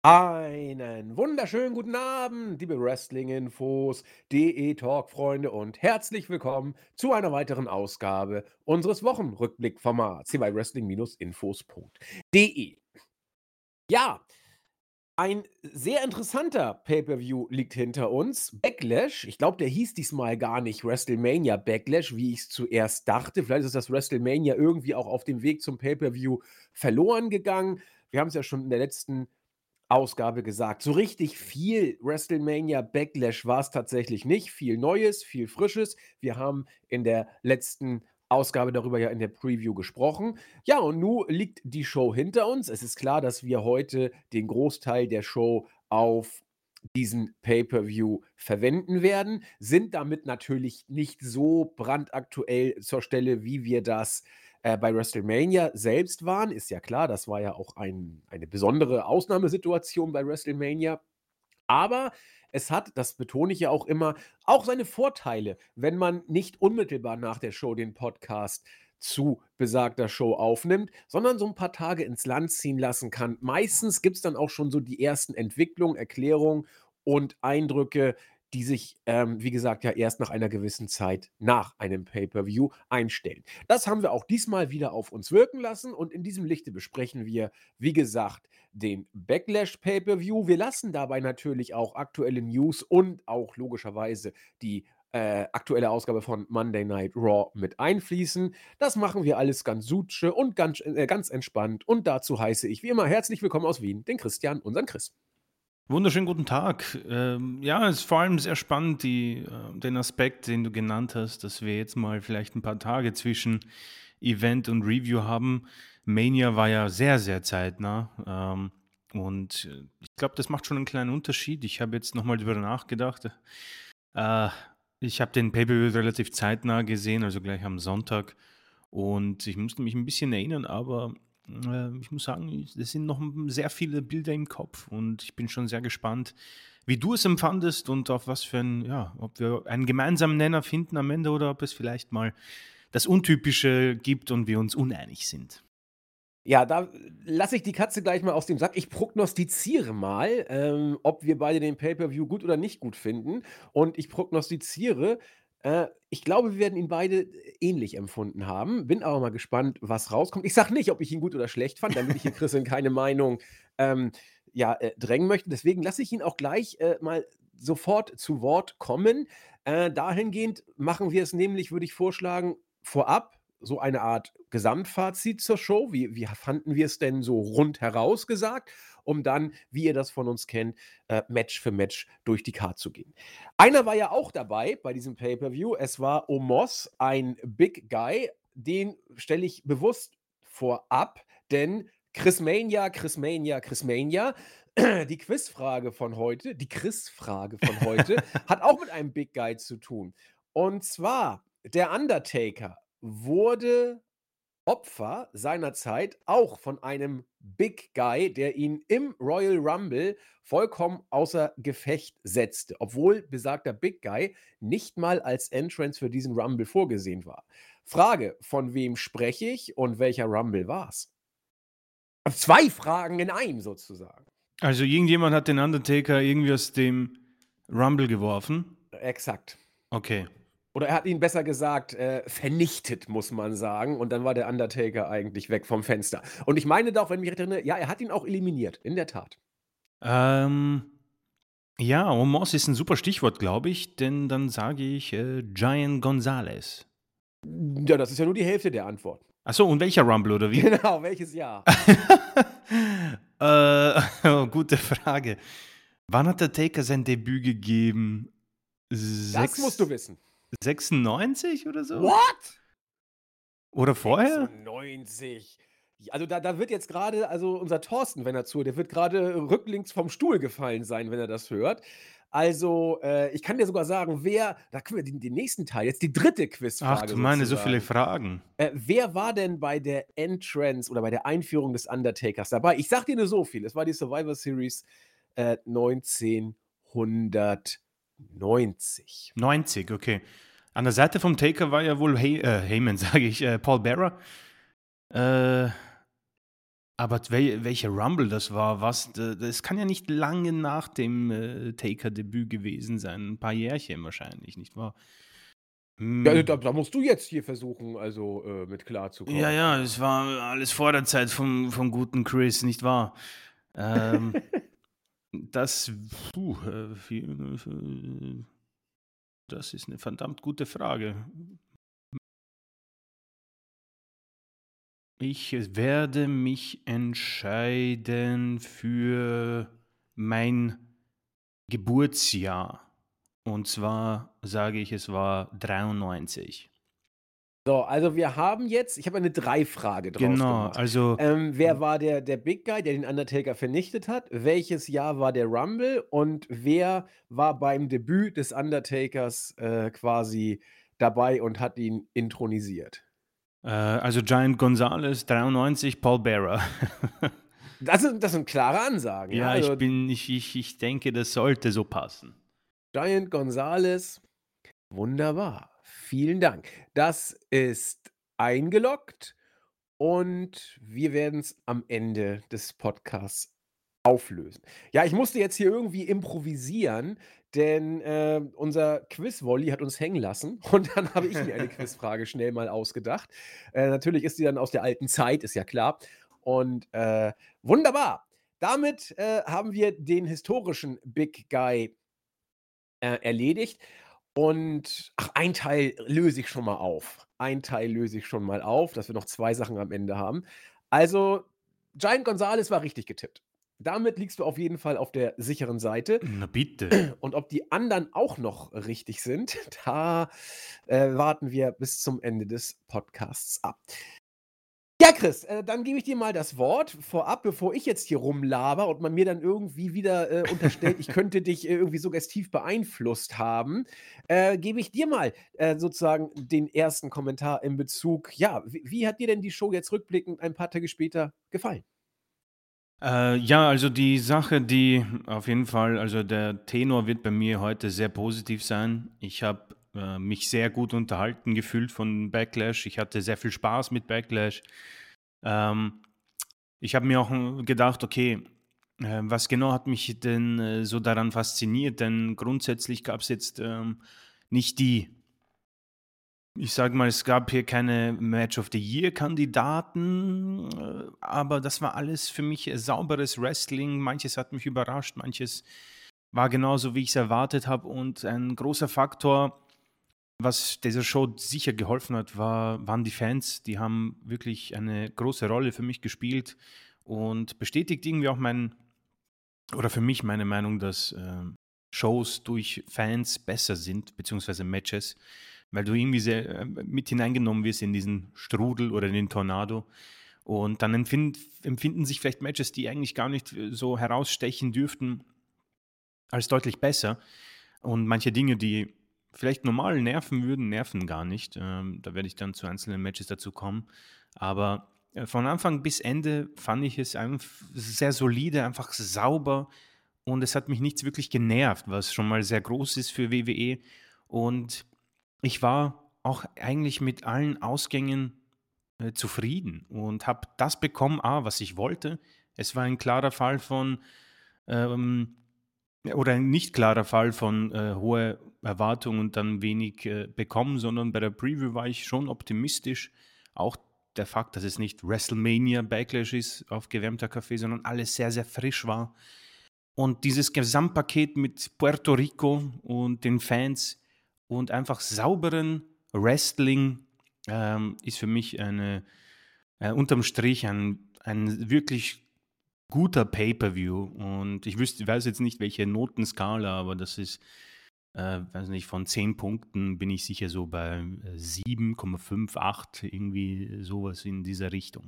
Einen wunderschönen guten Abend, liebe Wrestling-Infos, DE-Talk-Freunde und herzlich willkommen zu einer weiteren Ausgabe unseres Wochenrückblick-Formats hier bei Wrestling-Infos.de. Ja, ein sehr interessanter Pay-per-View liegt hinter uns. Backlash, ich glaube, der hieß diesmal gar nicht WrestleMania Backlash, wie ich es zuerst dachte. Vielleicht ist das WrestleMania irgendwie auch auf dem Weg zum Pay-per-View verloren gegangen. Wir haben es ja schon in der letzten Ausgabe gesagt. So richtig viel WrestleMania Backlash war es tatsächlich nicht. Viel Neues, viel Frisches. Wir haben in der letzten Ausgabe darüber ja in der Preview gesprochen. Ja, und nun liegt die Show hinter uns. Es ist klar, dass wir heute den Großteil der Show auf diesen Pay-per-View verwenden werden, sind damit natürlich nicht so brandaktuell zur Stelle, wie wir das bei WrestleMania selbst waren. Ist ja klar, das war ja auch eine besondere Ausnahmesituation bei WrestleMania. Aber es hat, das betone ich ja auch immer, auch seine Vorteile, wenn man nicht unmittelbar nach der Show den Podcast zu besagter Show aufnimmt, sondern so ein paar Tage ins Land ziehen lassen kann. Meistens gibt es dann auch schon so die ersten Entwicklungen, Erklärungen und Eindrücke, die sich, wie gesagt, ja erst nach einer gewissen Zeit nach einem Pay-per-View einstellen. Das haben wir auch diesmal wieder auf uns wirken lassen und in diesem Lichte besprechen wir, wie gesagt, den Backlash Pay-per-View. Wir lassen dabei natürlich auch aktuelle News und auch logischerweise die aktuelle Ausgabe von Monday Night Raw mit einfließen. Das machen wir alles ganz sutsche und ganz entspannt. Und dazu heiße ich wie immer herzlich willkommen aus Wien, den Christian, unseren Chris. Wunderschönen guten Tag. Ja, es ist vor allem sehr spannend, den Aspekt, den du genannt hast, dass wir jetzt mal vielleicht ein paar Tage zwischen Event und Review haben. Mania war ja sehr, sehr zeitnah. Ich glaube, das macht schon einen kleinen Unterschied. Ich habe jetzt nochmal darüber nachgedacht. Äh, Ich habe den Pay-Per-View relativ zeitnah gesehen, also gleich am Sonntag. Und ich musste mich ein bisschen erinnern, aber ich muss sagen, es sind noch sehr viele Bilder im Kopf und ich bin schon sehr gespannt, wie du es empfandest und auf was für ob wir einen gemeinsamen Nenner finden am Ende oder ob es vielleicht mal das Untypische gibt und wir uns uneinig sind. Ja, da lasse ich die Katze gleich mal aus dem Sack. Ich prognostiziere mal, ob wir beide den Pay-per-View gut oder nicht gut finden. Und ich prognostiziere, ich glaube, wir werden ihn beide ähnlich empfunden haben. Bin aber mal gespannt, was rauskommt. Ich sage nicht, ob ich ihn gut oder schlecht fand, damit ich hier Chris in keine Meinung ähm, drängen möchte. Deswegen lasse ich ihn auch gleich mal sofort zu Wort kommen. Dahingehend machen wir es nämlich, würde ich vorschlagen, vorab so eine Art Gesamtfazit zur Show. Wie fanden wir es denn so rundheraus gesagt, um dann, wie ihr das von uns kennt, Match für Match durch die Card zu gehen. Einer war ja auch dabei bei diesem Pay-per-View. Es war Omos, ein Big Guy. Den stelle ich bewusst vorab, denn Chris Mania, die Quizfrage von heute, die Chris-Frage von heute, hat auch mit einem Big Guy zu tun. Und zwar der Undertaker wurde Opfer seiner Zeit auch von einem Big Guy, der ihn im Royal Rumble vollkommen außer Gefecht setzte, obwohl besagter Big Guy nicht mal als Entrance für diesen Rumble vorgesehen war. Frage, von wem spreche ich und welcher Rumble war's? 2 Fragen in einem sozusagen. Also irgendjemand hat den Undertaker irgendwie aus dem Rumble geworfen. Exakt. Okay. Oder er hat ihn besser gesagt, vernichtet, muss man sagen. Und dann war der Undertaker eigentlich weg vom Fenster. Und ich meine doch, wenn ich mich recht erinnere, ja, er hat ihn auch eliminiert, in der Tat. Ähm, ja, Omos ist ein super Stichwort, glaube ich, denn dann sage ich Giant Gonzalez. Ja, das ist ja nur die Hälfte der Antwort. Achso, und welcher Rumble oder wie? Genau, welches Jahr? Gute Frage. Wann hat der Taker sein Debüt gegeben? Das musst du Sechs, wissen. 96 oder so? What? Oder vorher? 96. Also da wird jetzt gerade, also unser Thorsten, wenn er zuhört, der wird gerade rücklings vom Stuhl gefallen sein, wenn er das hört. Also, ich kann dir sogar sagen, da können wir den nächsten Teil, jetzt die dritte Ach Quizfrage du meine, so viele sozusagen. Fragen. Wer war denn bei der Entrance oder bei der Einführung des Undertakers dabei? Ich sag dir nur so viel, es war die Survivor Series 1990. 90, okay. An der Seite vom Taker war ja wohl Heyman, sage ich, Paul Bearer. Äh, Aber welcher Rumble das war, was? Das kann ja nicht lange nach dem Taker-Debüt gewesen sein. Ein paar Jährchen wahrscheinlich, nicht wahr? Ja, also da Hm. da musst du jetzt hier versuchen, also, mit Ja, klarzukommen. ja, es war alles vor der Zeit vom guten Chris, nicht wahr? Ähm, das, das ist eine verdammt gute Frage. Ich werde mich entscheiden für mein Geburtsjahr. Und zwar sage ich, es war 93. So, also wir haben jetzt ich habe eine Drei-Frage draus Genau, gemacht. also Wer war der Big Guy, der den Undertaker vernichtet hat? Welches Jahr war der Rumble? Und wer war beim Debüt des Undertakers, quasi dabei und hat ihn intronisiert? also Giant Gonzalez 93, Paul Bearer. Das sind klare Ansagen, ja? Ja, Also, ich denke, das sollte so passen. Giant Gonzalez, wunderbar. Vielen Dank. Das ist eingeloggt und wir werden's am Ende des Podcasts auflösen. Ja, ich musste jetzt hier irgendwie improvisieren, denn, unser Quiz-Wolli hat uns hängen lassen und dann habe ich mir eine Quizfrage schnell mal ausgedacht. Natürlich ist die dann aus der alten Zeit, ist ja klar. Und, wunderbar. Damit, haben wir den historischen Big Guy, erledigt. Und ach, ein Teil löse ich schon mal auf. Ein Teil löse ich schon mal auf, dass wir noch 2 Sachen am Ende haben. Also, Giant Gonzalez war richtig getippt. Damit liegst du auf jeden Fall auf der sicheren Seite. Na bitte. Und ob die anderen auch noch richtig sind, da, warten wir bis zum Ende des Podcasts ab. Ja, Chris, dann gebe ich dir mal das Wort vorab, bevor ich jetzt hier rumlaber und man mir dann irgendwie wieder, unterstellt, ich könnte dich, irgendwie suggestiv beeinflusst haben, gebe ich dir mal, sozusagen den ersten Kommentar in Bezug ja, wie hat dir denn die Show jetzt rückblickend ein paar Tage später gefallen? Ja, also die Sache, die auf jeden Fall, also der Tenor wird bei mir heute sehr positiv sein. Ich habe mich sehr gut unterhalten gefühlt von Backlash. Ich hatte sehr viel Spaß mit Backlash. Ähm, Ich habe mir auch gedacht, okay, was genau hat mich denn so daran fasziniert? Denn grundsätzlich gab es jetzt nicht die, ich sage mal, es gab hier keine Match of the Year-Kandidaten, aber das war alles für mich sauberes Wrestling. Manches hat mich überrascht, manches war genauso, wie ich es erwartet habe. Und ein großer Faktor, was dieser Show sicher geholfen hat, waren die Fans. Die haben wirklich eine große Rolle für mich gespielt und bestätigt irgendwie auch oder für mich meine Meinung, dass Shows durch Fans besser sind, beziehungsweise Matches, weil du irgendwie sehr mit hineingenommen wirst in diesen Strudel oder in den Tornado. Und dann empfinden sich vielleicht Matches, die eigentlich gar nicht so herausstechen dürften, als deutlich besser. Und manche Dinge, die vielleicht normal nerven würden, nerven gar nicht. Da werde ich dann zu einzelnen Matches dazu kommen. Aber von Anfang bis Ende fand ich es einfach sehr solide, einfach sauber und es hat mich nichts wirklich genervt, was schon mal sehr groß ist für WWE. Und ich war auch eigentlich mit allen Ausgängen zufrieden und habe das bekommen, was ich wollte. Es war ein klarer Fall von ähm, oder ein nicht klarer Fall von hohe Erwartungen und dann wenig bekommen, sondern bei der Preview war ich schon optimistisch. Auch der Fakt, dass es nicht WrestleMania Backlash ist auf gewärmter Kaffee, sondern alles sehr, sehr frisch war. Und dieses Gesamtpaket mit Puerto Rico und den Fans und einfach sauberen Wrestling ist für mich unterm Strich ein wirklich guter Pay-per-View. Und weiß jetzt nicht, welche Notenskala, aber das ist, weiß nicht, von 10 Punkten bin ich sicher so bei 7,58, irgendwie sowas in dieser Richtung.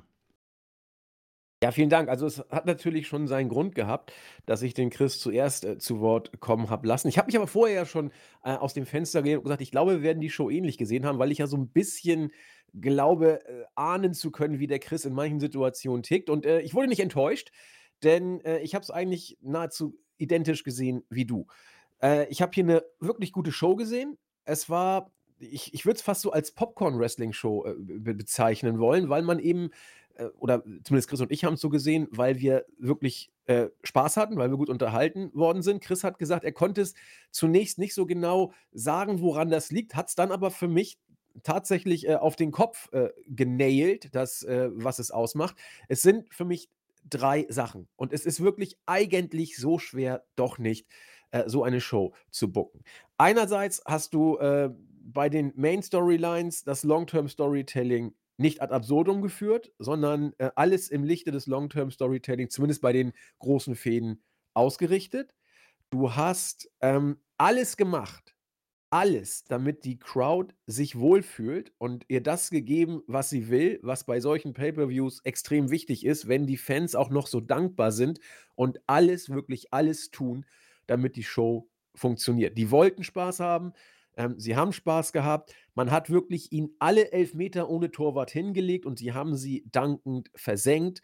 Ja, vielen Dank. Also, es hat natürlich schon seinen Grund gehabt, dass ich den Chris zuerst, zu Wort kommen habe lassen. Ich habe mich aber vorher ja schon, aus dem Fenster gelehnt und gesagt: „Ich glaube, wir werden die Show ähnlich gesehen haben“, weil ich ja so 'n bisschen glaube, ahnen zu können, wie der Chris in manchen Situationen tickt. Und, ich wurde nicht enttäuscht, denn, ich habe es eigentlich nahezu identisch gesehen wie du. Ich habe hier 'ne wirklich gute Show gesehen. Es war ich würde es fast so als Popcorn-Wrestling-Show, bezeichnen wollen, weil man eben oder zumindest Chris und ich haben es so gesehen, weil wir wirklich Spaß hatten, weil wir gut unterhalten worden sind. Chris hat gesagt, er konnte es zunächst nicht so genau sagen, woran das liegt, hat es dann aber für mich tatsächlich auf den Kopf genailt, was es ausmacht. Es sind für mich 3 Sachen und es ist wirklich eigentlich so schwer doch nicht, so eine Show zu booken. Einerseits hast du bei den Main Storylines das Long-Term Storytelling nicht ad absurdum geführt, sondern alles im Lichte des Long-Term Storytelling, zumindest bei den großen Fäden, ausgerichtet. Du hast alles gemacht, alles, damit die Crowd sich wohlfühlt und ihr das gegeben, was sie will, was bei solchen Pay-per-Views extrem wichtig ist, wenn die Fans auch noch so dankbar sind und alles, wirklich alles tun, damit die Show funktioniert. Die wollten Spaß haben, sie haben Spaß gehabt. Man hat wirklich ihnen alle Elfmeter ohne Torwart hingelegt und sie haben sie dankend versenkt.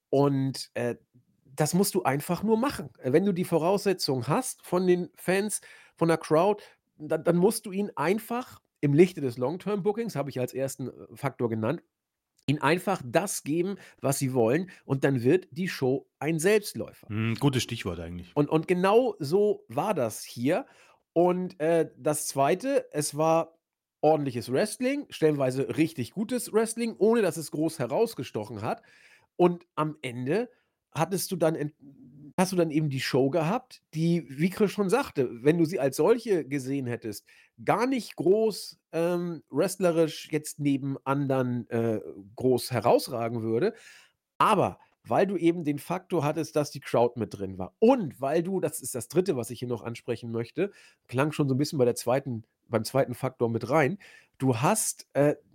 Und das musst du einfach nur machen. Wenn du die Voraussetzungen hast von den Fans, von der Crowd, dann musst du ihn einfach im Lichte des Long-Term-Bookings, habe ich als ersten Faktor genannt, ihnen einfach das geben, was sie wollen, und dann wird die Show ein Selbstläufer. Gutes Stichwort eigentlich. Und genau so war das hier. Und das Zweite, es war ordentliches Wrestling, stellenweise richtig gutes Wrestling, ohne dass es groß herausgestochen hat. Und am Ende hattest du dann hast du dann eben die Show gehabt, die, wie Chris schon sagte, wenn du sie als solche gesehen hättest, gar nicht groß wrestlerisch jetzt neben anderen groß herausragen würde. Aber weil du eben den Faktor hattest, dass die Crowd mit drin war und weil du, das ist das Dritte, was ich hier noch ansprechen möchte, klang schon so ein bisschen beim zweiten Faktor mit rein. Du hast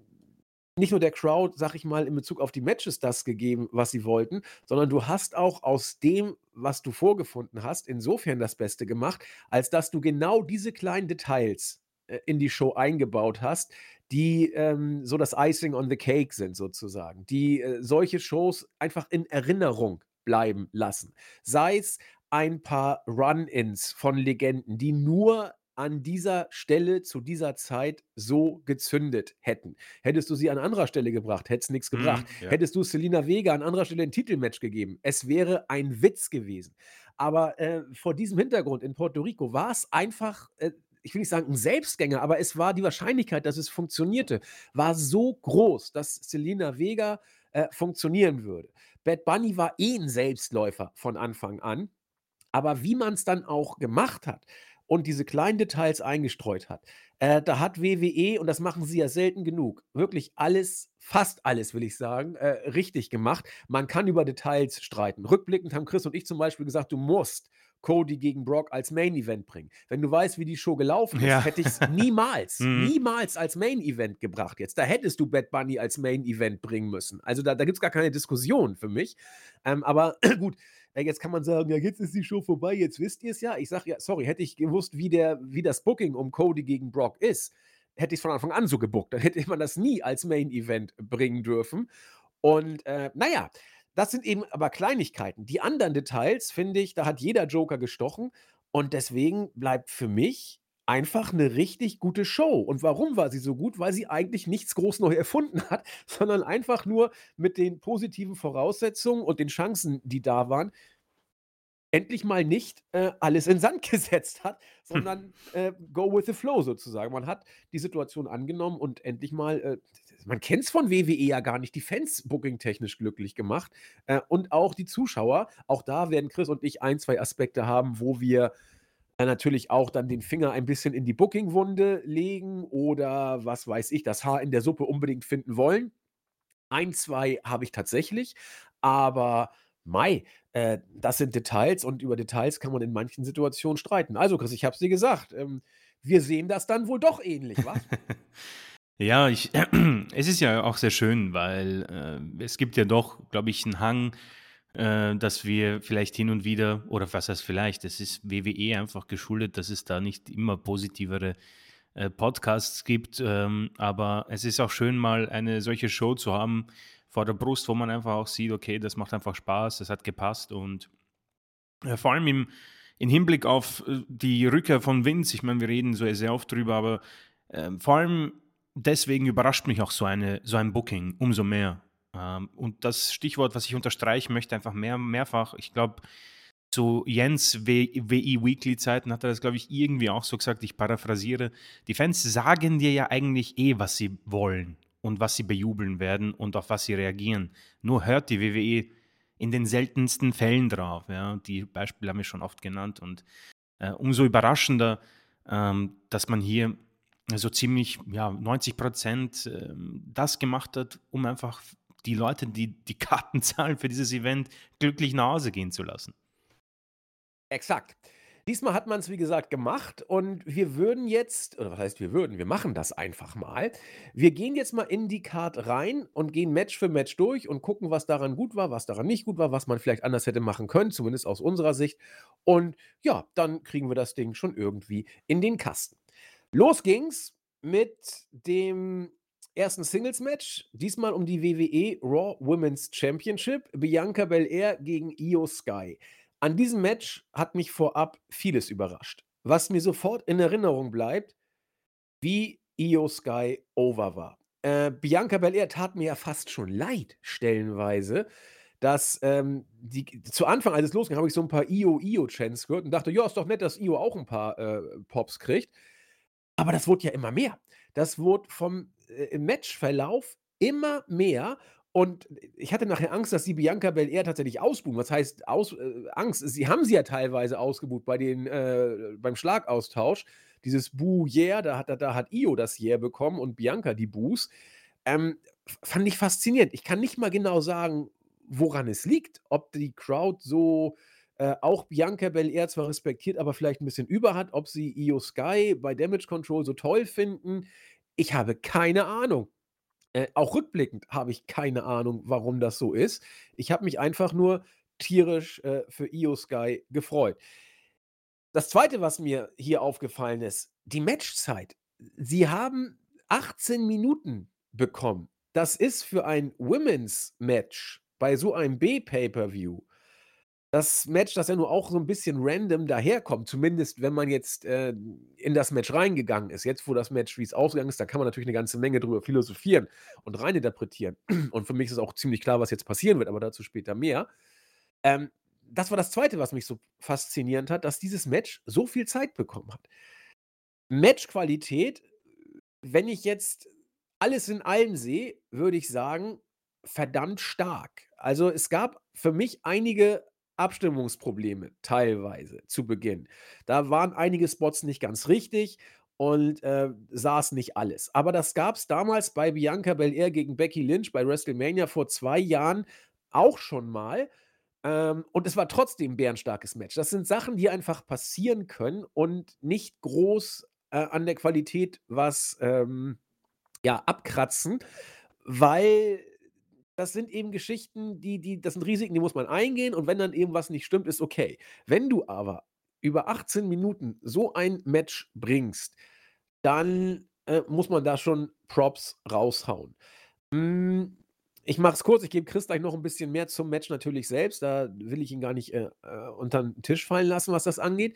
nicht nur der Crowd, sag ich mal, in Bezug auf die Matches das gegeben, was sie wollten, sondern du hast auch aus dem, was du vorgefunden hast, insofern das Beste gemacht, als dass du genau diese kleinen Details in die Show eingebaut hast, die so das Icing on the Cake sind sozusagen, die solche Shows einfach in Erinnerung bleiben lassen. Sei es ein paar Run-ins von Legenden, die nur an dieser Stelle zu dieser Zeit so gezündet hätten. Hättest du sie an anderer Stelle gebracht, hätte es nichts gebracht. Ja. Hättest du Selina Vega an anderer Stelle ein Titelmatch gegeben, es wäre ein Witz gewesen. Aber vor diesem Hintergrund in Puerto Rico war es einfach, ich will nicht sagen ein Selbstgänger, aber es war die Wahrscheinlichkeit, dass es funktionierte, war so groß, dass Selina Vega funktionieren würde. Bad Bunny war eh ein Selbstläufer von Anfang an. Aber wie man es dann auch gemacht hat und diese kleinen Details eingestreut hat, da hat WWE, und das machen sie ja selten genug, wirklich alles, fast alles, will ich sagen, richtig gemacht. Man kann über Details streiten. Rückblickend haben Chris und ich zum Beispiel gesagt, du musst Cody gegen Brock als Main Event bringen. Wenn du weißt, wie die Show gelaufen ist, Ja. hätte ich es niemals, Mhm. niemals als Main Event gebracht jetzt. Da hättest du Bad Bunny als Main Event bringen müssen. Also da gibt es gar keine Diskussion für mich. Aber gut, jetzt kann man sagen, ja, jetzt ist die Show vorbei, jetzt wisst ihr es ja. Ich sage ja, sorry, hätte ich gewusst, wie das Booking um Cody gegen Brock ist, hätte ich es von Anfang an so gebookt. Dann hätte man das nie als Main Event bringen dürfen. Und naja, das sind eben aber Kleinigkeiten. Die anderen Details, finde ich, da hat jeder Joker gestochen. Und deswegen bleibt für mich einfach eine richtig gute Show. Und warum war sie so gut? Weil sie eigentlich nichts groß neu erfunden hat, sondern einfach nur mit den positiven Voraussetzungen und den Chancen, die da waren, endlich mal nicht alles in Sand gesetzt hat, sondern go with the flow sozusagen. Man hat die Situation angenommen und endlich mal, man kennt es von WWE ja gar nicht, die Fans booking-technisch glücklich gemacht und auch die Zuschauer. Auch da werden Chris und ich ein, zwei Aspekte haben, wo wir natürlich auch dann den Finger ein bisschen in die Booking-Wunde legen oder was weiß ich, das Haar in der Suppe unbedingt finden wollen. Ein, 2 habe ich tatsächlich, aber mei, das sind Details und über Details kann man in manchen Situationen streiten. Also, Chris, ich habe es dir gesagt, wir sehen das dann wohl doch ähnlich, was? Ja, es ist ja auch sehr schön, weil es gibt ja doch, glaube ich, einen Hang, dass wir vielleicht hin und wieder, oder was heißt vielleicht, es ist WWE einfach geschuldet, dass es da nicht immer positivere Podcasts gibt, aber es ist auch schön, mal eine solche Show zu haben vor der Brust, wo man einfach auch sieht, okay, das macht einfach Spaß, das hat gepasst und vor allem im Hinblick auf die Rückkehr von Vince, ich meine, wir reden so sehr oft drüber, aber vor allem deswegen überrascht mich auch so ein Booking umso mehr. Und das Stichwort, was ich unterstreichen möchte, einfach mehrfach, ich glaube, zu Jens WI Weekly Zeiten hat er das, glaube ich, irgendwie auch so gesagt, ich paraphrasiere: „Die Fans sagen dir ja eigentlich eh, was sie wollen und was sie bejubeln werden und auf was sie reagieren. Nur hört die WWE in den seltensten Fällen drauf“, ja? Die Beispiele haben wir schon oft genannt und, umso überraschender, dass man hier so ziemlich, ja, 90% das gemacht hat, um einfach die Leute, die die Karten zahlen für dieses Event, glücklich nach Hause gehen zu lassen. Exakt. Diesmal hat man es wie gesagt, gemacht und wir würden jetzt oder was heißt wir würden, wir machen das einfach mal. Wir gehen jetzt mal in die Card rein und gehen Match für Match durch und gucken, was daran gut war, was daran nicht gut war, was man vielleicht anders hätte machen können, zumindest aus unserer Sicht. Und ja, dann kriegen wir das Ding schon irgendwie in den Kasten. Los ging's mit dem ersten Singles-Match, diesmal um die WWE Raw Women's Championship, Bianca Belair gegen Io Sky. An diesem Match hat mich vorab vieles überrascht. Was mir sofort in Erinnerung bleibt, wie Io Sky over war. Bianca Belair tat mir ja fast schon leid stellenweise, dass, die zu Anfang, als es losging, habe ich so ein paar „Io, Io“-Chants gehört und dachte: „Ja, ist doch nett, dass Io auch ein paar, Pops kriegt.“ Aber das wurde ja immer mehr. Das wurde im Matchverlauf immer mehr und ich hatte nachher Angst, dass die Bianca Belair tatsächlich ausbuhen. Was heißt Angst? Sie haben sie ja teilweise ausgebuht beim Schlagaustausch. Dieses „Boo Yeah“, da hat Io das „Yeah“ bekommen und Bianca die Boos. Fand ich faszinierend. Ich kann nicht mal genau sagen, woran es liegt, ob die Crowd so auch Bianca Belair zwar respektiert, aber vielleicht 'n bisschen über hat, ob sie Io Sky bei Damage Control so toll finden. Ich habe keine Ahnung. Auch rückblickend habe ich keine Ahnung, warum das so ist. Ich habe mich einfach nur tierisch, für Io Sky gefreut. Das Zweite, was mir hier aufgefallen ist, die Matchzeit. Sie haben 18 Minuten bekommen. Das ist für ein Women's Match bei so einem B-Pay-Per-View das Match, das ja nur auch so 'n bisschen random daherkommt, zumindest wenn man jetzt, in das Match reingegangen ist. Jetzt, wo das Match wie's ausgegangen ist, da kann man natürlich 'ne ganze Menge drüber philosophieren und reininterpretieren. Und für mich ist auch ziemlich klar, was jetzt passieren wird, aber dazu später mehr. Ähm, Das war das Zweite, was mich so faszinierend hat, dass dieses Match so viel Zeit bekommen hat. Matchqualität, wenn ich jetzt alles in allem sehe, würde ich sagen, verdammt stark. Also, es gab für mich einige Abstimmungsprobleme teilweise zu Beginn. Da waren einige Spots nicht ganz richtig und, saß nicht alles. Aber das gab's damals bei Bianca Belair gegen Becky Lynch bei WrestleMania vor 2 Jahren auch schon mal. Und es war trotzdem 'n bärenstarkes Match. Das sind Sachen, die einfach passieren können und nicht groß, an der Qualität was, ja, abkratzen, weil das sind eben Geschichten, das sind Risiken, die muss man eingehen und wenn dann eben was nicht stimmt, ist okay. Wenn du aber über 18 Minuten so ein Match bringst, dann, muss man da schon Props raushauen. Hm, Ich mache es kurz, ich gebe Chris gleich noch 'n bisschen mehr zum Match natürlich selbst. Da will ich ihn gar nicht, untern Tisch fallen lassen, was das angeht.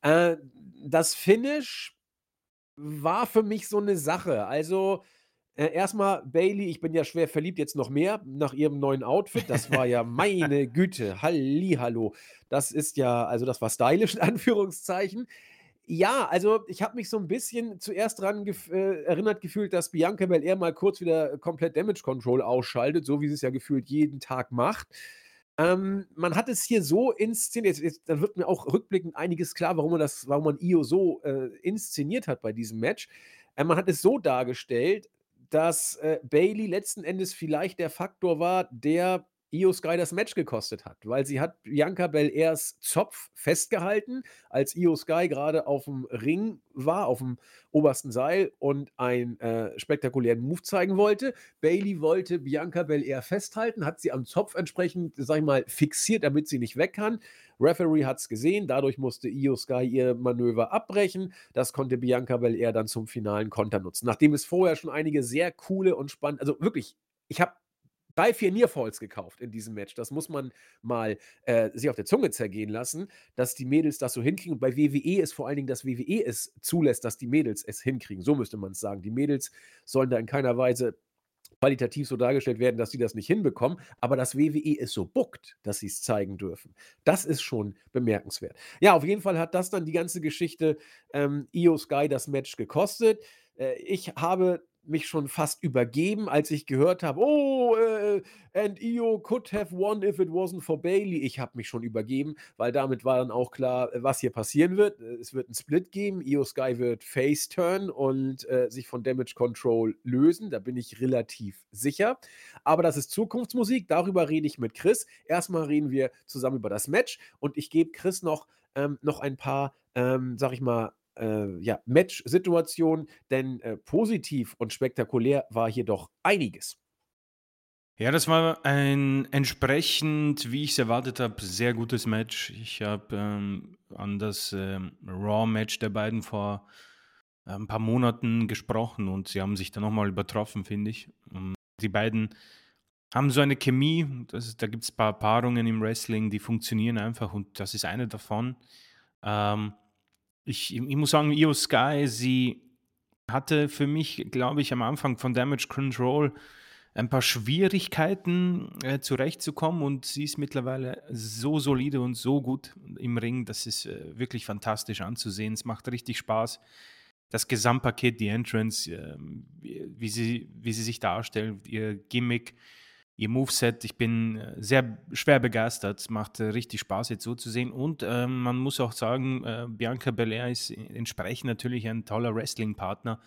Das Finish war für mich so 'ne Sache. Also, erst mal Bayley, ich bin ja schwer verliebt, jetzt noch mehr nach ihrem neuen Outfit. Das war ja meine Güte, Hallihallo. Das ist ja also, das war stylisch in Anführungszeichen. Ja, also, ich habe mich so 'n bisschen zuerst dran erinnert gefühlt, dass Bianca Belair mal kurz wieder komplett Damage Control ausschaltet, so wie sie's ja gefühlt jeden Tag macht. Man hat es hier so inszeniert da wird mir auch rückblickend einiges klar, warum man Io so, inszeniert hat bei diesem Match. Man hat es so dargestellt, dass, Bayley letzten Endes vielleicht der Faktor war, der Io Sky das Match gekostet hat, weil sie hat Bianca Belairs Zopf festgehalten, als Io Sky grade aufm Ring war, aufm obersten Seil und einen, spektakulären Move zeigen wollte. Bayley wollte Bianca Belair festhalten, hat sie am Zopf entsprechend, sage ich mal, fixiert, damit sie nicht weg kann. Referee hat's gesehen, dadurch musste Io Sky ihr Manöver abbrechen. Das konnte Bianca Belair dann zum finalen Konter nutzen. Nachdem es vorher schon einige sehr coole und spannend also wirklich, ich habe 3, 4 Nearfalls gekauft in diesem Match. Das muss man mal, sich auf der Zunge zergehen lassen, dass die Mädels das so hinkriegen. Und bei WWE ist vor allen Dingen, dass WWE es zulässt, dass die Mädels es hinkriegen. So müsste man's sagen. Die Mädels sollen da in keiner Weise qualitativ so dargestellt werden, dass sie das nicht hinbekommen, aber dass WWE es so bookt, dass sie es zeigen dürfen. Das ist schon bemerkenswert. Ja, auf jeden Fall hat das dann die ganze Geschichte, Io Sky das Match gekostet. Ich habe mich schon fast übergeben, als ich gehört habe: „Oh, and Io could have won if it wasn't for Bayley." Ich habe mich schon übergeben, weil damit war dann auch klar, was hier passieren wird. Es wird 'n Split geben. Io Sky wird face turn und, sich von Damage Control lösen. Da bin ich relativ sicher. Aber das ist Zukunftsmusik. Darüber rede ich mit Chris. Erst mal reden wir zusammen über das Match und ich gebe Chris noch ein paar, sage ich mal, ja, Match-Situationen, denn, positiv und spektakulär war hier doch einiges. Ja, das war ein entsprechend, wie ich es erwartet habe, sehr gutes Match. Ich habe, an das, Raw-Match der beiden vor, ein paar Monaten gesprochen und sie haben sich da noch mal übertroffen, finde ich. Die beiden haben so eine Chemie, da gibt es ein paar Paarungen im Wrestling, die funktionieren einfach und das ist eine davon. Ähm, ich muss sagen, Io Sky, sie hatte für mich, glaube ich, am Anfang von Damage Control ein paar Schwierigkeiten, zurechtzukommen und sie ist mittlerweile so solide und so gut im Ring, das ist, wirklich fantastisch anzusehen. Es macht richtig Spaß. Das Gesamtpaket, die Entrance, wie sie sich darstellt, ihr Gimmick, ihr Moveset, ich bin, sehr schwer begeistert. Es macht, richtig Spaß, jetzt so zu sehen und, man muss auch sagen, Bianca Belair ist entsprechend natürlich ein toller Wrestling-Partner.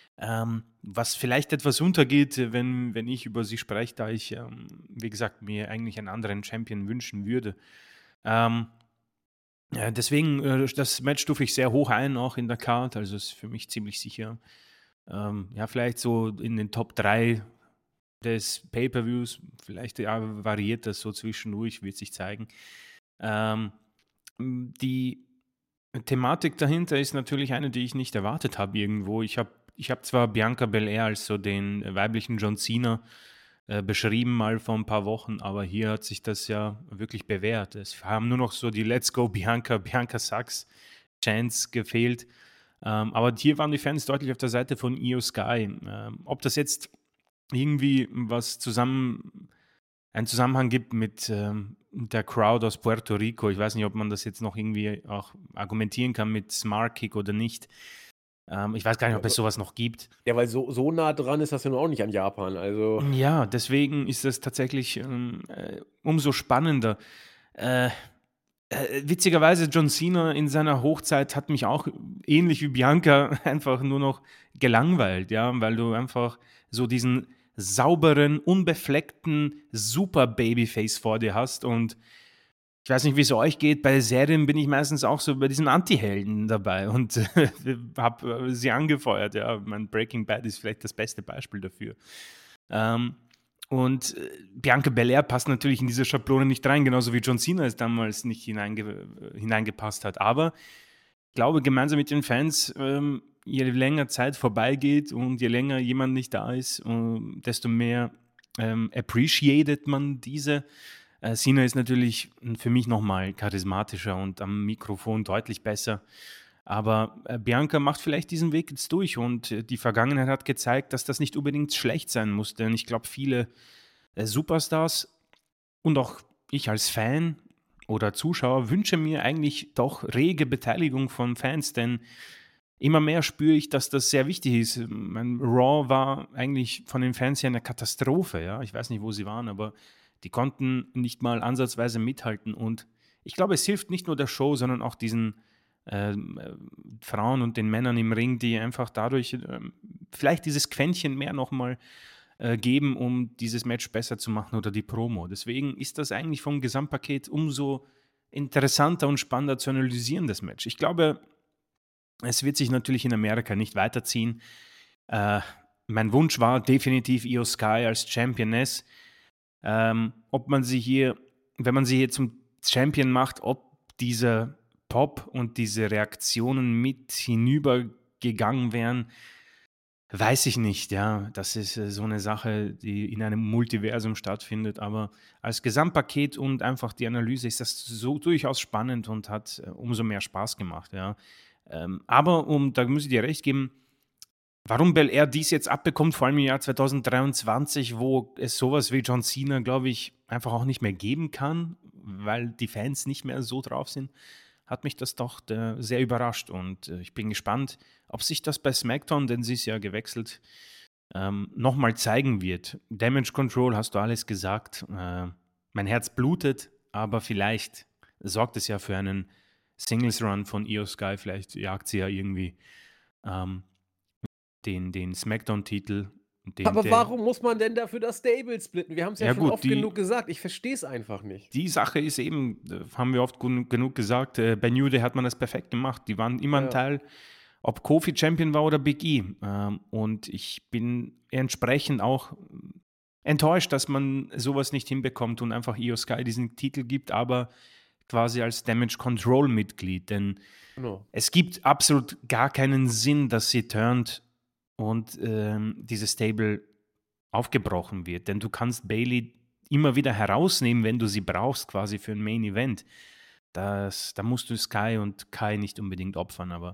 Was vielleicht etwas untergeht, wenn ich über sie spreche, da ich, wie gesagt, mir eigentlich einen anderen Champion wünschen würde. Ähm, deswegen, das Match stufe ich sehr hoch ein, auch in der Card, also ist für mich ziemlich sicher. Ja, vielleicht so in den Top 3 des Pay-per-Views, vielleicht ja, variiert das so zwischendurch, wird sich zeigen. Ähm, die Thematik dahinter ist natürlich eine, die ich nicht erwartet habe irgendwo. Ich hab zwar Bianca Belair als so den weiblichen John Cena beschrieben mal vor ein paar Wochen, aber hier hat sich das ja wirklich bewährt. Es haben nur noch so die Let's Go Bianca, Bianca Sucks Chants gefehlt. Aber hier waren die Fans deutlich auf der Seite von Io Sky. Ob das jetzt irgendwie einen Zusammenhang gibt mit der Crowd aus Puerto Rico. Ich weiß nicht, ob man das jetzt noch irgendwie auch argumentieren kann mit Smart Kick oder nicht. Ich weiß gar nicht, Ja, ob es sowas noch gibt. ja, weil so nah dran ist das ja nun auch nicht an Japan, also Ja, deswegen ist das tatsächlich umso spannender. Äh, witzigerweise, John Cena in seiner Hochzeit hat mich auch ähnlich wie Bianca einfach nur noch gelangweilt, ja, weil du einfach so diesen sauberen, unbefleckten Super-Babyface vor dir hast und ich weiß nicht, wie es euch geht. Bei Serien bin ich meistens auch so bei diesen Anti-Helden dabei und habe sie angefeuert. Ja, mein Breaking Bad ist vielleicht das beste Beispiel dafür. Ähm, und Bianca Belair passt natürlich in diese Schablone nicht rein, genauso wie John Cena es damals nicht hineingepasst hat. Aber ich glaube, gemeinsam mit den Fans, je länger Zeit vorbeigeht und je länger jemand nicht da ist, desto mehr appreciated man diese. Cena ist natürlich für mich nochmal charismatischer und am Mikrofon deutlich besser. Aber Bianca macht vielleicht diesen Weg jetzt durch und die Vergangenheit hat gezeigt, dass das nicht unbedingt schlecht sein muss. Denn ich glaube, viele Superstars und auch ich als Fan oder Zuschauer wünsche mir eigentlich doch rege Beteiligung von Fans, denn immer mehr spüre ich, dass das sehr wichtig ist. Mein Raw war eigentlich von den Fans her eine Katastrophe. Ja? Ich weiß nicht, wo sie waren, aber die konnten nicht mal ansatzweise mithalten. Und ich glaube, es hilft nicht nur der Show, sondern auch diesen Frauen und den Männern im Ring, die einfach dadurch vielleicht dieses Quäntchen mehr nochmal geben, um dieses Match besser zu machen oder die Promo. Deswegen ist das eigentlich vom Gesamtpaket umso interessanter und spannender zu analysieren, das Match. Ich glaube, es wird sich natürlich in Amerika nicht weiterziehen. Äh, mein Wunsch war definitiv Io Sky als Championess. Ob man sie hier, wenn man sie hier zum Champion macht, ob dieser Pop und diese Reaktionen mit hinübergegangen wären, weiß ich nicht. Ja, das ist so eine Sache, die in einem Multiversum stattfindet. Aber als Gesamtpaket und einfach die Analyse ist das so durchaus spannend und hat umso mehr Spaß gemacht. Ja. Aber da muss ich dir recht geben, warum Belair dies jetzt abbekommt, vor allem im Jahr 2023, wo es sowas wie John Cena, glaube ich, einfach auch nicht mehr geben kann, weil die Fans nicht mehr so drauf sind, hat mich das doch sehr überrascht. Und ich bin gespannt, ob sich das bei SmackDown, denn sie ist ja gewechselt, nochmal zeigen wird. Damage Control, hast du alles gesagt. Mein Herz blutet, aber vielleicht sorgt es ja für einen Singles-Run von Io Sky. Vielleicht jagt sie ja irgendwie ähm, den SmackDown-Titel. Aber warum muss man denn dafür das Stable splitten? Wir haben es ja Ja schon gut, oft genug gesagt. Ich verstehe es einfach nicht. die Sache ist eben, haben wir oft genug gesagt, bei New Day hat man das perfekt gemacht. Die waren immer ein Ja. Teil, ob Kofi Champion war oder Big E. Und ich bin entsprechend auch enttäuscht, dass man sowas nicht hinbekommt und einfach Io Sky diesen Titel gibt, aber quasi als Damage Control Mitglied. Denn Genau. es gibt absolut gar keinen Sinn, dass sie turnt und dieses Stable aufgebrochen wird. Denn du kannst Bailey immer wieder herausnehmen, wenn du sie brauchst, quasi für ein Main Event. Da musst du Sky und Kai nicht unbedingt opfern, aber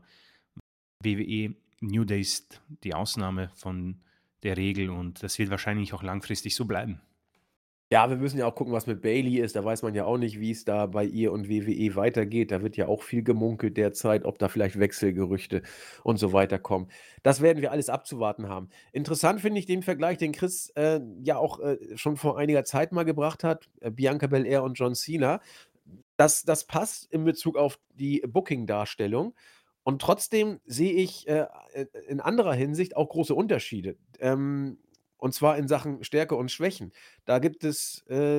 WWE New Day ist die Ausnahme von der Regel und das wird wahrscheinlich auch langfristig so bleiben. Ja, wir müssen ja auch gucken, was mit Bailey ist. Da weiß man ja auch nicht, wie es da bei ihr und WWE weitergeht. Da wird ja auch viel gemunkelt derzeit, ob da vielleicht Wechselgerüchte und so weiter kommen. Das werden wir alles abzuwarten haben. Interessant finde ich den Vergleich, den Chris ja auch schon vor einiger Zeit mal gebracht hat, Bianca Belair und John Cena. Das passt in Bezug auf die Booking-Darstellung. Und trotzdem sehe ich in anderer Hinsicht auch große Unterschiede. Und zwar in Sachen Stärke und Schwächen. Da gibt es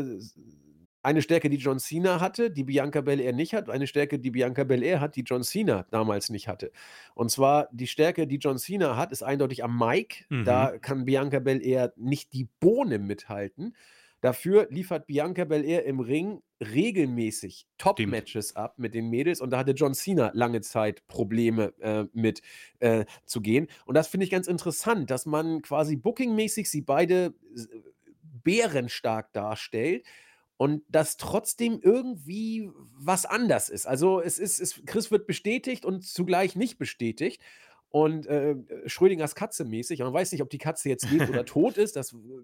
eine Stärke, die John Cena hatte, die Bianca Belair nicht hat, eine Stärke, die Bianca Belair hat, die John Cena damals nicht hatte. Und zwar die Stärke, die John Cena hat, ist eindeutig am Mic. Mhm. Da kann Bianca Belair nicht die Bohne mithalten. Dafür liefert Bianca Belair im Ring regelmäßig Stimmt. Top-Matches ab mit den Mädels und da hatte John Cena lange Zeit Probleme mit zu gehen. Und das finde ich ganz interessant, dass man quasi bookingmäßig sie beide bärenstark darstellt und das trotzdem irgendwie was anders ist. Also Chris wird bestätigt und zugleich nicht bestätigt. Und Schrödingers Katze mäßig. Man weiß nicht, ob die Katze jetzt lebt oder tot ist.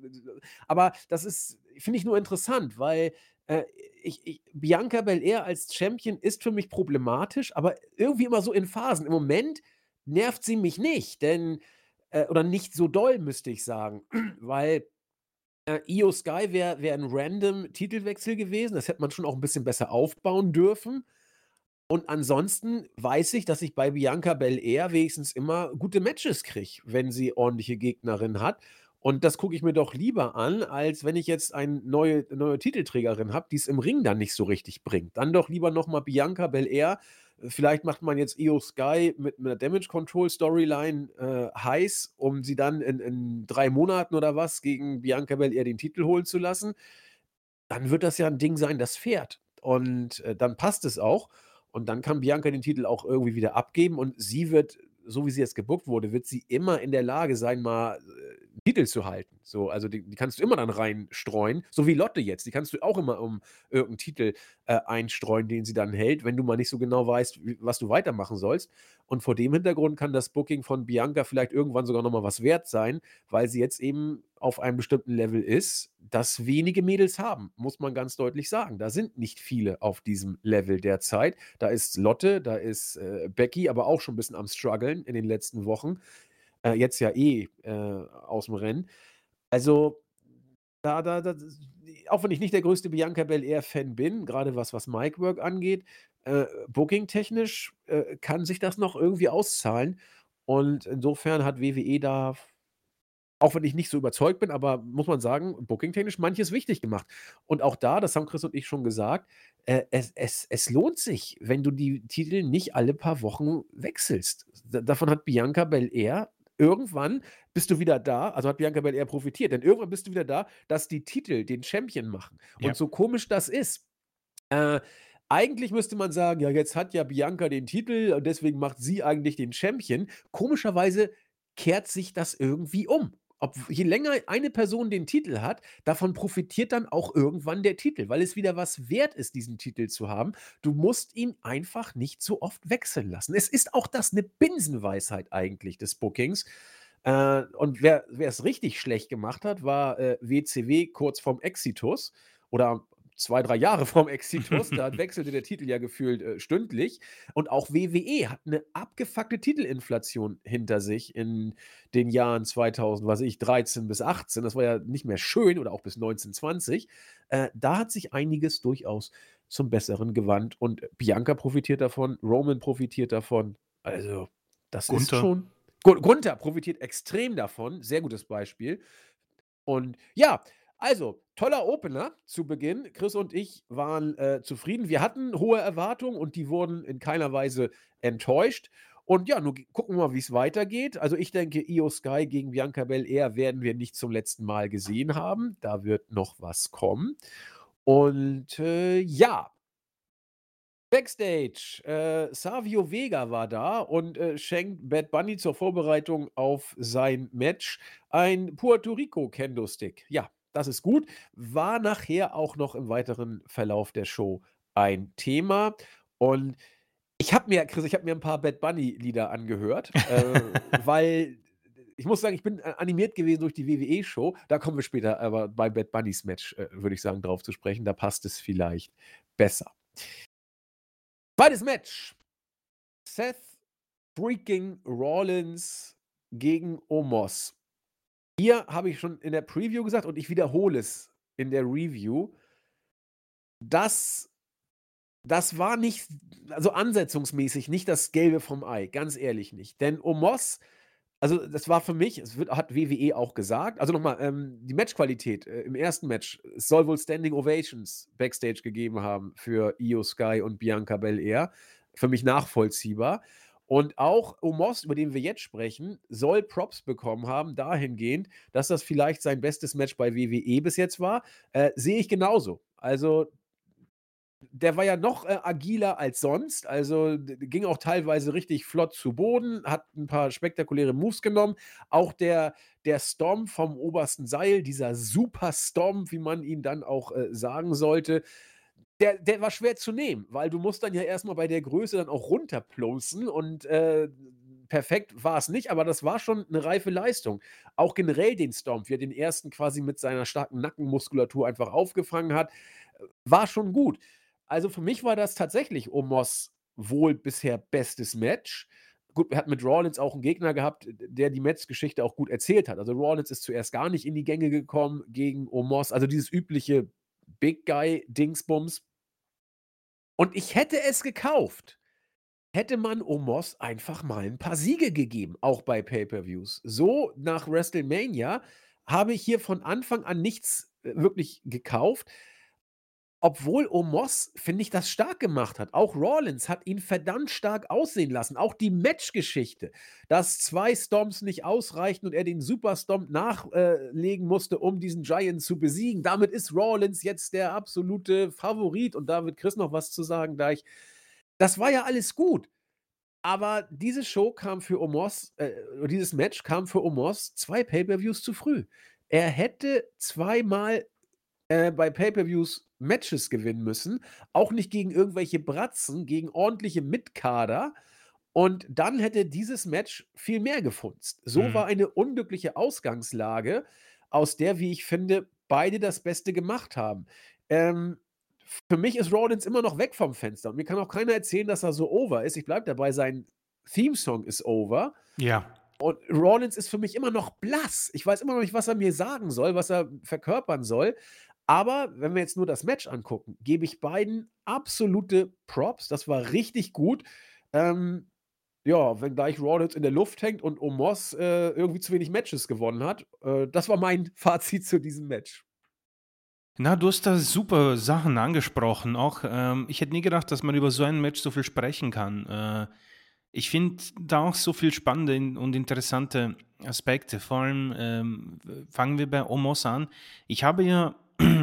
Aber das ist, finde ich, nur interessant, weil äh, Bianca Belair als Champion ist für mich problematisch, aber irgendwie immer so in Phasen. Im Moment nervt sie mich nicht, denn, oder nicht so doll, müsste ich sagen, weil Io Sky wäre ein random Titelwechsel gewesen. Das hätte man schon auch ein bisschen besser aufbauen dürfen. Und ansonsten weiß ich, dass ich bei Bianca Belair wenigstens immer gute Matches kriege, wenn sie ordentliche Gegnerin hat. Und das gucke ich mir doch lieber an, als wenn ich jetzt eine neue Titelträgerin habe, die es im Ring dann nicht so richtig bringt. Dann doch lieber noch mal Bianca Belair. Vielleicht macht man jetzt Io Sky mit 'ner Damage Control Storyline, heiß, um sie dann in 3 Monaten oder was gegen Bianca Belair den Titel holen zu lassen. Dann wird das ja 'n Ding sein, das fährt. Und, dann passt es auch. Und dann kann Bianca den Titel auch irgendwie wieder abgeben und sie wird, so wie sie jetzt gebookt wurde, wird sie immer in der Lage sein, mal, 'n Titel zu halten. So, also die kannst du immer dann reinstreuen, so wie Lotte jetzt. Die kannst du auch immer um irgend 'n Titel, einstreuen, den sie dann hält, wenn du mal nicht so genau weißt, was du weitermachen sollst. Und vor dem Hintergrund kann das Booking von Bianca vielleicht irgendwann sogar noch mal was wert sein, weil sie jetzt eben auf einem bestimmten Level ist, das wenige Mädels haben, muss man ganz deutlich sagen. Da sind nicht viele auf diesem Level derzeit. Da ist Lotte, da ist, Becky, aber auch schon 'n bisschen am struggeln in den letzten Wochen. Jetzt ja aus'm Rennen. Also, da auch wenn ich nicht der größte Bianca Belair-Fan bin, grade was Micwork angeht, bookingtechnisch, kann sich das noch irgendwie auszahlen. Und insofern hat WWE da, auch wenn ich nicht so überzeugt bin, aber muss man sagen, bookingtechnisch manches wichtig gemacht. Und auch da, das haben Chris und ich schon gesagt, es lohnt sich, wenn du die Titel nicht alle paar Wochen wechselst. Davon hat Bianca Belair irgendwann, bist du wieder da, also hat Bianca Belair profitiert, denn irgendwann bist du wieder da, dass die Titel den Champion machen. Ja. Und so komisch das ist, äh, eigentlich müsste man sagen: „Ja, jetzt hat ja Bianca den Titel und deswegen macht sie eigentlich den Champion.“ Komischerweise kehrt sich das irgendwie um. Je länger eine Person den Titel hat, davon profitiert dann auch irgendwann der Titel, weil es wieder was wert ist, diesen Titel zu haben. Du musst ihn einfach nicht so oft wechseln lassen. Es ist auch das 'ne Binsenweisheit eigentlich des Bookings. Und wer es richtig schlecht gemacht hat, war, WCW kurz vorm Exitus oder 2, 3 Jahre vorm Exitus. Da wechselte der Titel ja gefühlt, stündlich. Und auch WWE hat 'ne abgefuckte Titelinflation hinter sich in den Jahren 2000, was weiß ich, 13 bis 18. Das war ja nicht mehr schön oder auch bis 19, 20. Da hat sich einiges durchaus zum Besseren gewandt und Bianca profitiert davon, Roman profitiert davon. Also, das ist Gunther. schon Gunther profitiert extrem davon, sehr gutes Beispiel. Und ja, also, toller Opener zu Beginn. Chris und ich waren, zufrieden. Wir hatten hohe Erwartungen und die wurden in keiner Weise enttäuscht. Und ja, nun gucken wir mal, wie's weitergeht. Also, ich denke, Io Sky gegen Bianca Belair werden wir nicht zum letzten Mal gesehen haben. Da wird noch was kommen. Und, ja, Backstage, Savio Vega war da und, schenkt Bad Bunny zur Vorbereitung auf sein Match ein Puerto Rico Kendo Stick. Ja, das ist gut. War nachher auch noch im weiteren Verlauf der Show ein Thema. Und ich habe mir 'n paar Bad Bunny Lieder angehört, weil ich muss sagen, ich bin, animiert gewesen durch die WWE-Show. Da kommen wir später aber bei Bad Bunnys Match, würde ich sagen, drauf zu sprechen. Da passt es vielleicht besser. Zweites Match. Seth freaking Rollins gegen Omos. Hier habe ich schon in der Preview gesagt und ich wiederhole es in der Review. Das das war nicht also ansetzungsmäßig nicht das Gelbe vom Ei, ganz ehrlich nicht. Denn Omos also, das war für mich es wird hat WWE auch gesagt also nochmal, die Matchqualität, im ersten Match, es soll wohl Standing Ovations backstage gegeben haben für Io Sky und Bianca Belair. Für mich nachvollziehbar. Und auch Omos, über den wir jetzt sprechen, soll Props bekommen haben dahingehend, dass das vielleicht sein bestes Match bei WWE bis jetzt war. Sehe ich genauso. Also, der war ja noch, agiler als sonst, also, ging auch teilweise richtig flott zu Boden, hat ein paar spektakuläre Moves genommen. Auch der Stomp vom obersten Seil, dieser Super Stomp, wie man ihn dann auch, sagen sollte, der war schwer zu nehmen, weil du musst dann ja erst mal bei der Größe dann auch runterplumpsen und, perfekt war es nicht, aber das war schon 'ne reife Leistung. Auch generell den Stomp, wie er den ersten quasi mit seiner starken Nackenmuskulatur einfach aufgefangen hat, war schon gut. Also, für mich war das tatsächlich Omos wohl bisher bestes Match. Gut, er hat mit Rollins auch 'n Gegner gehabt, der die Matchgeschichte auch gut erzählt hat. Also, Rollins ist zuerst gar nicht in die Gänge gekommen gegen Omos, also dieses übliche Big Guy Dingsbums. Und ich hätte es gekauft, hätte man Omos einfach mal 'n paar Siege gegeben, auch bei Pay-per-Views. So nach WrestleMania habe ich hier von Anfang an nichts, wirklich gekauft. Obwohl Omos, finde ich, das stark gemacht hat. Auch Rollins hat ihn verdammt stark aussehen lassen. Auch die Matchgeschichte, dass 2 Stomps nicht ausreichten und er den Super Stomp nachlegen musste, um diesen Giant zu besiegen. Damit ist Rollins jetzt der absolute Favorit und da wird Chris noch was zu sagen gleich. Das war ja alles gut, aber diese Show kam für Omos oder dieses Match kam für Omos 2 Pay-per-Views zu früh. Er hätte zweimal bei Pay-per-Views Matches gewinnen müssen, auch nicht gegen irgendwelche Bratzen, gegen ordentliche Mitkader. Und dann hätte dieses Match viel mehr gefunzt. So Mhm. war eine unglückliche Ausgangslage, aus der, wie ich finde, beide das Beste gemacht haben. Ähm, für mich ist Rollins immer noch weg vom Fenster und mir kann auch keiner erzählen, dass er so over ist. Ich bleibe dabei, sein Theme-Song ist over. Ja. Und Rollins ist für mich immer noch blass. Ich weiß immer noch nicht, was er mir sagen soll, was er verkörpern soll. Aber wenn wir jetzt nur das Match angucken, gebe ich beiden absolute Props. Das war richtig gut. Ähm, ja, wenngleich Rollins in der Luft hängt und Omos, irgendwie zu wenig Matches gewonnen hat. Das war mein Fazit zu diesem Match. Na, du hast da super Sachen angesprochen. Auch, ich hätte nie gedacht, dass man über so ein Match so viel sprechen kann. Ich finde da auch so viel spannende und interessante Aspekte. Vor allem fangen wir bei Omos an. Ich habe ja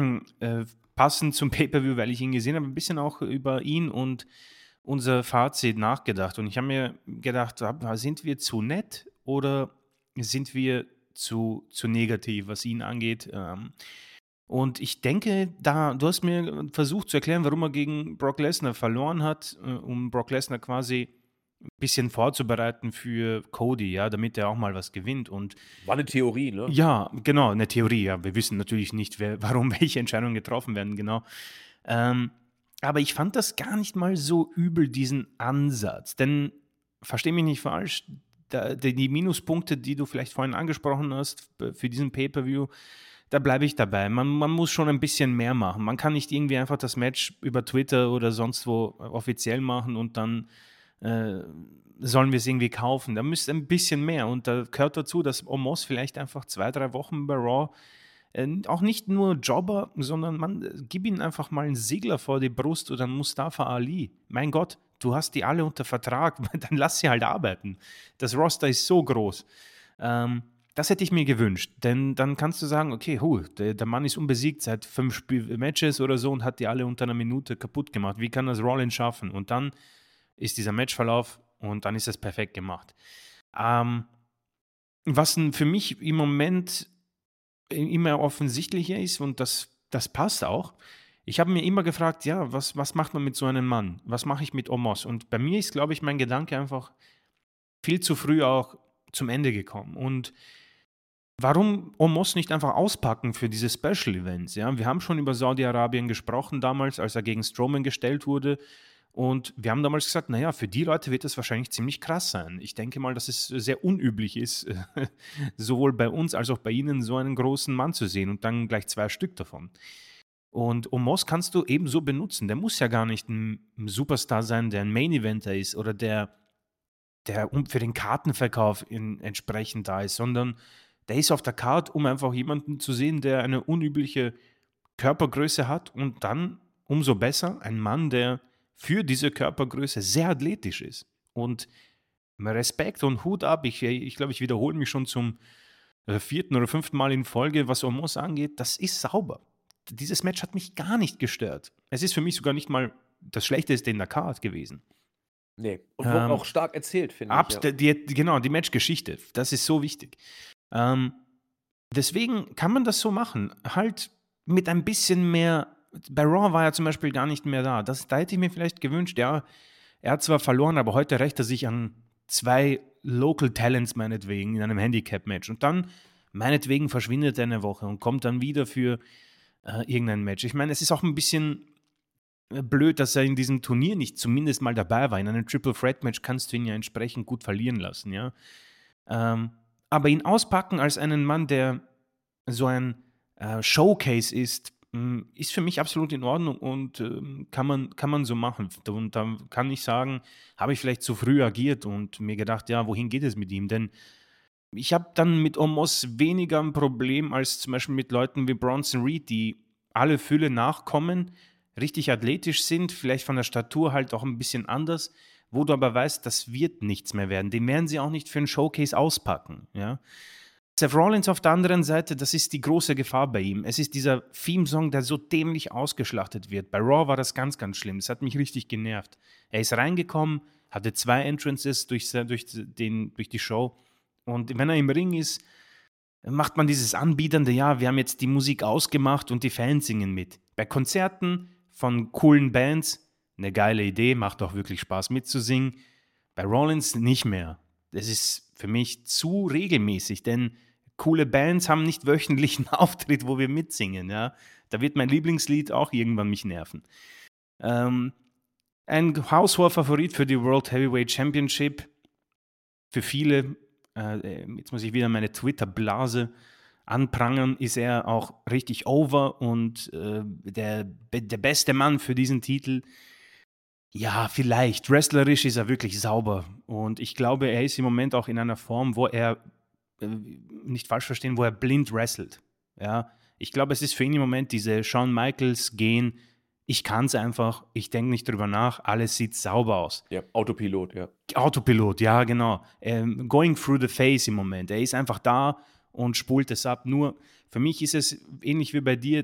passend zum Pay-per-View, weil ich ihn gesehen habe, ein bisschen auch über ihn und unser Fazit nachgedacht. Und ich habe mir gedacht, sind wir zu nett oder sind wir zu negativ, was ihn angeht? Und ich denke, du hast mir versucht zu erklären, warum er gegen Brock Lesnar verloren hat, um Brock Lesnar quasi bisschen vorzubereiten für Cody, ja, damit er auch mal was gewinnt. Und War 'ne Theorie, ne? ja, genau, eine Theorie, ja. Wir wissen natürlich nicht, warum welche Entscheidungen getroffen werden, genau. Ähm, aber ich fand das gar nicht mal so übel, diesen Ansatz. Denn, versteh mich nicht falsch, die Minuspunkte, die du vielleicht vorhin angesprochen hast, für diesen Pay-Per-View, da bleibe ich dabei. Man muss schon ein bisschen mehr machen. Man kann nicht irgendwie einfach das Match über Twitter oder sonst wo offiziell machen und dann äh, sollen wir es irgendwie kaufen. Da müsste ein bisschen mehr. Und da gehört dazu, dass Omos vielleicht einfach 2, 3 Wochen bei Raw auch nicht nur Jobber, sondern man gib ihnen einfach mal einen Segler vor die Brust oder einen Mustafa Ali. Mein Gott, du hast die alle unter Vertrag, dann lass sie halt arbeiten. Das Roster ist so groß. Das hätte ich mir gewünscht, denn dann kannst du sagen, okay, der Mann ist unbesiegt seit 5 Matches oder so und hat die alle unter einer Minute kaputt gemacht. Wie kann das Rollins schaffen? Und dann ist dieser Matchverlauf und dann ist es perfekt gemacht. Ähm, für mich im Moment immer offensichtlicher ist und das passt auch. Ich habe mir immer gefragt, ja, was macht man mit so einem Mann? Was mache ich mit Omos? Und bei mir ist, glaube ich, mein Gedanke einfach viel zu früh auch zum Ende gekommen. Und warum Omos nicht einfach auspacken für diese Special Events? Ja, wir haben schon über Saudi-Arabien gesprochen damals, als er gegen Strowman gestellt wurde. Und wir haben damals gesagt, naja, für die Leute wird das wahrscheinlich ziemlich krass sein. Ich denke mal, dass es sehr unüblich ist, sowohl bei uns als auch bei Ihnen so einen großen Mann zu sehen und dann gleich 2 Stück davon. Und Omos kannst du ebenso benutzen. Der muss ja gar nicht ein Superstar sein, der ein Main-Eventer ist oder der für den Kartenverkauf entsprechend da ist, sondern der ist auf der Card, um einfach jemanden zu sehen, der eine unübliche Körpergröße hat und dann umso besser ein Mann, der für diese Körpergröße sehr athletisch ist. Und Respekt und Hut ab. Ich glaube, ich wiederhole mich schon zum 4. oder 5. Mal in Folge, was Omos angeht. Das ist sauber. Dieses Match hat mich gar nicht gestört. Es ist für mich sogar nicht mal das Schlechteste in der Card gewesen. Ne. Und wurde Ähm, auch stark erzählt, finde ich, ja. genau, die Matchgeschichte, das ist so wichtig. Ähm, Deswegen kann man das so machen. Halt mit ein bisschen mehr. Bei Raw war er zum Beispiel gar nicht mehr da. Da hätte ich mir vielleicht gewünscht, ja, er hat zwar verloren, aber heute rächt er sich an 2 Local Talents meinetwegen in einem Handicap-Match. Und dann meinetwegen verschwindet er eine Woche und kommt dann wieder für irgendein Match. Ich meine, es ist auch ein bisschen blöd, dass er in diesem Turnier nicht zumindest mal dabei war. In einem Triple Threat Match kannst du ihn ja entsprechend gut verlieren lassen, ja. Ähm, aber ihn auspacken als einen Mann, der so ein Showcase ist für mich absolut in Ordnung und kann man so machen. Und da kann ich sagen, habe ich vielleicht zu früh agiert und mir gedacht, ja, wohin geht es mit ihm? Denn ich habe dann mit Omos weniger ein Problem als zum Beispiel mit Leuten wie Bronson Reed, die alle Fülle nachkommen, richtig athletisch sind, vielleicht von der Statur halt auch ein bisschen anders, wo du aber weißt, das wird nichts mehr werden. Den werden sie auch nicht für einen Showcase auspacken. Ja? Seth Rollins auf der anderen Seite, das ist die große Gefahr bei ihm. Es ist dieser Theme-Song, der so dämlich ausgeschlachtet wird. Bei Raw war das ganz, ganz schlimm. Das hat mich richtig genervt. Er ist reingekommen, hatte 2 Entrances durch die Show. Und wenn er im Ring ist, macht man dieses Anbiedernde, ja, wir haben jetzt die Musik ausgemacht und die Fans singen mit. Bei Konzerten von coolen Bands, eine geile Idee, macht auch wirklich Spaß mitzusingen. Bei Rollins nicht mehr. Das ist für mich zu regelmäßig, denn coole Bands haben nicht wöchentlich einen Auftritt, wo wir mitsingen, ja. Da wird mein Lieblingslied auch irgendwann mich nerven. Ähm, ein haushoher Favorit für die World Heavyweight Championship. Für viele, jetzt muss ich wieder meine Twitter-Blase anprangern, ist er auch richtig over und der beste Mann für diesen Titel. Ja, vielleicht. Wrestlerisch ist er wirklich sauber. Und ich glaube, er ist im Moment auch in einer Form, wo er, nicht falsch verstehen, wo er blind wrestelt. Ja, ich glaube, es ist für ihn im Moment diese Shawn Michaels Gen. Ich kann es einfach, ich denke nicht drüber nach, alles sieht sauber aus. Ja, Autopilot, ja. Autopilot, ja, genau. Going through the face im Moment. Er ist einfach da und spult es ab. Nur für mich ist es ähnlich wie bei dir.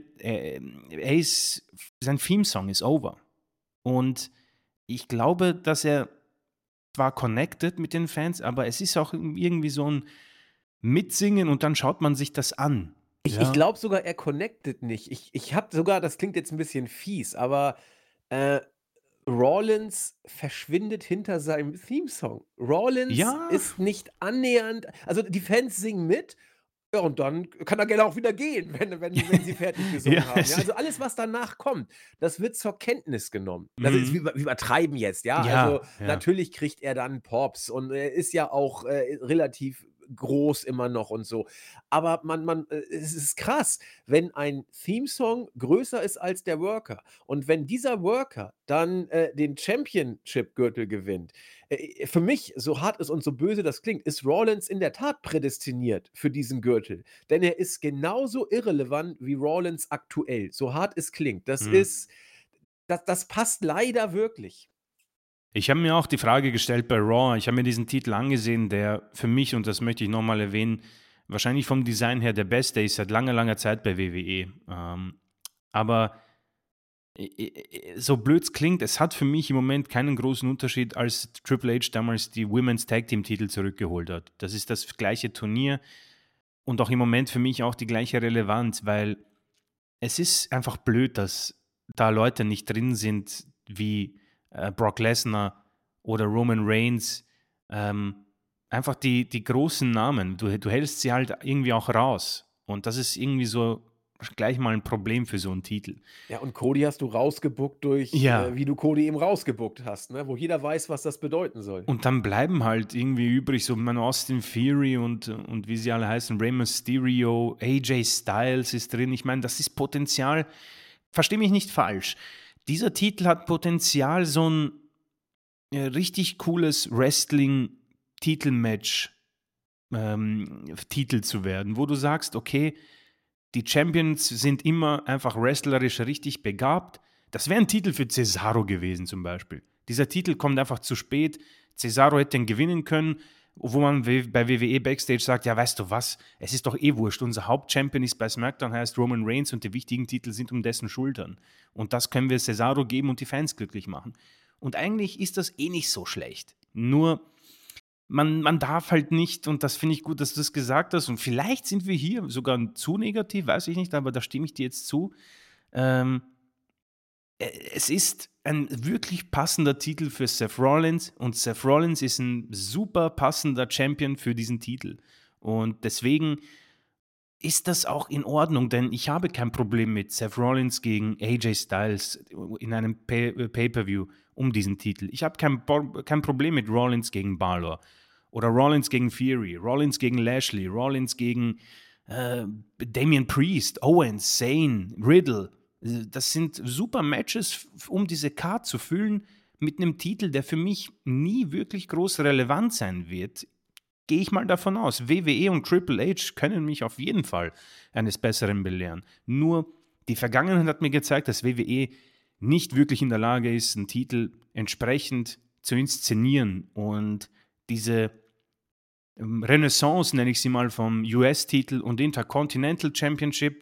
Sein Theme-Song ist over. Und ich glaube, dass er zwar connected mit den Fans, aber es ist auch irgendwie so ein Mitsingen und dann schaut man sich das an. Ich Ja. glaube sogar, er connected nicht. Ich habe sogar, das klingt jetzt 'n bisschen fies, aber, äh Rollins verschwindet hinter seinem Theme-Song. Rollins Ja, ist nicht annähernd, also, die Fans singen mit, ja, und dann kann er gerne auch wieder gehen, wenn sie fertig ja, gesungen haben, ja? Also, alles, was danach kommt, das wird zur Kenntnis genommen. Also, ist mhm. wir übertreiben jetzt, ja? Also, Ja, ja. natürlich kriegt er dann Pops und er ist ja auch, relativ groß immer noch und so. Aber es ist krass, wenn ein Theme-Song größer ist als der Worker und wenn dieser Worker dann, den Championship-Gürtel gewinnt, für mich, so hart es und so böse das klingt, ist Rollins in der Tat prädestiniert für diesen Gürtel. Denn er ist genauso irrelevant wie Rollins aktuell, so hart es klingt. Mhm. Das passt leider wirklich. Ich habe mir auch die Frage gestellt bei Raw, ich habe mir diesen Titel angesehen, der für mich, und das möchte ich noch mal erwähnen, wahrscheinlich vom Design her der beste ist seit langer, langer Zeit bei WWE. Aber so blöd's klingt, es hat für mich im Moment keinen großen Unterschied, als Triple H damals die Women's Tag Team Titel zurückgeholt hat. Das ist das gleiche Turnier und auch im Moment für mich auch die gleiche Relevanz, weil es ist einfach blöd, dass da Leute nicht drin sind wie Brock Lesnar oder Roman Reigns. Ähm, einfach die großen Namen. Du hältst sie halt irgendwie auch raus. Und das ist irgendwie so gleich mal ein Problem für so einen Titel. Ja, und Cody hast du rausgebuckt durch, Ja, wie du Cody eben rausgebuckt hast, ne, wo jeder weiß, was das bedeuten soll. und dann bleiben halt irgendwie übrig, so mein Austin Theory und wie sie alle heißen, Rey Mysterio, AJ Styles ist drin. Ich meine, das ist Potenzial. Versteh mich nicht falsch. Dieser Titel hat Potenzial, so ein richtig cooles Wrestling-Titelmatch Titel zu werden, wo du sagst, okay, die Champions sind immer einfach wrestlerisch richtig begabt. Das wäre ein Titel für Cesaro gewesen zum Beispiel. Dieser Titel kommt einfach zu spät. Cesaro hätte den gewinnen können, wo man bei WWE Backstage sagt, ja, weißt du was, es ist doch eh wurscht. Unser Hauptchampion ist bei SmackDown, heißt Roman Reigns und die wichtigen Titel sind um dessen Schultern. Und das können wir Cesaro geben und die Fans glücklich machen. Und eigentlich ist das eh nicht so schlecht. Nur man darf halt nicht, und das finde ich gut, dass du das gesagt hast, und vielleicht sind wir hier sogar zu negativ, weiß ich nicht, aber da stimme ich dir jetzt zu. Ähm, Es ist ein wirklich passender Titel für Seth Rollins und Seth Rollins ist ein super passender Champion für diesen Titel. Und deswegen ist das auch in Ordnung, denn ich habe kein Problem mit Seth Rollins gegen AJ Styles in einem Pay-per-View um diesen Titel. Ich habe kein Problem mit Rollins gegen Balor oder Rollins gegen Fury, Rollins gegen Lashley, Rollins gegen Damian Priest, Owens, Zayn, Riddle. Das sind super Matches, um diese Card zu füllen mit einem Titel, der für mich nie wirklich groß relevant sein wird. Gehe ich mal davon aus. WWE und Triple H können mich auf jeden Fall eines Besseren belehren. Nur die Vergangenheit hat mir gezeigt, dass WWE nicht wirklich in der Lage ist, einen Titel entsprechend zu inszenieren. Und diese Renaissance, nenne ich sie mal, vom US-Titel und Intercontinental Championship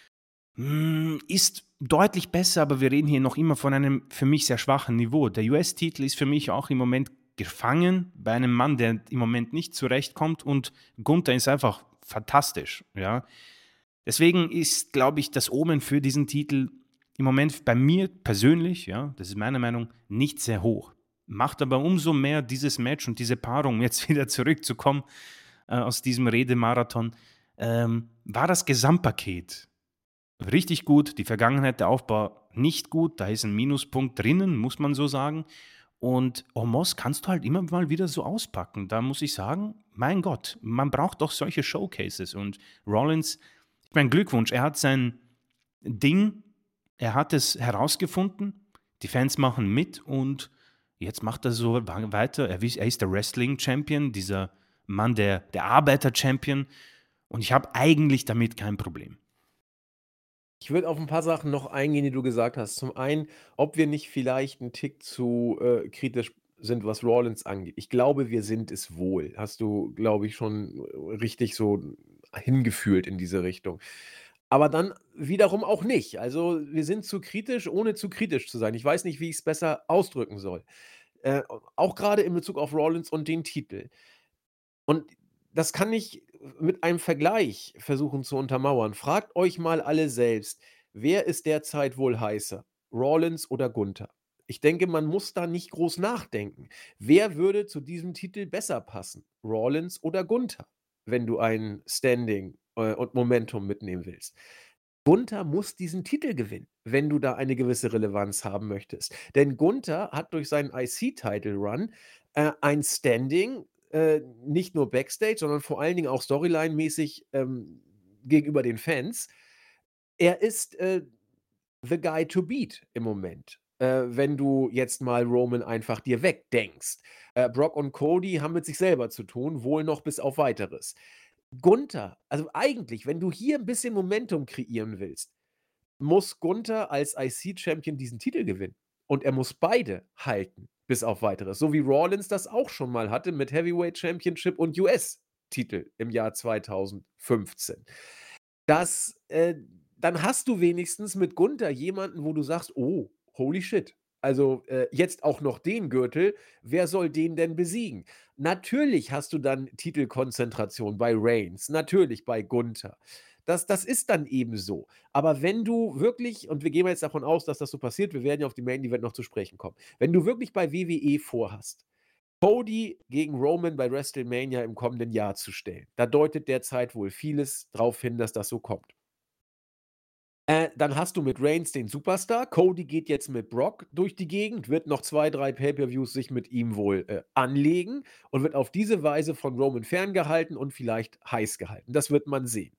ist deutlich besser, aber wir reden hier noch immer von einem für mich sehr schwachen Niveau. Der US-Titel ist für mich auch im Moment gefangen bei einem Mann, der im Moment nicht zurechtkommt und Gunther ist einfach fantastisch. Ja. Deswegen ist, glaube ich, das Omen für diesen Titel im Moment bei mir persönlich, ja, das ist meine Meinung, nicht sehr hoch. Macht aber umso mehr dieses Match und diese Paarung, um jetzt wieder zurückzukommen aus diesem Redemarathon, war das Gesamtpaket richtig gut, die Vergangenheit, der Aufbau nicht gut, da ist ein Minuspunkt drinnen, muss man so sagen. Und Omos kannst du halt immer mal wieder so auspacken. Da muss ich sagen, mein Gott, man braucht doch solche Showcases. Und Rollins, ich meine, Glückwunsch, er hat sein Ding, er hat es herausgefunden, die Fans machen mit und jetzt macht er so weiter. Er ist der Wrestling-Champion, dieser Mann, der Arbeiter-Champion. Und ich habe eigentlich damit kein Problem. Ich würde auf ein paar Sachen noch eingehen, die du gesagt hast. Zum einen, ob wir nicht vielleicht 'n Tick zu, kritisch sind, was Rollins angeht. Ich glaube, wir sind es wohl. Hast du, glaube ich, schon richtig so hingefühlt in diese Richtung. Aber dann wiederum auch nicht. Also, wir sind zu kritisch, ohne zu kritisch zu sein. Ich weiß nicht, wie ich's besser ausdrücken soll. Auch grade in Bezug auf Rollins und den Titel. Und das kann ich mit einem Vergleich versuchen zu untermauern. Fragt euch mal alle selbst, wer ist derzeit wohl heißer, Rollins oder Gunther? Ich denke, man muss da nicht groß nachdenken. Wer würde zu diesem Titel besser passen? Rollins oder Gunther, wenn du ein Standing, und Momentum mitnehmen willst? Gunther muss diesen Titel gewinnen, wenn du da eine gewisse Relevanz haben möchtest. Denn Gunther hat durch seinen IC-Title-Run, ein Standing, nicht nur Backstage, sondern vor allen Dingen auch storyline-mäßig, gegenüber den Fans. Er ist, the guy to beat im Moment, wenn du jetzt mal Roman einfach dir wegdenkst. Brock und Cody haben mit sich selber zu tun, wohl noch bis auf Weiteres. Gunther, also eigentlich, wenn du hier 'n bisschen Momentum kreieren willst, muss Gunther als IC-Champion diesen Titel gewinnen. Und er muss beide halten, bis auf Weiteres. So wie Rollins das auch schon mal hatte mit Heavyweight Championship und US-Titel im Jahr 2015. Das dann hast du wenigstens mit Gunther jemanden, wo du sagst: „Oh, holy shit. Also, jetzt auch noch den Gürtel. Wer soll den denn besiegen?“ Natürlich hast du dann Titelkonzentration bei Reigns, natürlich bei Gunther. Das ist dann eben so. Aber wenn du wirklich und wir gehen jetzt davon aus, dass das so passiert, wir werden ja auf die Main Event noch zu sprechen kommen. Wenn du wirklich bei WWE vorhast, Cody gegen Roman bei WrestleMania im kommenden Jahr zu stellen, da deutet derzeit wohl vieles drauf hin, dass das so kommt. Dann hast du mit Reigns den Superstar. Cody geht jetzt mit Brock durch die Gegend, wird noch 2, 3 Pay-per-Views sich mit ihm wohl, anlegen und wird auf diese Weise von Roman ferngehalten und vielleicht heiß gehalten. Das wird man sehen.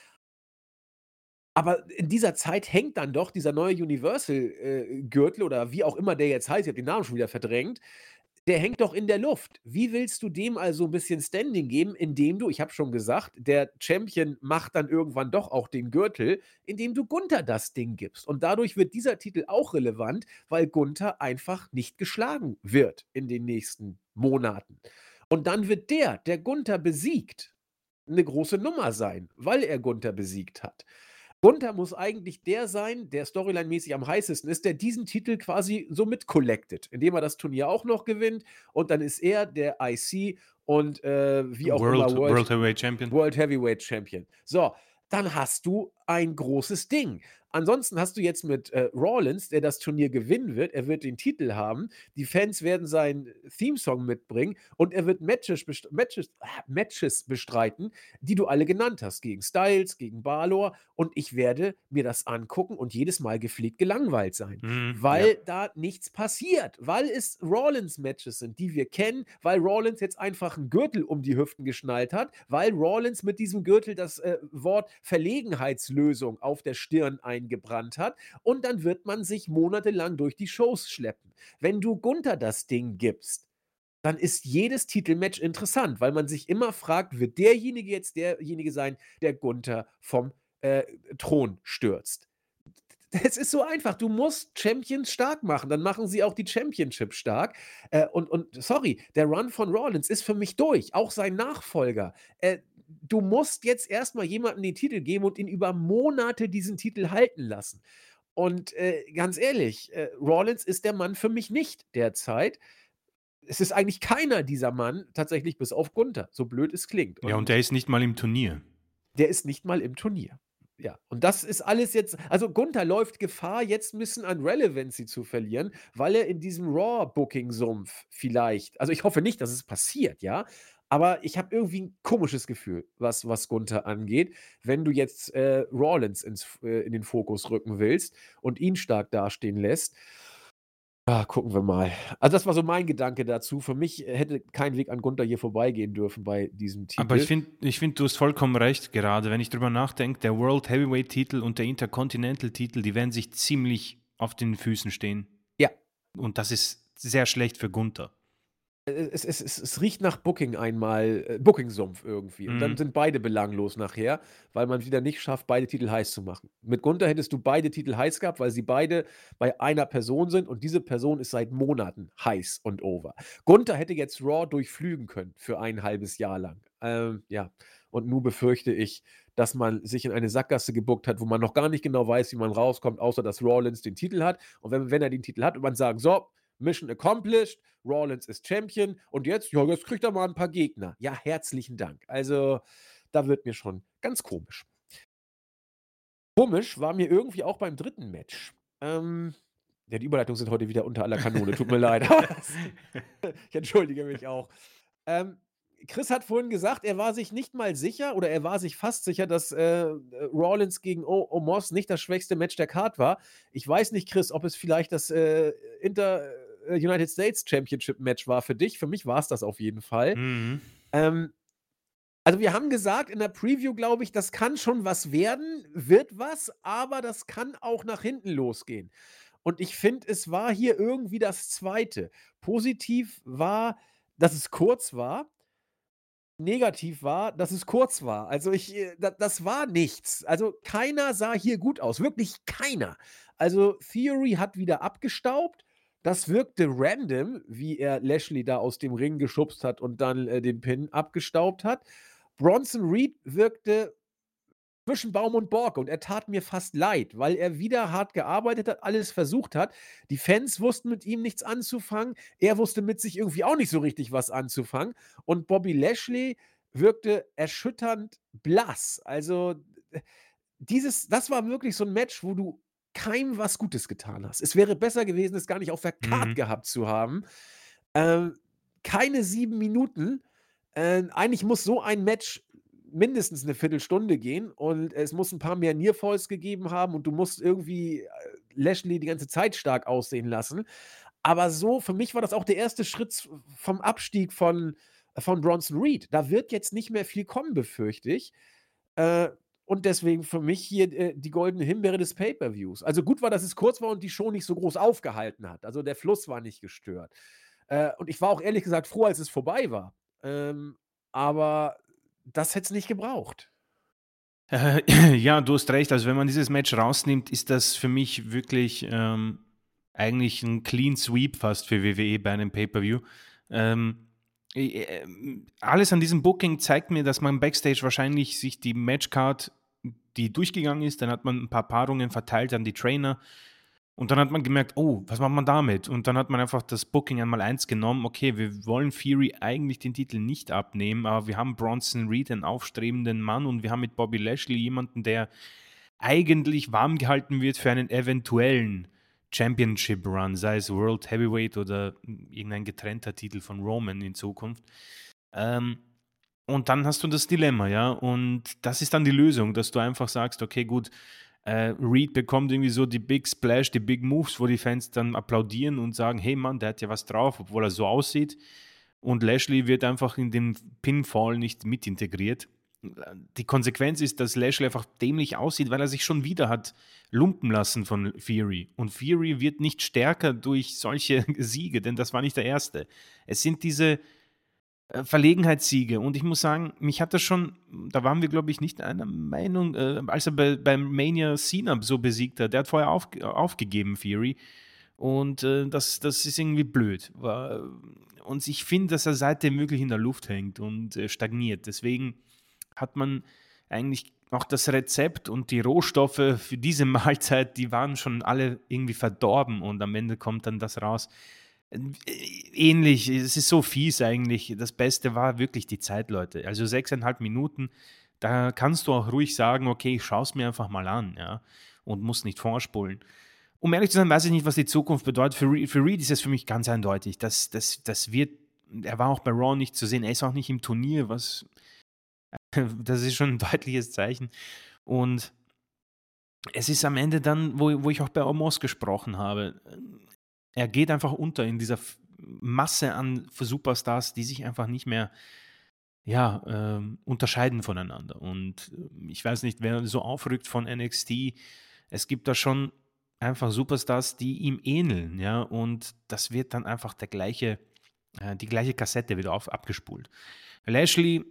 Aber in dieser Zeit hängt dann doch dieser neue Universal, Gürtel oder wie auch immer der jetzt heißt, ich habe den Namen schon wieder verdrängt, der hängt doch in der Luft. Wie willst du dem also 'n bisschen Standing geben, indem du ich habe schon gesagt, der Champion macht dann irgendwann doch auch den Gürtel, indem du Gunther das Ding gibst. Und dadurch wird dieser Titel auch relevant, weil Gunther einfach nicht geschlagen wird in den nächsten Monaten. Und dann wird der Gunther besiegt, 'ne große Nummer sein, weil er Gunther besiegt hat. Gunther muss eigentlich der sein, der storyline-mäßig am heißesten ist, der diesen Titel quasi so mit collected, indem er das Turnier auch noch gewinnt und dann ist er der IC und, wie auch immer World Heavyweight Champion. World Heavyweight Champion. So, dann hast du ein großes Ding. Ansonsten hast du jetzt mit, Rollins, der das Turnier gewinnen wird. Er wird den Titel haben. Die Fans werden seinen Theme-Song mitbringen und er wird Matches bestreiten, die du alle genannt hast, gegen Styles, gegen Balor und ich werde mir das angucken und jedes Mal gepflegt gelangweilt sein, Mhm, ja. weil da nichts passiert, weil es Rollins-Matches sind, die wir kennen, weil Rollins jetzt einfach 'n Gürtel um die Hüften geschnallt hat, weil Rollins mit diesem Gürtel das, Wort Verlegenheitslösung auf der Stirn eingebrannt hat und dann wird man sich monatelang durch die Shows schleppen. Wenn du Gunther das Ding gibst, dann ist jedes Titelmatch interessant, weil man sich immer fragt, wird derjenige jetzt derjenige sein, der Gunther vom, Thron stürzt? Es ist so einfach. Du musst Champions stark machen, dann machen sie auch die Championship stark. Und sorry, der Run von Rollins ist für mich durch, auch sein Nachfolger. Du musst jetzt erst mal jemandem den Titel geben und ihn über Monate diesen Titel halten lassen. Und, ganz ehrlich, Rollins ist der Mann für mich nicht derzeit. Es ist eigentlich keiner dieser Mann, tatsächlich bis auf Gunther, so blöd es klingt. Ja, und Und der ist nicht mal im Turnier. der ist nicht mal im Turnier. Ja, und das ist alles jetzt also Gunther läuft Gefahr, jetzt 'n bisschen an Relevancy zu verlieren, weil er in diesem Raw-Booking-Sumpf vielleicht also, ich hoffe nicht, dass es passiert, ja, aber ich habe irgendwie 'n komisches Gefühl, was Gunther angeht, wenn du jetzt, Rollins in den Fokus rücken willst und ihn stark dastehen lässt. Ja, gucken wir mal. Also, das war so mein Gedanke dazu. Für mich hätte kein Weg an Gunther hier vorbeigehen dürfen bei diesem Aber Titel. ich finde, du hast vollkommen recht, gerade wenn ich drüber nachdenke, der World Heavyweight-Titel und der Intercontinental-Titel, die werden sich ziemlich auf den Füßen stehen. Ja. Und das ist sehr schlecht für Gunther. Es riecht nach Booking einmal Booking-Sumpf irgendwie. Und dann Mhm. sind beide belanglos nachher, weil man wieder nicht schafft, beide Titel heiß zu machen. Mit Gunther hättest du beide Titel heiß gehabt, weil sie beide bei einer Person sind und diese Person ist seit Monaten heiß und over. Gunther hätte jetzt Raw durchflügen können für ein halbes Jahr lang. Ja, und nun befürchte ich, dass man sich in eine Sackgasse gebuckt hat, wo man noch gar nicht genau weiß, wie man rauskommt, außer dass Rollins den Titel hat. Und wenn er den Titel hat und man sagen: „So, Mission accomplished, Rollins ist Champion und jetzt ja, jetzt kriegt er mal 'n paar Gegner. Ja, herzlichen Dank. Also, da wird mir schon ganz komisch. Komisch war mir irgendwie auch beim dritten Match. Ähm Ja, die Überleitungen sind heute wieder unter aller Kanone. Tut mir leid. Aber ich entschuldige mich auch. Ähm, Chris hat vorhin gesagt, er war sich nicht mal sicher oder er war sich fast sicher, dass, Rollins gegen O Omos nicht das schwächste Match der Card war. Ich weiß nicht, Chris, ob es vielleicht das, United States Championship Match war für dich. Für mich war's das auf jeden Fall. Mhm. Ähm, also, wir haben gesagt in der Preview, glaube ich, das kann schon was werden, wird was, aber das kann auch nach hinten losgehen. Und ich finde, es war hier irgendwie das Zweite. Positiv war, dass es kurz war. Negativ war, dass es kurz war. Also, das war nichts. Also, keiner sah hier gut aus, wirklich keiner. Also, Theory hat wieder abgestaubt. Das wirkte random, wie er Lashley da aus dem Ring geschubst hat und dann, den Pin abgestaubt hat. Bronson Reed wirkte zwischen Baum und Borke und er tat mir fast leid, weil er wieder hart gearbeitet hat, alles versucht hat. Die Fans wussten mit ihm nichts anzufangen. Er wusste mit sich irgendwie auch nicht so richtig was anzufangen. Und Bobby Lashley wirkte erschütternd blass. Also, das war wirklich so ein Match, wo du keinem was Gutes getan hast. Es wäre besser gewesen, es gar nicht auf der Card Mhm. gehabt zu haben. Ähm, keine 7 Minuten. Eigentlich muss so ein Match mindestens eine Viertelstunde gehen und es muss ein paar mehr Nearfalls gegeben haben und du musst irgendwie, Lashley die ganze Zeit stark aussehen lassen. Aber so für mich war das auch der erste Schritt vom Abstieg von Bronson Reed. Da wird jetzt nicht mehr viel kommen, befürchte ich. Äh, und deswegen für mich hier, die goldene Himbeere des Pay-per-Views. Also, gut war, dass es kurz war und die Show nicht so groß aufgehalten hat. Also, der Fluss war nicht gestört. Und ich war auch ehrlich gesagt froh, als es vorbei war. Aber das hätte es nicht gebraucht. Ja, du hast recht. Also, wenn man dieses Match rausnimmt, ist das für mich wirklich eigentlich ein Clean Sweep fast für WWE bei einem Pay-Per-View. Alles an diesem Booking zeigt mir, dass man backstage wahrscheinlich sich die Matchcard, die durchgegangen ist, dann hat man ein paar Paarungen verteilt an die Trainer und dann hat man gemerkt, oh, was macht man damit? Und dann hat man einfach das Booking einmal eins genommen. Okay, wir wollen Fury eigentlich den Titel nicht abnehmen, aber wir haben Bronson Reed, einen aufstrebenden Mann, und wir haben mit Bobby Lashley jemanden, der eigentlich warm gehalten wird für einen eventuellen Championship Run, sei es World Heavyweight oder irgendein getrennter Titel von Roman in Zukunft. Ähm, und dann hast du das Dilemma, ja, und das ist dann die Lösung, dass du einfach sagst, okay, gut, Reed bekommt irgendwie so die Big Splash, die Big Moves, wo die Fans dann applaudieren und sagen, hey Mann, der hat ja was drauf, obwohl er so aussieht. Und Lashley wird einfach in den Pinfall nicht mit integriert. Die Konsequenz ist, dass Lashley einfach dämlich aussieht, weil er sich schon wieder hat lumpen lassen von Fury. Und Fury wird nicht stärker durch solche Siege, denn das war nicht der erste. Es sind diese Verlegenheitssiege. Und ich muss sagen, mich hat das schon, da waren wir, glaube ich, nicht einer Meinung, als er beim Mania Cena so besiegt hat. Der hat vorher aufgegeben, Fury. Und das ist irgendwie blöd. Und ich finde, dass er seitdem wirklich in der Luft hängt und stagniert. Deswegen hat man eigentlich auch das Rezept und die Rohstoffe für diese Mahlzeit, die waren schon alle irgendwie verdorben und am Ende kommt dann das raus. Ähnlich, es ist so fies eigentlich. Das Beste war wirklich die Zeit, Leute. Also 6,5 Minuten, da kannst du auch ruhig sagen, okay, ich schaue es mir einfach mal an, ja, und muss nicht vorspulen. Um ehrlich zu sein, weiß ich nicht, was die Zukunft bedeutet. Für Reed ist es für mich ganz eindeutig. Das wird, er war auch bei Raw nicht zu sehen, er ist auch nicht im Turnier, das ist schon ein deutliches Zeichen. Und es ist am Ende dann, wo ich auch bei Omos gesprochen habe, er geht einfach unter in dieser Masse an Superstars, die sich einfach nicht mehr, ja, unterscheiden voneinander. Und ich weiß nicht, wer so aufrückt von NXT. Es gibt da schon einfach Superstars, die ihm ähneln, ja, und das wird dann einfach die gleiche Kassette wieder abgespult. Lashley,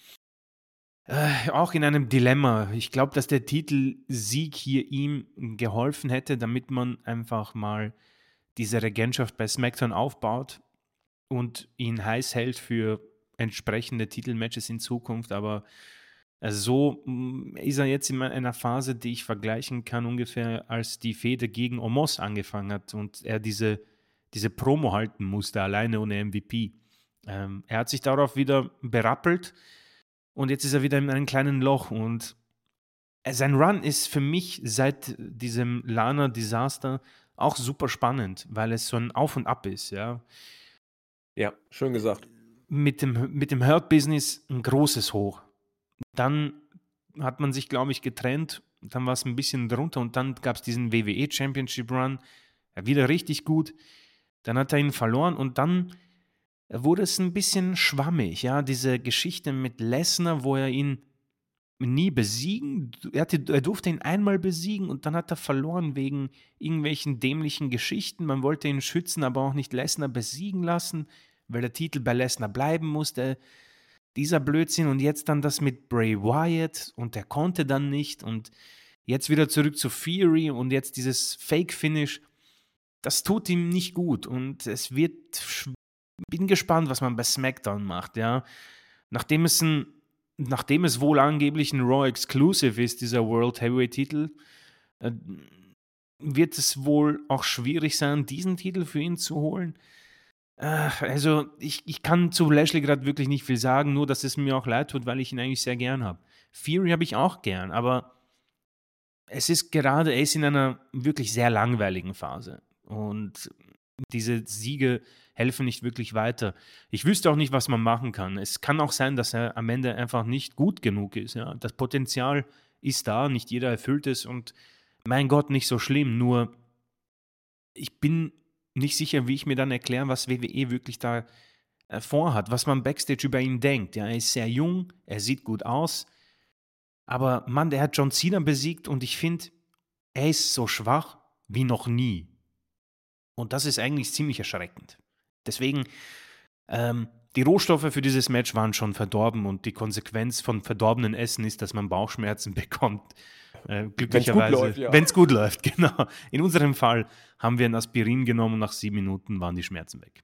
auch in einem Dilemma. Ich glaube, dass der Titelsieg hier ihm geholfen hätte, damit man einfach mal diese Regentschaft bei SmackDown aufbaut und ihn heiß hält für entsprechende Titelmatches in Zukunft. Aber so ist er jetzt in einer Phase, die ich vergleichen kann, ungefähr als die Fehde gegen Omos angefangen hat und er diese Promo halten musste, alleine ohne MVP. Er hat sich darauf wieder berappelt und jetzt ist er wieder in einem kleinen Loch und sein Run ist für mich seit diesem Lana-Desaster auch super spannend, weil es so ein Auf und Ab ist, ja. Ja, schön gesagt. Mit dem Hurt-Business ein großes Hoch. Dann hat man sich, glaube ich, getrennt, dann war es ein bisschen drunter und dann gab es diesen WWE Championship Run, wieder richtig gut. Dann hat er ihn verloren und dann wurde es ein bisschen schwammig, ja, diese Geschichte mit Lesnar, wo er ihn nie besiegen er durfte ihn einmal besiegen und dann hat er verloren wegen irgendwelchen dämlichen Geschichten. Man wollte ihn schützen, aber auch nicht Lesnar besiegen lassen, weil der Titel bei Lesnar bleiben musste. Dieser Blödsinn und jetzt dann das mit Bray Wyatt und der konnte dann nicht und jetzt wieder zurück zu Theory und jetzt dieses Fake-Finish. Das tut ihm nicht gut und bin gespannt, was man bei SmackDown macht, ja. Nachdem es ein nachdem es wohl angeblich ein Raw Exclusive ist, dieser World Heavyweight-Titel, äh, wird es wohl auch schwierig sein, diesen Titel für ihn zu holen. Also, ich kann zu Lashley gerade wirklich nicht viel sagen, nur dass es mir auch leid tut, weil ich ihn eigentlich sehr gern habe. Fury habe ich auch gern, aber er ist in einer wirklich sehr langweiligen Phase und diese Siege helfen nicht wirklich weiter. Ich wüsste auch nicht, was man machen kann. Es kann auch sein, dass er am Ende einfach nicht gut genug ist, ja. Das Potenzial ist da, nicht jeder erfüllt es und mein Gott, nicht so schlimm, nur ich bin nicht sicher, wie ich mir dann erkläre, was WWE wirklich da, vorhat, was man Backstage über ihn denkt. Ja, er ist sehr jung, er sieht gut aus, aber Mann, der hat John Cena besiegt und ich finde, er ist so schwach wie noch nie. Und das ist eigentlich ziemlich erschreckend. Deswegen, die Rohstoffe für dieses Match waren schon verdorben und die Konsequenz von verdorbenen Essen ist, dass man Bauchschmerzen bekommt. Wenn's gut läuft, Glücklicherweise, ja. wenn es gut läuft, genau. In unserem Fall haben wir ein Aspirin genommen und nach 7 Minuten waren die Schmerzen weg.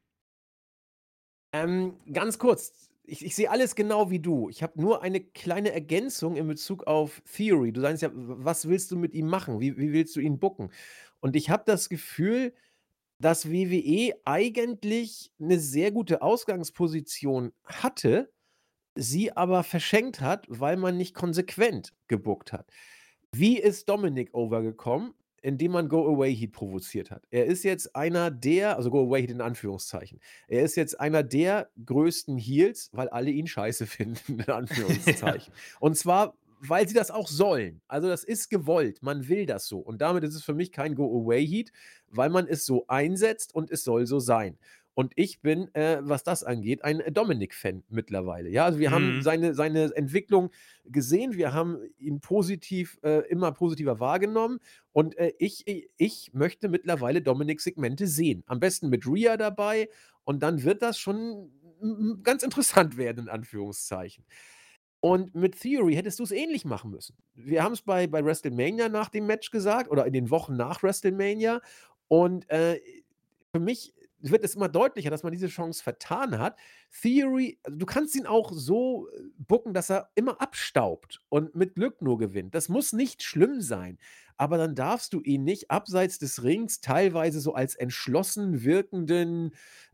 Ganz kurz, ich sehe alles genau wie du. Ich habe nur eine kleine Ergänzung in Bezug auf Theory. Du sagst ja, was willst du mit ihm machen? Wie willst du ihn booken? Und ich habe das Gefühl, dass WWE eigentlich eine sehr gute Ausgangsposition hatte, sie aber verschenkt hat, weil man nicht konsequent gebookt hat. Wie ist Dominik overgekommen? Indem man Go-Away-Heat provoziert hat. Er ist jetzt einer der, also Go-Away-Heat in Anführungszeichen. Er ist jetzt einer der größten Heels, weil alle ihn scheiße finden, in Ja. Anführungszeichen. Und zwar, weil sie das auch sollen. Also, das ist gewollt. Man will das so. Und damit ist es für mich kein Go-Away-Heat, weil man es so einsetzt und es soll so sein. Und ich bin, was das angeht, ein Dominik-Fan mittlerweile. Ja, also wir haben Mhm. seine Entwicklung gesehen. Wir haben ihn positiv immer positiver wahrgenommen und, ich möchte mittlerweile Dominik-Segmente sehen. Am besten mit Rhea dabei und dann wird das schon ganz interessant werden in Anführungszeichen. Und mit Theory hättest du es ähnlich machen müssen. Wir haben es bei WrestleMania nach dem Match gesagt oder in den Wochen nach WrestleMania und, für mich wird es immer deutlicher, dass man diese Chance vertan hat. Theory, also, du kannst ihn auch so, booken, dass er immer abstaubt und mit Glück nur gewinnt. Das muss nicht schlimm sein, aber dann darfst du ihn nicht abseits des Rings teilweise so als entschlossen wirkenden,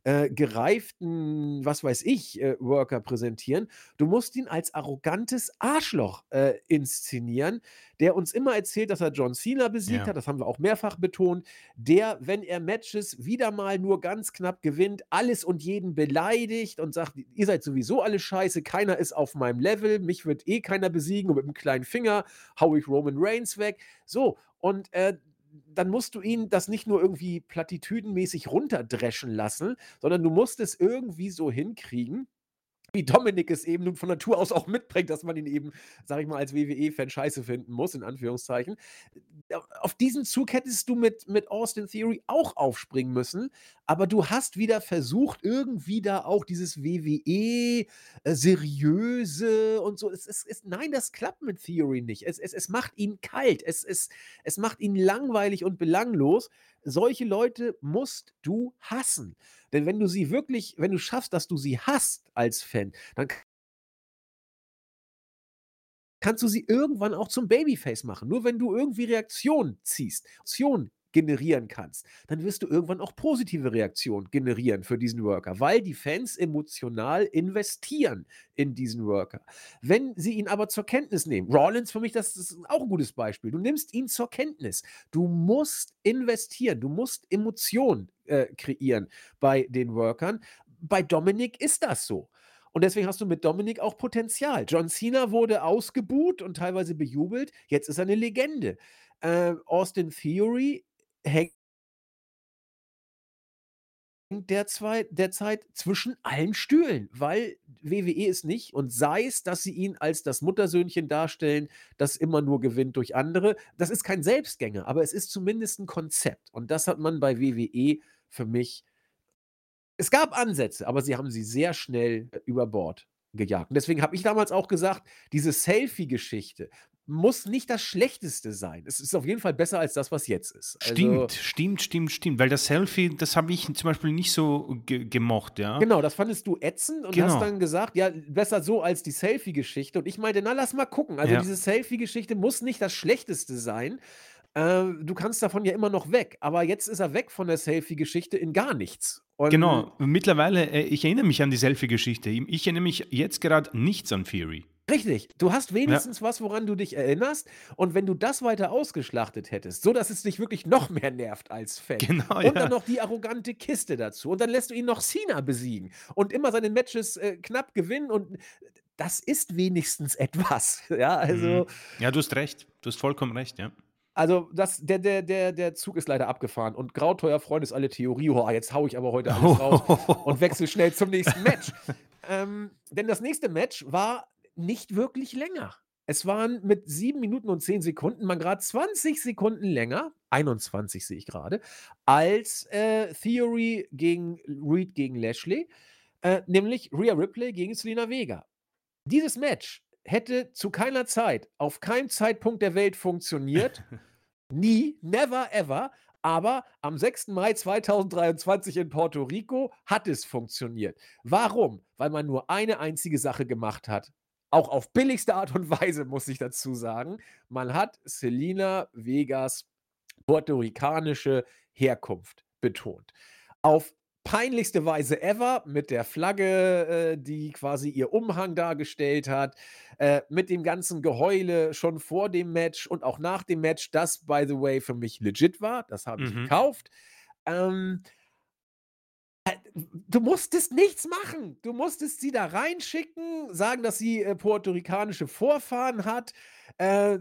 gereiften, was weiß ich, Worker präsentieren. Du musst ihn als arrogantes Arschloch, inszenieren, der uns immer erzählt, dass er John Cena besiegt Ja. hat. Das haben wir auch mehrfach betont. Der, wenn er Matches wieder mal nur ganz knapp gewinnt, alles und jeden beleidigt und sagt: „Ihr seid sowieso alle scheiße, keiner ist auf meinem Level, mich wird eh keiner besiegen und mit dem kleinen Finger haue ich Roman Reigns weg.“ So, und, dann musst du ihn das nicht nur irgendwie platitüdenmäßig runterdreschen lassen, sondern du musst es irgendwie so hinkriegen, wie Dominik es eben nun von Natur aus auch mitbringt, dass man ihn eben, sage ich mal, als WWE-Fan scheiße finden muss, in Anführungszeichen. Auf diesen Zug hättest du mit Austin Theory auch aufspringen müssen, aber du hast wieder versucht, irgendwie da auch dieses WWE, Seriöse und so. Nein, das klappt mit Theory nicht. Es macht ihn kalt. Es macht ihn langweilig und belanglos. Solche Leute musst du hassen. Denn wenn du schaffst, dass du sie hasst als Fan, dann kannst du sie irgendwann auch zum Babyface machen. Nur wenn du irgendwie Reaktion ziehst, Reaktion generieren kannst, dann wirst du irgendwann auch positive Reaktionen generieren für diesen Worker, weil die Fans emotional investieren in diesen Worker. Wenn sie ihn aber zur Kenntnis nehmen, Rollins für mich, das ist auch ein gutes Beispiel. Du nimmst ihn zur Kenntnis. Du musst investieren, du musst Emotionen kreieren bei den Workern. Bei Dominik ist das so. Und deswegen hast du mit Dominik auch Potenzial. John Cena wurde ausgebuht und teilweise bejubelt. Jetzt ist er eine Legende. Austin Theory hängt derzeit zwischen allen Stühlen, weil WWE es nicht und sei es, dass sie ihn als das Muttersöhnchen darstellen, das immer nur gewinnt durch andere. Das ist kein Selbstgänger, aber es ist zumindest ein Konzept. Und das hat man bei WWE für mich. Es gab Ansätze, aber sie haben sie sehr schnell über Bord gejagt. Und deswegen habe ich damals auch gesagt, diese Selfie-Geschichte muss nicht das Schlechteste sein. Es ist auf jeden Fall besser als das, was jetzt ist. Also, Stimmt. Weil das Selfie, das habe ich zum Beispiel nicht so gemocht, ja. genau, das fandest du ätzend und hast Genau, dann gesagt: „Ja, besser so als die Selfie-Geschichte." Und ich meinte: „Na, lass mal gucken." Also, ja. diese Selfie-Geschichte muss nicht das Schlechteste sein. Du kannst davon ja immer noch weg. Aber jetzt ist er weg von der Selfie-Geschichte in gar nichts. Und Genau, mittlerweile, ich erinnere mich an die Selfie-Geschichte. Ich erinnere mich jetzt gerade nichts an Fury. richtig, du hast Ja, wenigstens was, woran du dich erinnerst. Und wenn du das weiter ausgeschlachtet hättest, so dass es dich wirklich noch mehr nervt als Fan genau, und dann ja. noch die arrogante Kiste dazu und dann lässt du ihn noch Cena besiegen und immer seine Matches, knapp gewinnen und das ist wenigstens etwas, ja, Mhm. also Ja, du hast recht. Du hast vollkommen recht, ja. der Zug ist leider abgefahren und grauteuer Freund ist alle Theorie: „Oh, jetzt haue ich aber heute alles raus und wechsle schnell zum nächsten Match." Denn das nächste Match war nicht wirklich länger. Es waren mit 7 Minuten und 10 Sekunden mal grad 20 Sekunden länger, 21 sehe ich grade, als, Theory gegen Reed gegen Lashley, nämlich Rhea Ripley gegen Zelina Vega. Dieses Match hätte zu keiner Zeit, auf keinem Zeitpunkt der Welt funktioniert. Nie, never ever. Aber am 6. Mai 2023 in Puerto Rico hat es funktioniert. Warum? Weil man nur eine einzige Sache gemacht hat. Auch auf billigste Art und Weise, muss ich dazu sagen. Man hat Zelina Vegas puerto-ricanische Herkunft betont. Auf peinlichste Weise ever mit der Flagge, die quasi ihr Umhang dargestellt hat, mit dem ganzen Geheule schon vor dem Match und auch nach dem Match, das by the way für mich legit war, das habe ich Mhm. gekauft. Ähm, Du musstest nichts machen. Du musstest sie da reinschicken, sagen, dass sie, puerto-ricanische Vorfahren hat. Äh,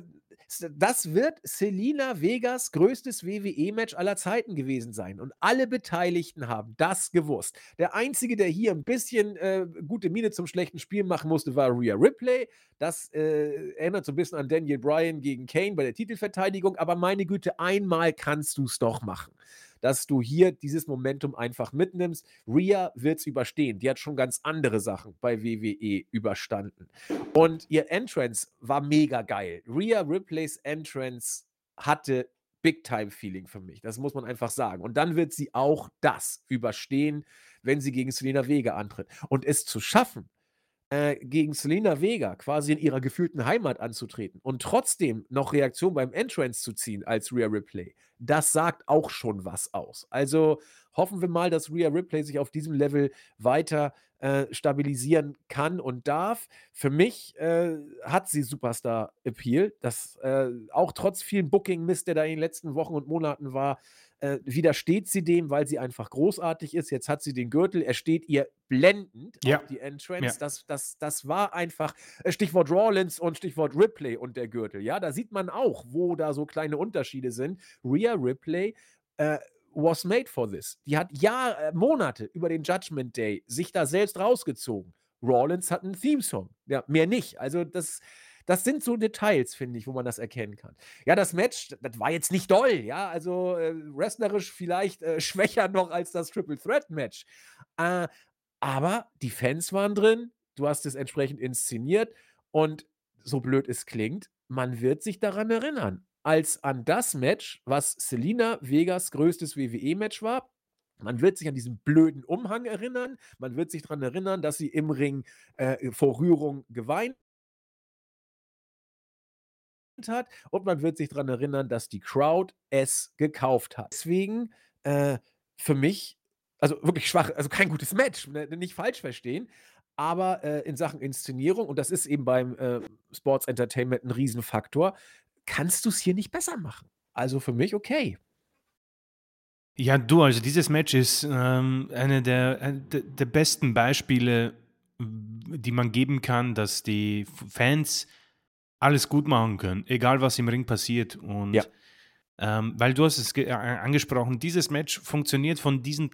Das wird Zelina Vegas größtes WWE-Match aller Zeiten gewesen sein und alle Beteiligten haben das gewusst. Der Einzige, der hier ein bisschen, gute Miene zum schlechten Spiel machen musste, war Rhea Ripley. Das, erinnert so ein bisschen an Daniel Bryan gegen Kane bei der Titelverteidigung, aber meine Güte, einmal kannst du's doch machen, dass du hier dieses Momentum einfach mitnimmst. Rhea wird's überstehen. Die hat schon ganz andere Sachen bei WWE überstanden. Und ihr Entrance war mega geil. Rhea Ripleys Entrance hatte Big-Time-Feeling für mich. Das muss man einfach sagen. Und dann wird sie auch das überstehen, wenn sie gegen Zelina Vega antritt. Und es zu schaffen, gegen Zelina Vega quasi in ihrer gefühlten Heimat anzutreten und trotzdem noch Reaktion beim Entrance zu ziehen als Rhea Ripley, das sagt auch schon was aus. Also hoffen wir mal, dass Rhea Ripley sich auf diesem Level weiter stabilisieren kann und darf. Für mich hat sie Superstar-Appeal. Das auch trotz vielen Booking-Mist, der da in den letzten Wochen und Monaten war, widersteht sie dem, weil sie einfach großartig ist. Jetzt hat sie den Gürtel, er steht ihr blendend, Ja, auch die ja. Entrance. Das war einfach Stichwort Rawlins und Stichwort Ripley und der Gürtel. Ja, da sieht man auch, wo da so kleine Unterschiede sind. Rhea Ripley äh, was made for this. Die hat Monate über den Judgment Day sich da selbst rausgezogen. Rawlins hat einen Theme-Song. Ja, mehr nicht. Also das sind so Details, finde ich, wo man das erkennen kann. Ja, das Match, das war jetzt nicht doll, ja, also wrestlerisch vielleicht schwächer noch als das Triple Threat Match. Äh, aber die Fans waren drin, du hast es entsprechend inszeniert und so blöd es klingt, man wird sich daran erinnern, als an das Match, was Zelina Vegas größtes WWE-Match war. Man wird sich an diesen blöden Umhang erinnern. Man wird sich daran erinnern, dass sie im Ring vor Rührung geweint verdient hat und man wird sich dran erinnern, dass die Crowd es gekauft hat. Deswegen, für mich also wirklich schwach, also kein gutes Match, ne, nicht falsch verstehen, aber, in Sachen Inszenierung, und das ist eben beim, Sports Entertainment 'n Riesenfaktor, kannst du's hier nicht besser machen. Also für mich okay. Ja, du, also dieses Match ist eine der besten Beispiele, die man geben kann, dass die Fans alles gut machen können, egal was im Ring passiert. Ja. Und weil du hast es angesprochen, dieses Match funktioniert von diesen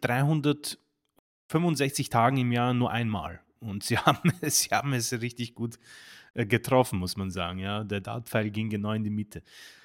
365 Tagen im Jahr nur einmal. Und sie haben es richtig gut getroffen, muss man sagen. Ja, der Dartpfeil ging genau in die Mitte.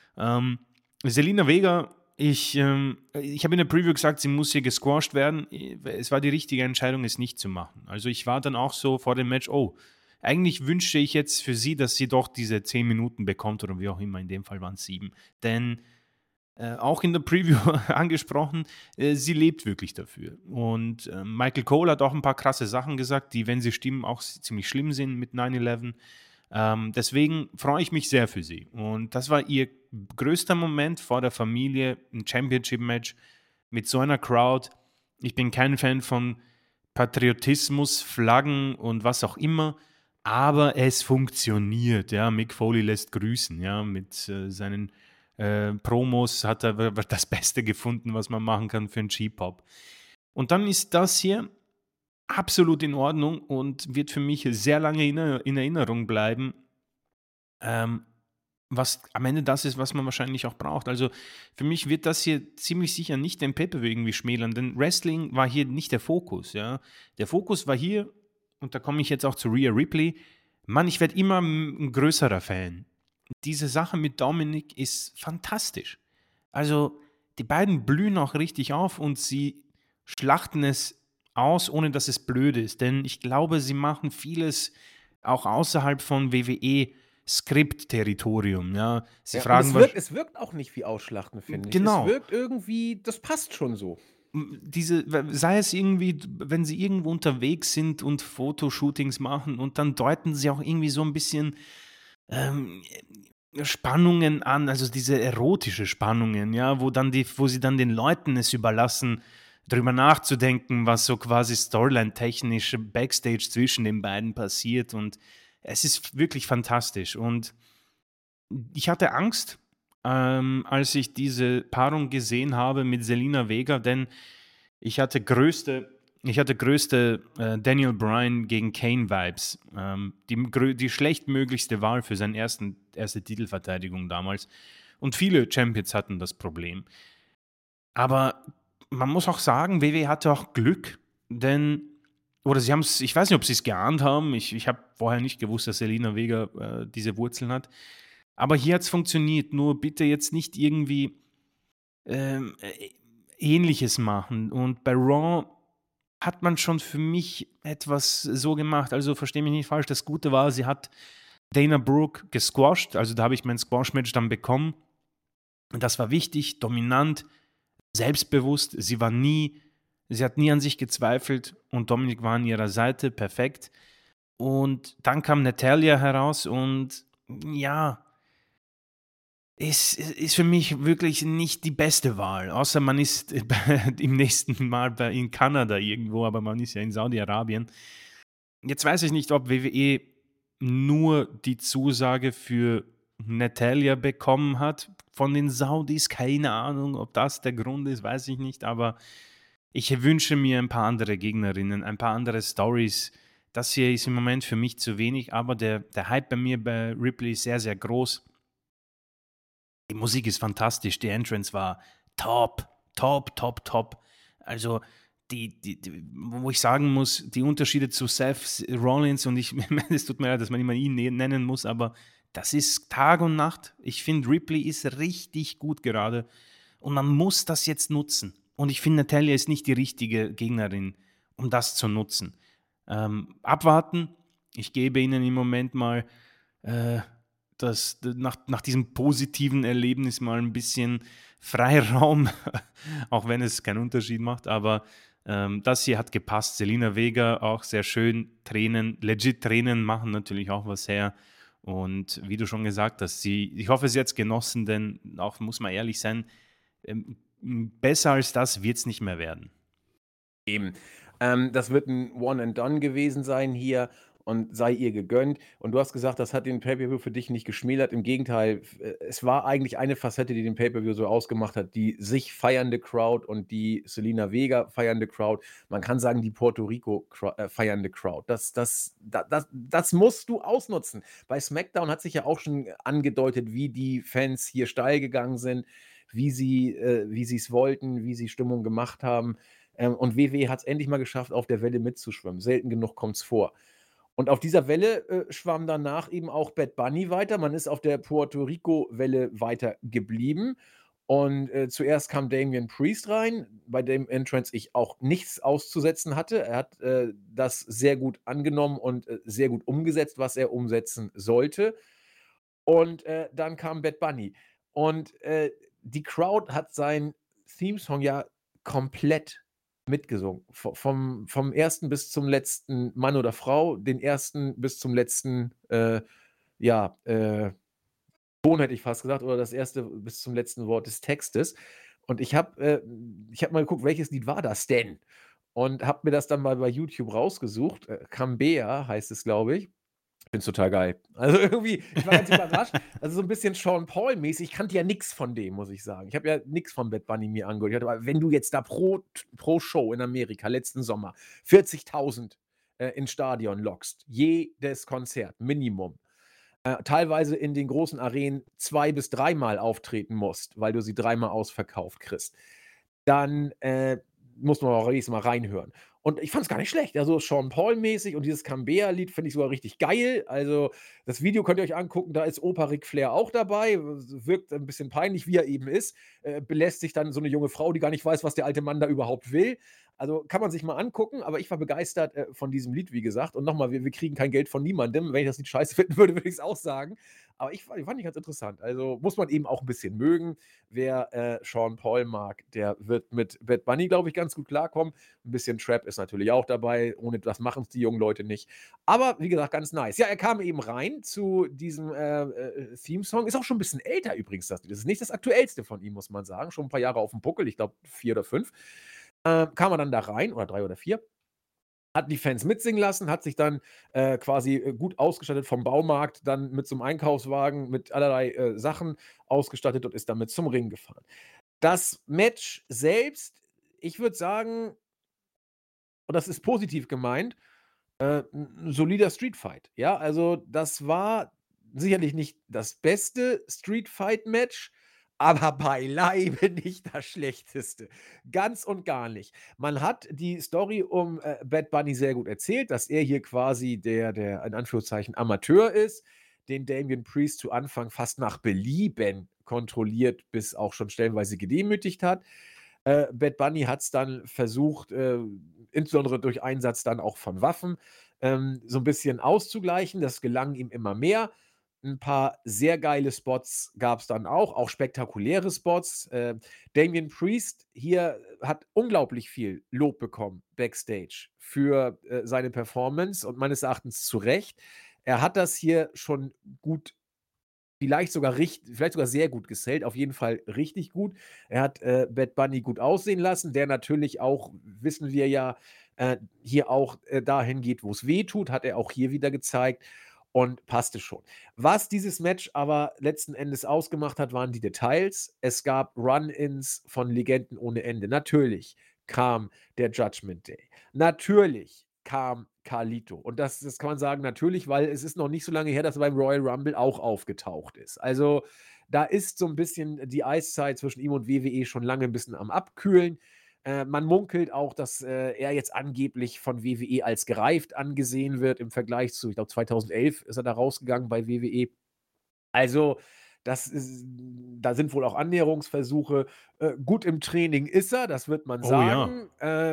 Zelina Vega, ich habe in der Preview gesagt, sie muss hier gesquashed werden. Es war die richtige Entscheidung, es nicht zu machen. Also ich war dann auch so vor dem Match, oh, eigentlich wünsche ich jetzt für sie, dass sie doch diese 10 Minuten bekommt oder wie auch immer, in dem Fall waren es 7. Denn auch in der Preview angesprochen, sie lebt wirklich dafür. Und Michael Cole hat auch ein paar krasse Sachen gesagt, die, wenn sie stimmen, auch ziemlich schlimm sind mit 9/11. Deswegen freue ich mich sehr für sie. Und das war ihr größter Moment vor der Familie, ein Championship-Match mit so einer Crowd. Ich bin kein Fan von Patriotismus, Flaggen und was auch immer, aber es funktioniert. Ja, Mick Foley lässt grüßen. Ja, mit seinen Promos hat er das Beste gefunden, was man machen kann für einen G-Pop. Und dann ist das hier absolut in Ordnung und wird für mich sehr lange in Erinnerung bleiben, ähm, was am Ende das ist, was man wahrscheinlich auch braucht. Also für mich wird das hier ziemlich sicher nicht den Pay-Per-View irgendwie schmälern, denn Wrestling war hier nicht der Fokus. Ja? Der Fokus war hier, und da komme ich jetzt auch zu Rhea Ripley, Mann, ich werde immer ein größerer Fan. Diese Sache mit Dominik ist fantastisch. Also die beiden blühen auch richtig auf und sie schlachten es aus, ohne dass es blöd ist. Denn ich glaube, sie machen vieles auch außerhalb von WWE Skript-Territorium. Ja, sie Ja, und fragen was. es wirkt auch nicht wie Ausschlachten, finde ich. Es Genau. wirkt irgendwie, das passt schon so. Sei es irgendwie, wenn sie irgendwo unterwegs sind und Fotoshootings machen und dann deuten sie auch irgendwie so ein bisschen ähm, Spannungen an, also diese erotische Spannungen, ja, wo sie dann den Leuten es überlassen, drüber nachzudenken, was so quasi Storyline-technisch Backstage zwischen den beiden passiert. Und es ist wirklich fantastisch. Und ich hatte Angst, als ich diese Paarung gesehen habe mit Selina Vega, denn ich hatte größte Daniel Bryan gegen Kane-Vibes. Die schlechtmöglichste Wahl für seine erste Titelverteidigung damals. Und viele Champions hatten das Problem. Aber man muss auch sagen, WWE hatte auch Glück, denn, oder sie haben es, ich weiß nicht, ob sie es geahnt haben. Ich habe vorher nicht gewusst, dass Selina Vega diese Wurzeln hat. Aber hier hat es funktioniert. Nur bitte jetzt nicht irgendwie ähm, äh, Ähnliches machen. Und bei Raw hat man schon für mich etwas so gemacht. Also verstehe mich nicht falsch. Das Gute war, sie hat Dana Brooke gesquashed. Also da habe ich mein Squash-Match dann bekommen. Und das war wichtig, dominant, selbstbewusst. Sie hat nie an sich gezweifelt und Dominik war an ihrer Seite, perfekt. Und dann kam Natalia heraus und ja, ist für mich wirklich nicht die beste Wahl, außer man ist im nächsten Mal in Kanada irgendwo, aber man ist ja in Saudi-Arabien. Jetzt weiß ich nicht, ob WWE nur die Zusage für Natalia bekommen hat von den Saudis, keine Ahnung, ob das der Grund ist, weiß ich nicht, aber ich wünsche mir ein paar andere Gegnerinnen, ein paar andere Stories. Das hier ist im Moment für mich zu wenig, aber der Hype bei mir bei Ripley ist sehr, sehr groß. Die Musik ist fantastisch, die Entrance war top, top, top, top. Also, wo ich sagen muss, die Unterschiede zu Seth Rollins und es tut mir leid, dass man immer ihn nennen muss, aber das ist Tag und Nacht. Ich finde, Ripley ist richtig gut gerade und man muss das jetzt nutzen. Und ich finde, Natalia ist nicht die richtige Gegnerin, um das zu nutzen. Abwarten. Ich gebe ihnen im Moment mal äh, nach diesem positiven Erlebnis mal ein bisschen Freiraum, auch wenn es keinen Unterschied macht, aber das hier hat gepasst. Selina Vega auch sehr schön, Tränen, legit Tränen machen natürlich auch was her Und wie du schon gesagt hast, ich hoffe, sie hat's genossen, denn auch muss man ehrlich sein, besser als das wird's nicht mehr werden. Eben. Das wird ein One and Done gewesen sein hier und sei ihr gegönnt. Und du hast gesagt, das hat den Pay-per-View für dich nicht geschmälert. Im Gegenteil, es war eigentlich eine Facette, die den Pay-per-View so ausgemacht hat, die sich feiernde Crowd und die Selena Vega feiernde Crowd. Man kann sagen, die Puerto Rico feiernde Crowd. Das musst du ausnutzen. Bei SmackDown hat sich ja auch schon angedeutet, wie die Fans hier steil gegangen sind, wie sie es wollten, wie sie Stimmung gemacht haben. Und WWE hat es endlich mal geschafft, auf der Welle mitzuschwimmen. Selten genug kommt es vor. Und auf dieser Welle schwamm danach eben auch Bad Bunny weiter. Man ist auf der Puerto Rico-Welle weiter geblieben. Und zuerst kam Damian Priest rein, bei dem Entrance ich auch nichts auszusetzen hatte. Er hat das sehr gut angenommen und sehr gut umgesetzt, was er umsetzen sollte. Und dann kam Bad Bunny. Und die Crowd hat seinen Theme-Song ja komplett mitgesungen. Vom ersten bis zum letzten Mann oder Frau, den ersten bis zum letzten, ja, Ton hätte ich fast gesagt, oder das erste bis zum letzten Wort des Textes. Und ich habe mal geguckt, welches Lied war das denn? Und habe mir das dann mal bei YouTube rausgesucht. Cambea heißt es, glaube ich. Finde es total geil. Also irgendwie, ich war ganz überrascht. Also so ein bisschen Sean Paul-mäßig. Ich kannte ja nix von dem, muss ich sagen. Ich habe ja nix von Bad Bunny mir angehört. Ich dachte, aber wenn du jetzt da pro Show in Amerika letzten Sommer 40.000 ins Stadion lockst, jedes Konzert, Minimum, teilweise in den großen Arenen 2 bis dreimal auftreten musst, weil du sie dreimal ausverkauft kriegst, dann muss man auch nächstes Mal reinhören. Und ich fand es gar nicht schlecht. Also Sean Paul-mäßig und dieses Cambea-Lied finde ich sogar richtig geil. Also das Video könnt ihr euch angucken, da ist Opa Ric Flair auch dabei. Wirkt ein bisschen peinlich, wie er eben ist. Belästigt dann so eine junge Frau, die gar nicht weiß, was der alte Mann da überhaupt will. Also kann man sich mal angucken, aber ich war begeistert von diesem Lied, wie gesagt. Und nochmal, wir kriegen kein Geld von niemandem. Wenn ich das Lied scheiße finden würde, würde ich es auch sagen. Aber ich fand ich ganz interessant. Also muss man eben auch ein bisschen mögen. Wer Sean Paul mag, der wird mit Bad Bunny, glaube ich, ganz gut klarkommen. Ein bisschen Trap ist natürlich auch dabei. Ohne das machen es die jungen Leute nicht. Aber wie gesagt, ganz nice. Ja, er kam eben rein zu diesem Theme-Song. Ist auch schon ein bisschen älter übrigens, das Lied. Das ist nicht das aktuellste von ihm, muss man sagen. Schon ein paar Jahre auf dem Buckel. Ich glaube, 4 oder 5. Kam er dann da rein, oder 3 oder 4. Hat die Fans mitsingen lassen, hat sich dann quasi gut ausgestattet vom Baumarkt, dann mit so einem Einkaufswagen mit allerlei Sachen ausgestattet und ist damit zum Ring gefahren. Das Match selbst, ich würde sagen, und das ist positiv gemeint, 'n solider Streetfight. Ja, also das war sicherlich nicht das beste Streetfight-Match, aber beileibe nicht das schlechteste. Ganz und gar nicht. Man hat die Story um Bad Bunny sehr gut erzählt, dass er hier quasi der in Anführungszeichen Amateur ist, den Damien Priest zu Anfang fast nach Belieben kontrolliert, bis auch schon stellenweise gedemütigt hat. Bad Bunny hat es dann versucht, insbesondere durch Einsatz dann auch von Waffen, so ein bisschen auszugleichen. Das gelang ihm immer mehr. Ein paar sehr geile Spots gab es dann auch spektakuläre Spots. Damien Priest hier hat unglaublich viel Lob bekommen backstage für seine Performance und meines Erachtens zu Recht. Er hat das hier schon gut, vielleicht sogar sehr gut gesellt, auf jeden Fall richtig gut. Er hat Bad Bunny gut aussehen lassen, der natürlich auch, wissen wir ja, hier auch dahin geht, wo es weh tut, hat er auch hier wieder gezeigt und passte schon. Was dieses Match aber letzten Endes ausgemacht hat, waren die Details. Es gab Run-ins von Legenden ohne Ende. Natürlich kam der Judgment Day. Natürlich kam Carlito. Und das kann man sagen, natürlich, weil es ist noch nicht so lange her, dass er beim Royal Rumble auch aufgetaucht ist. Also da ist so ein bisschen die Eiszeit zwischen ihm und WWE schon lange ein bisschen am Abkühlen. Man munkelt auch, dass er jetzt angeblich von WWE als gereift angesehen wird im Vergleich zu, ich glaube, 2011 ist er da rausgegangen bei WWE. Also, da sind wohl auch Annäherungsversuche. Gut im Training ist er, das wird man Oh ja. sagen.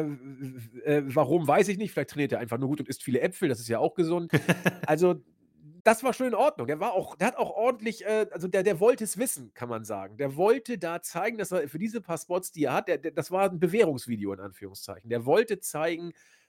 Warum, weiß ich nicht. Vielleicht trainiert er einfach nur gut und isst viele Äpfel, das ist ja auch gesund. Also, das war schon in Ordnung. Der hat auch ordentlich, also der wollte es wissen, kann man sagen. Der wollte da zeigen, dass er für diese paar Spots, die er hat, das war ein Bewährungsvideo in Anführungszeichen. Der wollte zeigen,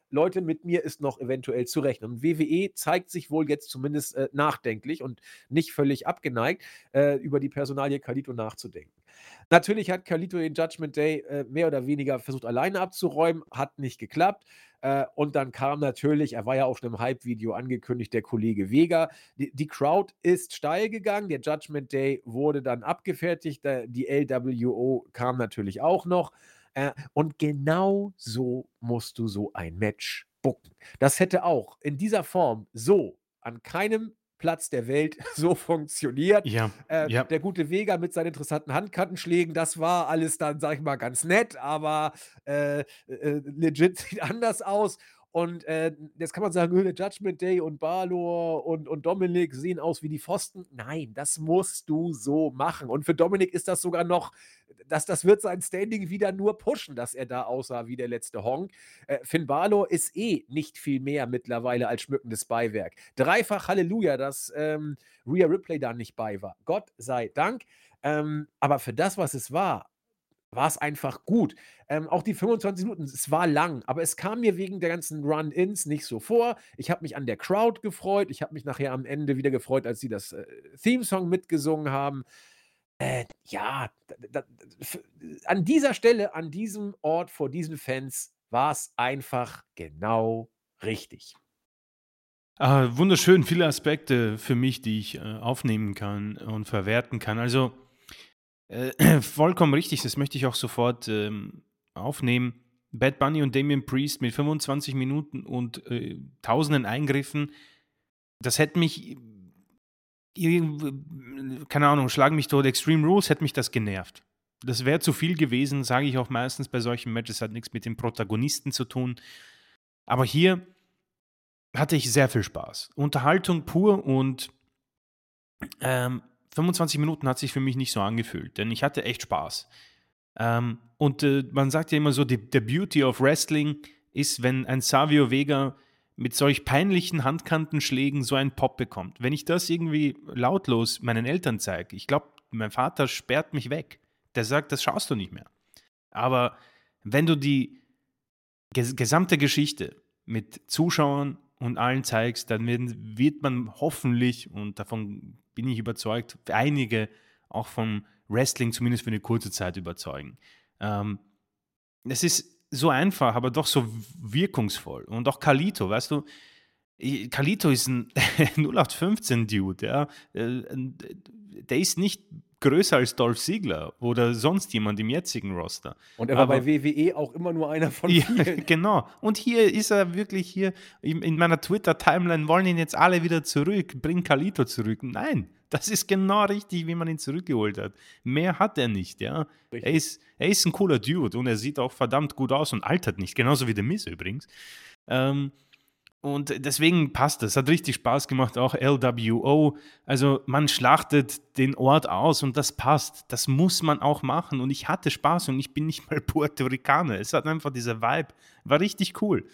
Leute, mit mir ist noch eventuell zu rechnen. Und WWE zeigt sich wohl jetzt zumindest nachdenklich und nicht völlig abgeneigt, über die Personalie Carlito nachzudenken. Natürlich hat Carlito den Judgment Day mehr oder weniger versucht alleine abzuräumen, hat nicht geklappt. Und dann kam natürlich, er war ja auch schon im Hype-Video angekündigt, der Kollege Vega. Die Crowd ist steil gegangen, der Judgment Day wurde dann abgefertigt, die LWO kam natürlich auch noch. Und genau so musst du so ein Match booken. Das hätte auch in dieser Form so an keinem Platz der Welt so funktioniert. Ja, ja. Der gute Vega mit seinen interessanten Handkantenschlägen, das war alles dann, sag ich mal, ganz nett, aber legit sieht anders aus. Und jetzt kann man sagen, der Judgment Day und Balor und Dominik sehen aus wie die Pfosten. Nein, das musst du so machen. Und für Dominik ist das sogar noch, das wird sein Standing wieder nur pushen, dass er da aussah wie der letzte Honk. Finn Balor ist nicht viel mehr mittlerweile als schmückendes Beiwerk. Dreifach Halleluja, dass Rhea Ripley da nicht bei war. Gott sei Dank. Aber für das, was es war es einfach gut. Auch die 25 Minuten, es war lang, aber es kam mir wegen der ganzen Run-Ins nicht so vor. Ich habe mich an der Crowd gefreut. Ich habe mich nachher am Ende wieder gefreut, als sie das Theme-Song mitgesungen haben. Ja, an dieser Stelle, an diesem Ort, vor diesen Fans, war es einfach genau richtig. Wunderschön, viele Aspekte für mich, die ich aufnehmen kann und verwerten kann. Also vollkommen richtig, das möchte ich auch sofort aufnehmen. Bad Bunny und Damian Priest mit 25 Minuten und tausenden Eingriffen, das hätte mich, keine Ahnung, schlagen mich tot, Extreme Rules hätte mich das genervt. Das wäre zu viel gewesen, sage ich auch meistens bei solchen Matches, hat nichts mit den Protagonisten zu tun. Aber hier hatte ich sehr viel Spaß. Unterhaltung pur und 25 Minuten hat sich für mich nicht so angefühlt, denn ich hatte echt Spaß. Und man sagt ja immer so, der Beauty of Wrestling ist, wenn ein Savio Vega mit solch peinlichen Handkantenschlägen so einen Pop bekommt. Wenn ich das irgendwie lautlos meinen Eltern zeige, ich glaube, mein Vater sperrt mich weg. Der sagt, das schaust du nicht mehr. Aber wenn du die gesamte Geschichte mit Zuschauern und allen zeigst, dann wird man hoffentlich, und davon bin ich überzeugt, einige auch vom Wrestling zumindest für eine kurze Zeit überzeugen. Es ist so einfach, aber doch so wirkungsvoll. Und auch Carlito, weißt du, Carlito ist ein 0815-Dude, ja. Der ist nicht größer als Dolph Ziggler oder sonst jemand im jetzigen Roster. Und er war bei WWE auch immer nur einer von Ja, vielen. genau. Und hier ist er wirklich hier, in meiner Twitter-Timeline wollen ihn jetzt alle wieder zurück, bring Carlito zurück. Nein, das ist genau richtig, wie man ihn zurückgeholt hat. Mehr hat er nicht, ja. Er ist ein cooler Dude und er sieht auch verdammt gut aus und altert nicht, genauso wie der Miz übrigens. Und deswegen passt das. Hat richtig Spaß gemacht, auch LWO. Also man schlachtet den Ort aus und das passt. Das muss man auch machen. Und ich hatte Spaß und ich bin nicht mal Puerto Ricaner. Es hat einfach dieser Vibe. War richtig cool.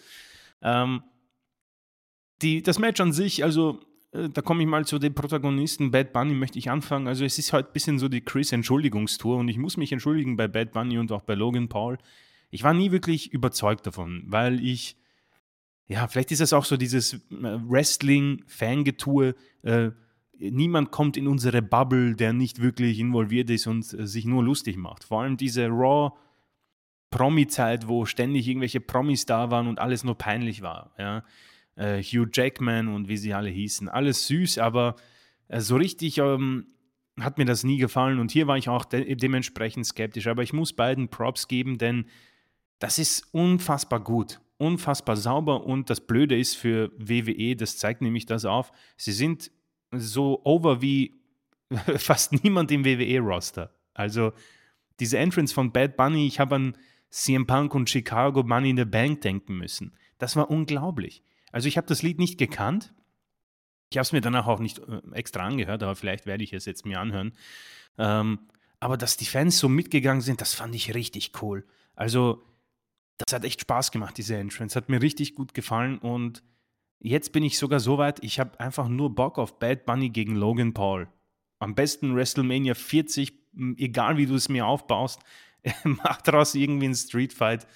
Das Match an sich, also da komme ich mal zu den Protagonisten. Bad Bunny möchte ich anfangen. Also es ist halt ein bisschen so die Chris-Entschuldigungstour und ich muss mich entschuldigen bei Bad Bunny und auch bei Logan Paul. Ich war nie wirklich überzeugt davon, weil ja, vielleicht ist das auch so dieses Wrestling-Fangetue. Niemand kommt in unsere Bubble, der nicht wirklich involviert ist und sich nur lustig macht. Vor allem diese Raw-Promi-Zeit, wo ständig irgendwelche Promis da waren und alles nur peinlich war. Ja? Hugh Jackman und wie sie alle hießen. Alles süß, aber so richtig hat mir das nie gefallen. Und hier war ich auch dementsprechend skeptisch. Aber ich muss beiden Props geben, denn das ist unfassbar gut. Unfassbar sauber und das Blöde ist für WWE, das zeigt nämlich das auf, sie sind so over wie fast niemand im WWE-Roster. Also diese Entrance von Bad Bunny, ich habe an CM Punk und Chicago Money in the Bank denken müssen. Das war unglaublich. Also ich habe das Lied nicht gekannt. Ich habe es mir danach auch nicht extra angehört, aber vielleicht werde ich es jetzt mir anhören. Aber dass die Fans so mitgegangen sind, das fand ich richtig cool. Also das hat echt Spaß gemacht, diese Entrance. Hat mir richtig gut gefallen und jetzt bin ich sogar so weit, ich habe einfach nur Bock auf Bad Bunny gegen Logan Paul. Am besten WrestleMania 40, egal wie du es mir aufbaust, mach daraus irgendwie einen Streetfight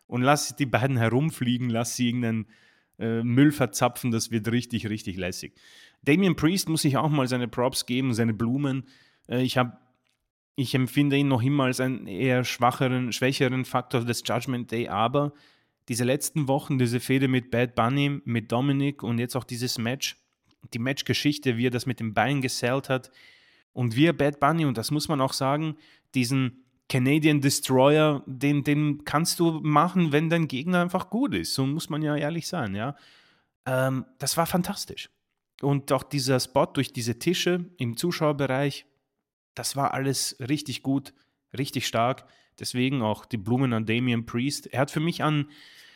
und lass die beiden herumfliegen, lass sie irgendeinen Müll verzapfen, das wird richtig, richtig lässig. Damian Priest muss ich auch mal seine Props geben, seine Blumen. Äh, ich habe ich empfinde ihn noch immer als einen eher schwächeren Faktor des Judgment Day, aber diese letzten Wochen, diese Fehde mit Bad Bunny, mit Dominic und jetzt auch dieses Match, die Matchgeschichte, wie er das mit dem Bein gesellt hat und wie er Bad Bunny, und das muss man auch sagen, diesen Canadian Destroyer, den kannst du machen, wenn dein Gegner einfach gut ist. So muss man ja ehrlich sein, ja. Das war fantastisch. Und auch dieser Spot durch diese Tische im Zuschauerbereich, das war alles richtig gut, richtig stark. Deswegen auch die Blumen an Damian Priest. Er hat für mich an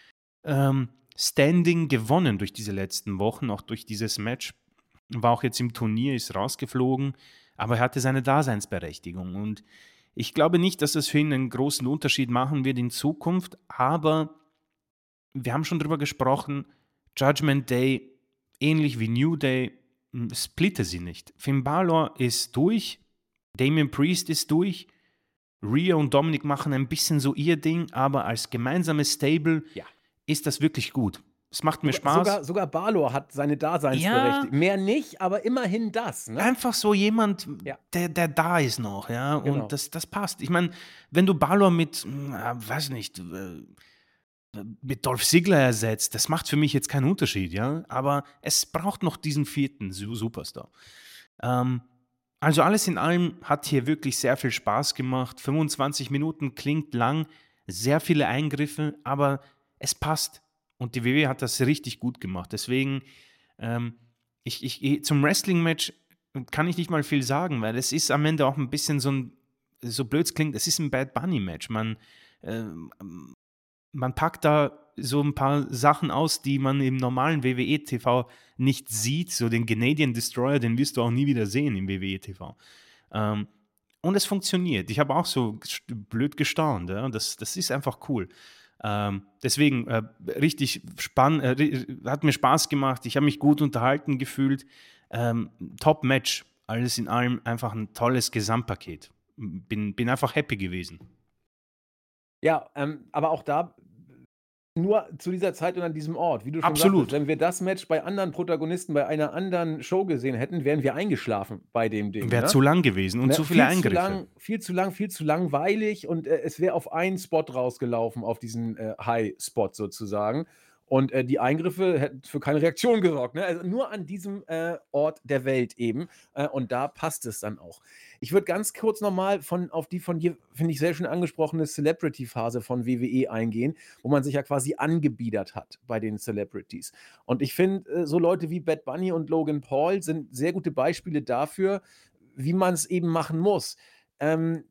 Standing gewonnen durch diese letzten Wochen, auch durch dieses Match. War auch jetzt im Turnier, ist rausgeflogen, aber er hatte seine Daseinsberechtigung. Und ich glaube nicht, dass das für ihn einen großen Unterschied machen wird in Zukunft, aber wir haben schon drüber gesprochen, Judgment Day, ähnlich wie New Day, splitte sie nicht. Finn Balor ist durch, Damian Priest ist durch, Rhea und Dominic machen ein bisschen so ihr Ding, aber als gemeinsames Stable Ja. ist das wirklich gut. Es macht mir Sogar, Spaß. sogar Balor hat seine Ja, Daseinsberechtigung. Mehr nicht, aber immerhin das, ne? einfach so jemand, Ja, der da ist noch, ja, und genau. das passt. Ich meine, wenn du Balor mit, weiß nicht, mit Dolph Ziggler ersetzt, das macht für mich jetzt keinen Unterschied, ja, aber es braucht noch diesen vierten Superstar. Ähm, also alles in allem hat hier wirklich sehr viel Spaß gemacht. 25 Minuten klingt lang, sehr viele Eingriffe, aber es passt. Und die WWE hat das richtig gut gemacht. Deswegen, ähm, zum Wrestling-Match kann ich nicht mal viel sagen, weil es ist am Ende auch ein bisschen so blöd es klingt, es ist ein Bad Bunny-Match. Ähm, man packt da so ein paar Sachen aus, die man im normalen WWE-TV nicht sieht. So den Canadian Destroyer, den wirst du auch nie wieder sehen im WWE-TV. Ähm, und es funktioniert. Ich habe auch so blöd gestaunt. Ja? Das ist einfach cool. Deswegen richtig spannend, hat mir Spaß gemacht. Ich habe mich gut unterhalten gefühlt. Top-Match. Alles in allem einfach ein tolles Gesamtpaket. Bin einfach happy gewesen. Ja, aber auch da nur zu dieser Zeit und an diesem Ort, wie du schon sagtest. Absolut. Wenn wir das Match bei anderen Protagonisten bei einer anderen Show gesehen hätten, wären wir eingeschlafen bei dem Ding, Wäre ne? zu lang gewesen und Ne, zu viele Eingriffe. viel zu lang, viel zu langweilig und, es wäre auf einen Spot rausgelaufen, auf diesen, High-Spot sozusagen. Und, die Eingriffe hätten für keine Reaktion gesorgt, ne? Also, nur an diesem, Ort der Welt eben, und da passt es dann auch. Ich würde ganz kurz noch mal auf die von dir, finde ich, sehr schön angesprochene Celebrity-Phase von WWE eingehen, wo man sich ja quasi angebiedert hat bei den Celebrities. Und ich finde, so Leute wie Bad Bunny und Logan Paul sind sehr gute Beispiele dafür, wie man es eben machen muss. Ähm,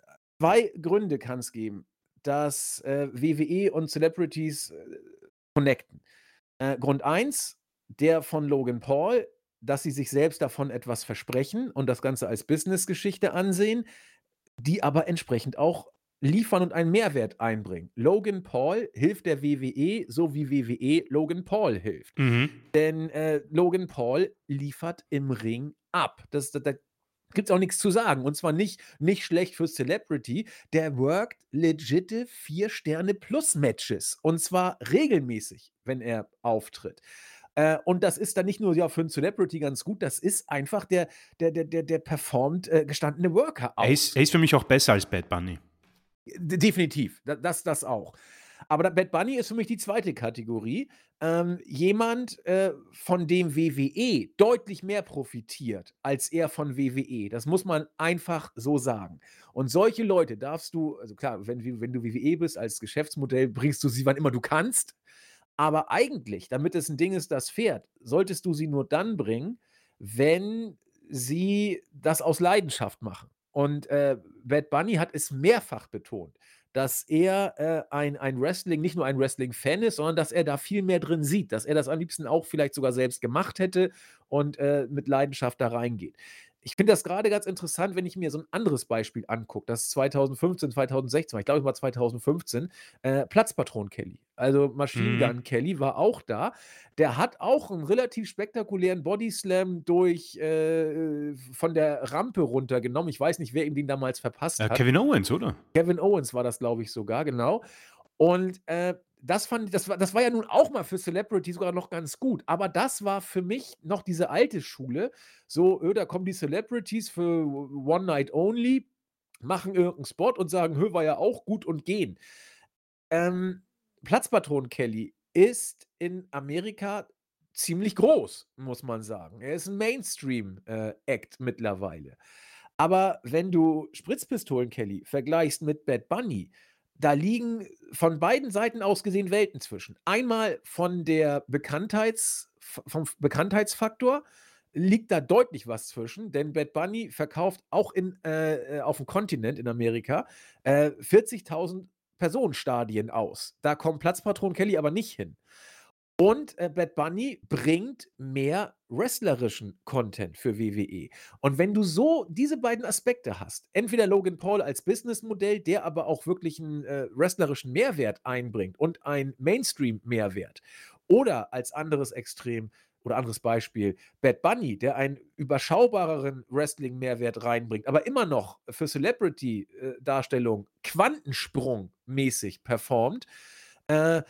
2 Gründe kann es geben, dass, WWE und Celebrities, connecten. Grund eins, der von Logan Paul, dass sie sich selbst davon etwas versprechen und das Ganze als Businessgeschichte ansehen, die aber entsprechend auch liefern und einen Mehrwert einbringen. Logan Paul hilft der WWE, so wie WWE Logan Paul hilft. Mhm. Denn, Logan Paul liefert im Ring ab. Da gibt's auch nichts zu sagen. Und zwar nicht schlecht für Celebrity. Der workt legitte 4 Sterne plus Matches. Und zwar regelmäßig, wenn er auftritt. Und das ist dann nicht nur, ja, für 'n Celebrity ganz gut, das ist einfach der performt, gestandene Worker aus. Er ist für mich auch besser als Bad Bunny. Definitiv, das auch. Aber da Bad Bunny ist für mich die zweite Kategorie. Jemand, von dem WWE deutlich mehr profitiert als er von WWE. Das muss man einfach so sagen. Und solche Leute darfst du, also klar, wenn du WWE bist als Geschäftsmodell, bringst du sie, wann immer du kannst. Aber eigentlich, damit es ein Ding ist, das fährt, solltest du sie nur dann bringen, wenn sie das aus Leidenschaft machen. Und, Bad Bunny hat es mehrfach betont, dass er, ein Wrestling nicht nur ein Wrestling-Fan ist, sondern dass er da viel mehr drin sieht, dass er das am liebsten auch vielleicht sogar selbst gemacht hätte und, mit Leidenschaft da reingeht. Ich finde das gerade ganz interessant, wenn ich mir so ein anderes Beispiel angucke, das 2015, 2016 war. Ich glaube, es war 2015, Platzpatron Kelly. Also, Machine Mhm. Gun Kelly war auch da. Der hat auch einen relativ spektakulären Bodyslam von der Rampe runtergenommen. Ich weiß nicht, wer ihm den damals verpasst hat. Kevin Owens, oder? Kevin Owens war das, glaube ich, sogar, genau. Und, das war ja nun auch mal für Celebrity sogar noch ganz gut, aber das war für mich noch diese alte Schule, so, da kommen die Celebrities für One Night Only, machen irgend 'n Spot und sagen: „Hö, war ja auch gut“ und gehen. Ähm, Platzpatron Kelly ist in Amerika ziemlich groß, muss man sagen. Er ist 'n Mainstream, Act mittlerweile. Aber wenn du Spritzpistolen Kelly vergleichst mit Bad Bunny, da liegen von beiden Seiten aus gesehen Welten zwischen. Einmal von der vom Bekanntheitsfaktor liegt da deutlich was zwischen, denn Bad Bunny verkauft auch aufm Kontinent in Amerika, 40.000 Personenstadien aus. Da kommt Platzpatron Kelly aber nicht hin. Und, Bad Bunny bringt mehr wrestlerischen Content für WWE. Und wenn du so diese beiden Aspekte hast, entweder Logan Paul als Businessmodell, der aber auch wirklich 'n, wrestlerischen Mehrwert einbringt und einen Mainstream-Mehrwert, oder als anderes Extrem oder anderes Beispiel Bad Bunny, der einen überschaubareren Wrestling-Mehrwert reinbringt, aber immer noch für Celebrity, Darstellung quantensprungmäßig performt, äh,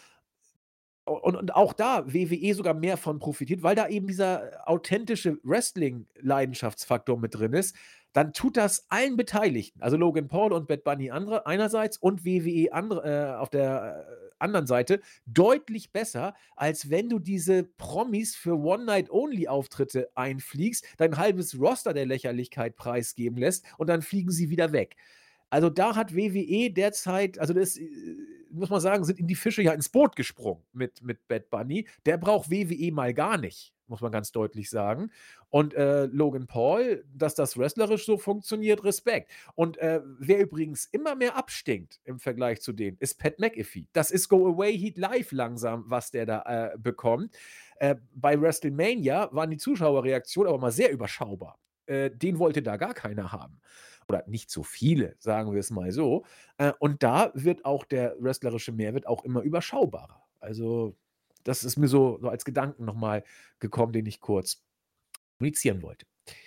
und auch da WWE sogar mehr von profitiert, weil da eben dieser authentische Wrestling-Leidenschaftsfaktor mit drin ist, dann tut das allen Beteiligten, also Logan Paul und Bad Bunny einerseits und WWE auf der, anderen Seite, deutlich besser, als wenn du diese Promis für One-Night-Only-Auftritte einfliegst, dein halbes Roster der Lächerlichkeit preisgeben lässt und dann fliegen sie wieder weg. Also, da hat WWE derzeit, also, das, muss man sagen, sind ihm die Fische ja ins Boot gesprungen mit Bad Bunny. Der braucht WWE mal gar nicht, muss man ganz deutlich sagen. Und, Logan Paul, dass das wrestlerisch so funktioniert, Respekt. Und, wer übrigens immer mehr abstinkt im Vergleich zu denen, ist Pat McAfee. Das ist Go Away Heat Live langsam, was der da, bekommt. Bei WrestleMania waren die Zuschauerreaktionen aber mal sehr überschaubar. Den wollte da gar keiner haben. Oder nicht so viele, sagen wir es mal so. Und da wird auch der wrestlerische Mehrwert auch immer überschaubarer. Also, das ist mir so als Gedanken noch mal gekommen, den ich kurz kommunizieren wollte.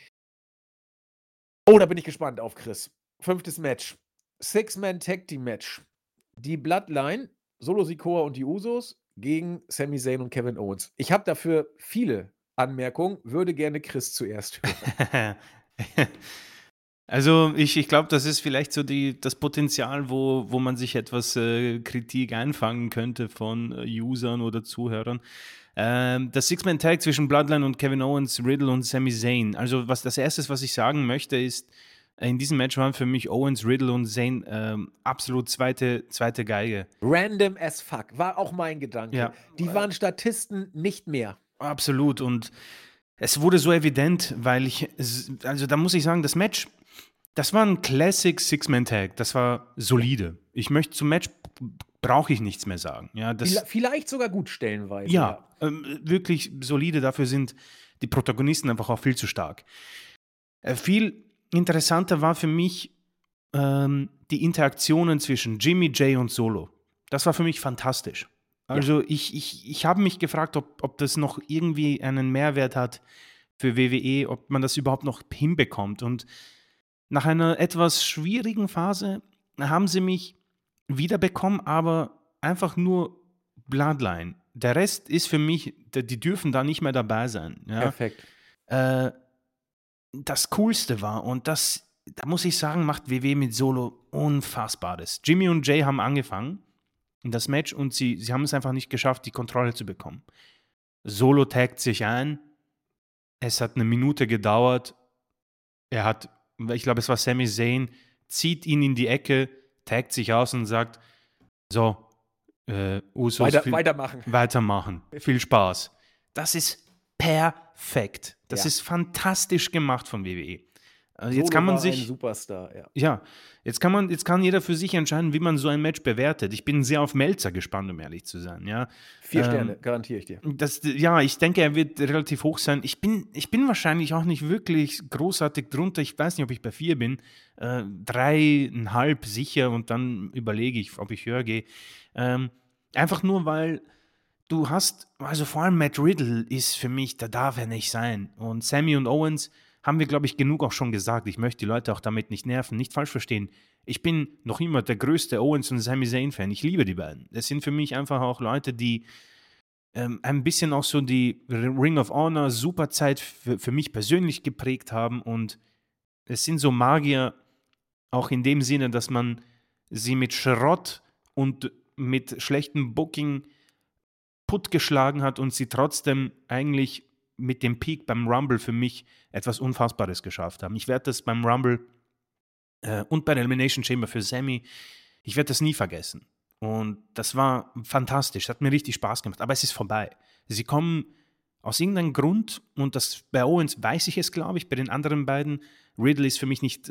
Oh, da bin ich gespannt auf Chris. 5. Match. Six-Man Tag Team Match. Die Bloodline, Solo Sikoa und die Usos gegen Sami Zayn und Kevin Owens. Ich habe dafür viele Anmerkungen, würde gerne Chris zuerst hören. Also, ich glaube, das ist vielleicht so das Potenzial, wo man sich etwas, Kritik einfangen könnte von, Usern oder Zuhörern. Das Six-Man-Tag zwischen Bloodline und Kevin Owens, Riddle und Sami Zayn. Also, das Erste, was ich sagen möchte, ist, in diesem Match waren für mich Owens, Riddle und Zayn, absolut zweite Geige. Random as fuck, war auch mein Gedanke. Ja, Die waren Statisten, nicht mehr. absolut. Und es wurde so evident, weil also da muss ich sagen, das war ein Classic Six-Man-Tag. Das war solide. Zum Match brauche ich nichts mehr sagen. Ja, Vielleicht sogar gut stellenweise, ja, ja. wirklich solide. Dafür sind die Protagonisten einfach auch viel zu stark. Viel interessanter war für mich die Interaktionen zwischen Jimmy, Jay und Solo. Das war für mich fantastisch. Also ich habe mich gefragt, ob das noch irgendwie einen Mehrwert hat für WWE, ob man das überhaupt noch hinbekommt. Und nach einer etwas schwierigen Phase haben sie mich wiederbekommen, aber einfach nur Bloodline. Der Rest ist für mich, die dürfen da nicht mehr dabei sein. Ja? Perfekt. Das Coolste war, und da muss ich sagen, macht WWE mit Solo Unfassbares. Jimmy und Jay haben angefangen in das Match und sie haben es einfach nicht geschafft, die Kontrolle zu bekommen. Solo taggt sich ein. Es hat eine Minute gedauert. Ich glaube, es war Sami Zayn, zieht ihn in die Ecke, taggt sich aus und sagt, so, Usos, weitermachen. Viel Spaß. Das ist perfekt. Das ist fantastisch gemacht von WWE. Jetzt kann man sich ein Superstar, ja. Ja, jetzt kann jeder für sich entscheiden, wie man so ein Match bewertet. Ich bin sehr auf Meltzer gespannt, um ehrlich zu sein, ja. 4 Sterne, garantiere ich dir. Ich denke, er wird relativ hoch sein. Ich bin wahrscheinlich auch nicht wirklich großartig drunter. Ich weiß nicht, ob ich bei 4 bin. 3,5 sicher, und dann überlege ich, ob ich höher gehe. Einfach nur, weil also vor allem Matt Riddle ist für mich, da darf er nicht sein. Und Sami und Owens haben wir, glaube ich, genug auch schon gesagt. Ich möchte die Leute auch damit nicht nerven. Nicht falsch verstehen. Ich bin noch immer der größte Owens und Sami Zayn-Fan. Ich liebe die beiden. Das sind für mich einfach auch Leute, die ein bisschen auch so die Ring of Honor Superzeit für mich persönlich geprägt haben. Und es sind so Magier, auch in dem Sinne, dass man sie mit Schrott und mit schlechtem Booking puttgeschlagen hat und sie trotzdem eigentlich mit dem Peak beim Rumble für mich etwas Unfassbares geschafft haben. Ich werde das beim Rumble und bei der Elimination Chamber für Sammy, ich werde das nie vergessen. Und das war fantastisch, hat mir richtig Spaß gemacht. Aber es ist vorbei. Sie kommen aus irgendeinem Grund, und das bei Owens weiß ich es, glaube ich, bei den anderen beiden. Riddle ist für mich nicht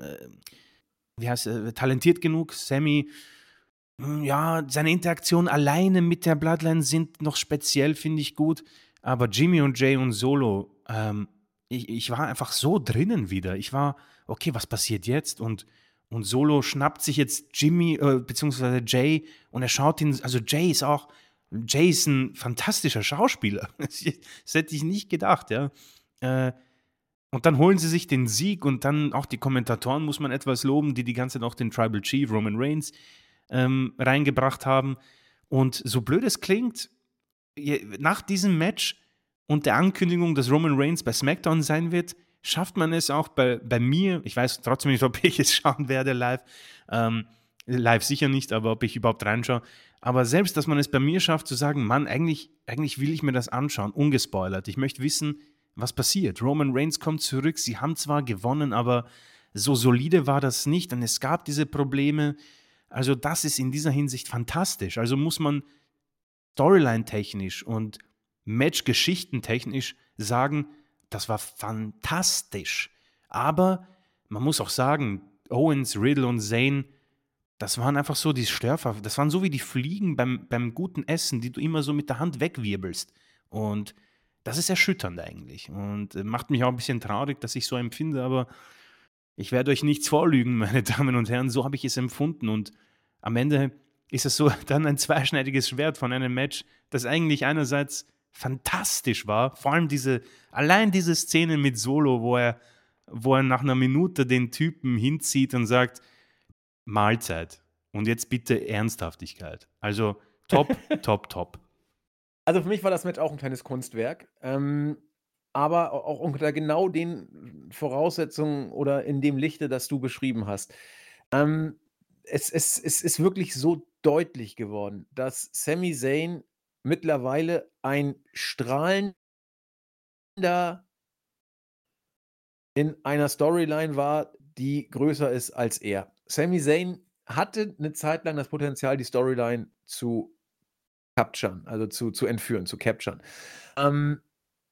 talentiert genug. Sammy, ja, seine Interaktionen alleine mit der Bloodline sind noch speziell, finde ich gut. Aber Jimmy und Jay und Solo, ich war einfach so drinnen wieder. Ich war, okay, was passiert jetzt? Und Solo schnappt sich jetzt Jimmy, beziehungsweise Jay, und er schaut ihn, also Jay ist ein fantastischer Schauspieler. Das hätte ich nicht gedacht, ja. Und dann holen sie sich den Sieg, und dann auch die Kommentatoren muss man etwas loben, die ganze Zeit auch den Tribal Chief Roman Reigns reingebracht haben. Und so blöd es klingt, nach diesem Match und der Ankündigung, dass Roman Reigns bei SmackDown sein wird, schafft man es auch bei mir, ich weiß trotzdem nicht, ob ich es schauen werde live sicher nicht, aber ob ich überhaupt reinschaue, aber selbst, dass man es bei mir schafft, zu sagen, Mann, eigentlich will ich mir das anschauen, ungespoilert. Ich möchte wissen, was passiert. Roman Reigns kommt zurück, sie haben zwar gewonnen, aber so solide war das nicht, und es gab diese Probleme. Also das ist in dieser Hinsicht fantastisch. Also muss man Storyline-technisch und Match-Geschichten-technisch sagen, das war fantastisch. Aber man muss auch sagen, Owens, Riddle und Zayn, das waren einfach so die Störfer. Das waren so wie die Fliegen beim guten Essen, die du immer so mit der Hand wegwirbelst. Und das ist erschütternd eigentlich. Und macht mich auch ein bisschen traurig, dass ich so empfinde, aber ich werde euch nichts vorlügen, meine Damen und Herren, so habe ich es empfunden. Und am Ende ist es so dann ein zweischneidiges Schwert von einem Match, das eigentlich einerseits fantastisch war, vor allem allein diese Szene mit Solo, wo er nach einer Minute den Typen hinzieht und sagt, Mahlzeit. Und jetzt bitte Ernsthaftigkeit. Also top, top, top. Also, für mich war das Match auch ein kleines Kunstwerk, aber auch unter genau den Voraussetzungen oder in dem Lichte, das du beschrieben hast. Ähm, es ist wirklich so deutlich geworden, dass Sami Zayn mittlerweile ein strahlender in einer Storyline war, die größer ist als er. Sami Zayn hatte 'ne Zeit lang das Potenzial, die Storyline zu capturen, also zu entführen, zu capturen. Ähm,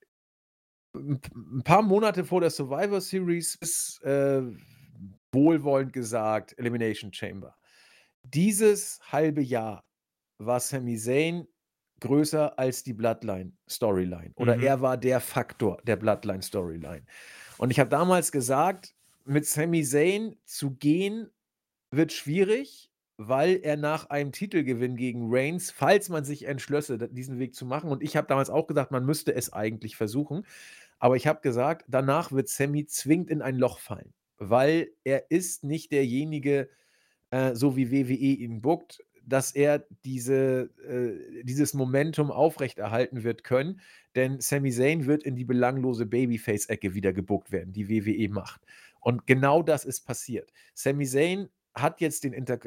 'n paar Monate vor der Survivor Series ist, wohlwollend gesagt, Elimination Chamber. Dieses halbe Jahr war Sami Zayn größer als die Bloodline-Storyline oder Mhm. er war der Faktor der Bloodline-Storyline. Und ich habe damals gesagt, mit Sami Zayn zu gehen wird schwierig, weil er nach einem Titelgewinn gegen Reigns, falls man sich entschlösse, diesen Weg zu machen, und ich habe damals auch gesagt, man müsste es eigentlich versuchen, aber ich habe gesagt, danach wird Sami zwingend in ein Loch fallen, weil er ist nicht derjenige, so wie WWE ihn bookt, dass er dieses Momentum aufrechterhalten wird können, denn Sami Zayn wird in die belanglose Babyface-Ecke wieder gebookt werden, die WWE macht. Und genau das ist passiert. Sami Zayn hat jetzt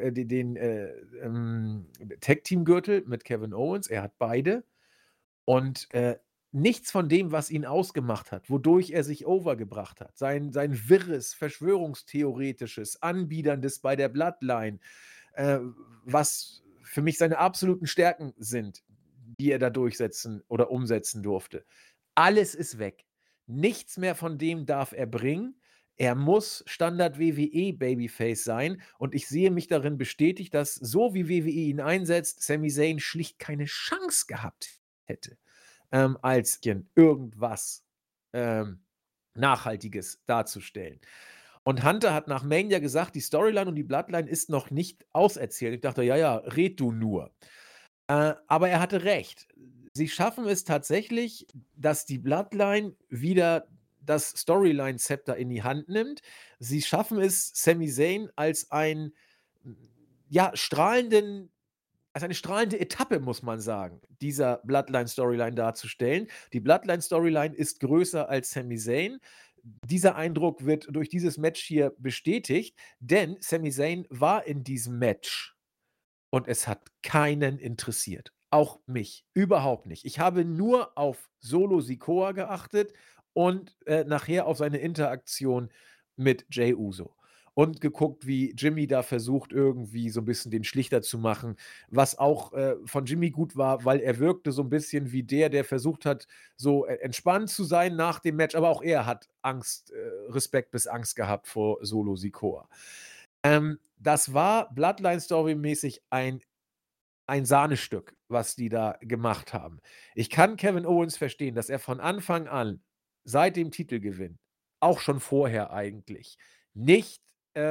Tag-Team-Gürtel mit Kevin Owens, er hat beide, und nichts von dem, was ihn ausgemacht hat, wodurch er sich overgebracht hat, sein wirres, verschwörungstheoretisches, anbiederndes bei der Bloodline, äh, was für mich seine absoluten Stärken sind, die er da durchsetzen oder umsetzen durfte. Alles ist weg. Nichts mehr von dem darf er bringen. Er muss Standard WWE Babyface sein, und ich sehe mich darin bestätigt, dass so wie WWE ihn einsetzt, Sami Zayn schlicht keine Chance gehabt hätte, als irgendwas ähm, Nachhaltiges darzustellen. Und Hunter hat nach Mania gesagt, die Storyline und die Bloodline ist noch nicht auserzählt. Ich dachte, ja, ja, red du nur. Aber er hatte recht. Sie schaffen es tatsächlich, dass die Bloodline wieder das Storyline-Zepter in die Hand nimmt. Sie schaffen es, Sami Zayn als ja, als eine strahlende Etappe, muss man sagen, dieser Bloodline-Storyline darzustellen. Die Bloodline-Storyline ist größer als Sami Zayn. Dieser Eindruck wird durch dieses Match hier bestätigt, denn Sami Zayn war in diesem Match und es hat keinen interessiert. Auch mich. Überhaupt nicht. Ich habe nur auf Solo Sikoa geachtet und nachher auf seine Interaktion mit Jey Uso. Und geguckt, wie Jimmy da versucht, irgendwie so ein bisschen den Schlichter zu machen, was auch von Jimmy gut war, weil er wirkte so ein bisschen wie der versucht hat, so entspannt zu sein nach dem Match, aber auch er hat Angst, Respekt bis Angst gehabt vor Solo Sikoa. Das war Bloodline-Story-mäßig ein Sahnestück, was die da gemacht haben. Ich kann Kevin Owens verstehen, dass er von Anfang an, seit dem Titelgewinn, auch schon vorher eigentlich, nicht,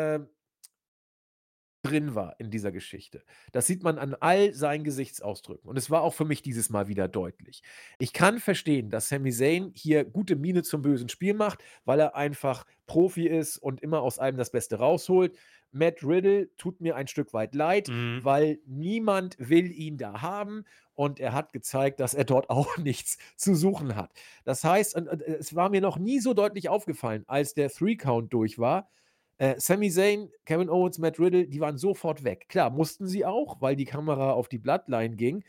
drin war in dieser Geschichte. Das sieht man an all seinen Gesichtsausdrücken und es war auch für mich dieses Mal wieder deutlich. Ich kann verstehen, dass Sami Zayn hier gute Miene zum bösen Spiel macht, weil er einfach Profi ist und immer aus allem das Beste rausholt. Matt Riddle tut mir ein Stück weit leid, Mhm. weil niemand will ihn da haben und er hat gezeigt, dass er dort auch nichts zu suchen hat. Das heißt, es war mir noch nie so deutlich aufgefallen, als der Three-Count durch war. Sami Zayn, Kevin Owens, Matt Riddle, die waren sofort weg. Klar, mussten sie auch, weil die Kamera auf die Bloodline ging.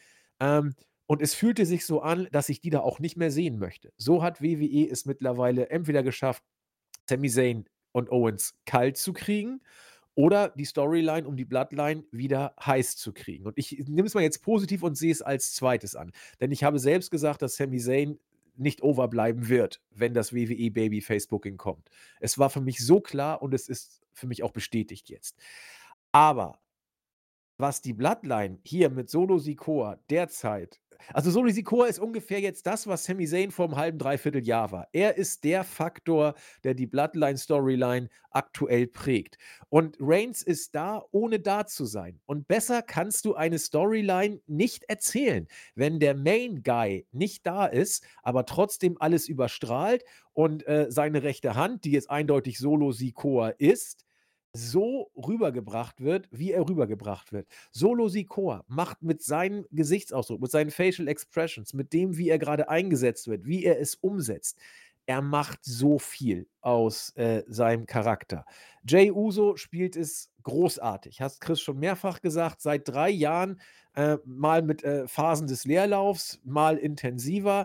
Und es fühlte sich so an, dass ich die da auch nicht mehr sehen möchte. So hat WWE es mittlerweile entweder geschafft, Sami Zayn und Owens kalt zu kriegen oder die Storyline um die Bloodline wieder heiß zu kriegen. Und ich nehme es mal jetzt positiv und sehe es als Zweites an. Denn ich habe selbst gesagt, dass Sami Zayn nicht overbleiben wird, wenn das WWE Babyface Booking kommt. Es war für mich so klar und es ist für mich auch bestätigt jetzt. Aber was die Bloodline hier mit Solo Sikoa derzeit, also Solo Sikoa ist ungefähr jetzt das, was Sami Zayn vor 'm halben, dreiviertel Jahr war. Er ist der Faktor, der die Bloodline-Storyline aktuell prägt. Und Reigns ist da, ohne da zu sein. Und besser kannst du eine Storyline nicht erzählen, wenn der Main Guy nicht da ist, aber trotzdem alles überstrahlt und seine rechte Hand, die jetzt eindeutig Solo Sikoa ist, so rübergebracht wird, wie er rübergebracht wird. Solo Sikoa macht mit seinem Gesichtsausdruck, mit seinen Facial Expressions, mit dem, wie er gerade eingesetzt wird, wie er es umsetzt. Er macht so viel aus seinem Charakter. Jey Uso spielt es großartig. Hast Chris schon mehrfach gesagt, seit 3 Jahren, mal mit Phasen des Leerlaufs, mal intensiver.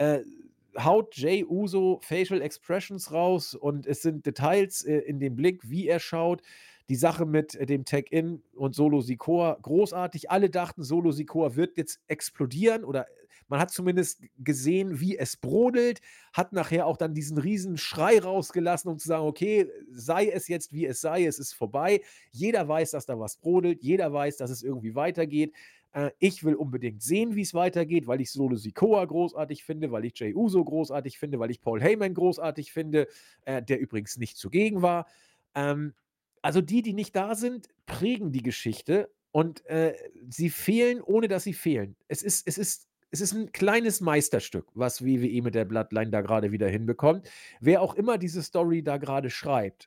Haut Jey Uso Facial Expressions raus und es sind Details in dem Blick, wie er schaut. Die Sache mit dem Tag-In und Solo Sikoa, großartig. Alle dachten, Solo Sikoa wird jetzt explodieren oder man hat zumindest gesehen, wie es brodelt, hat nachher auch dann diesen riesen Schrei rausgelassen, um zu sagen, okay, sei es jetzt, wie es sei, es ist vorbei. Jeder weiß, dass da was brodelt, jeder weiß, dass es irgendwie weitergeht. Ich will unbedingt sehen, wie es weitergeht, weil ich Solo Sikoa großartig finde, weil ich Jey Uso großartig finde, weil ich Paul Heyman großartig finde, der übrigens nicht zugegen war. Also die nicht da sind, prägen die Geschichte und sie fehlen, ohne dass sie fehlen. Es ist ein kleines Meisterstück, was WWE mit der Bloodline da gerade wieder hinbekommt. Wer auch immer diese Story da gerade schreibt,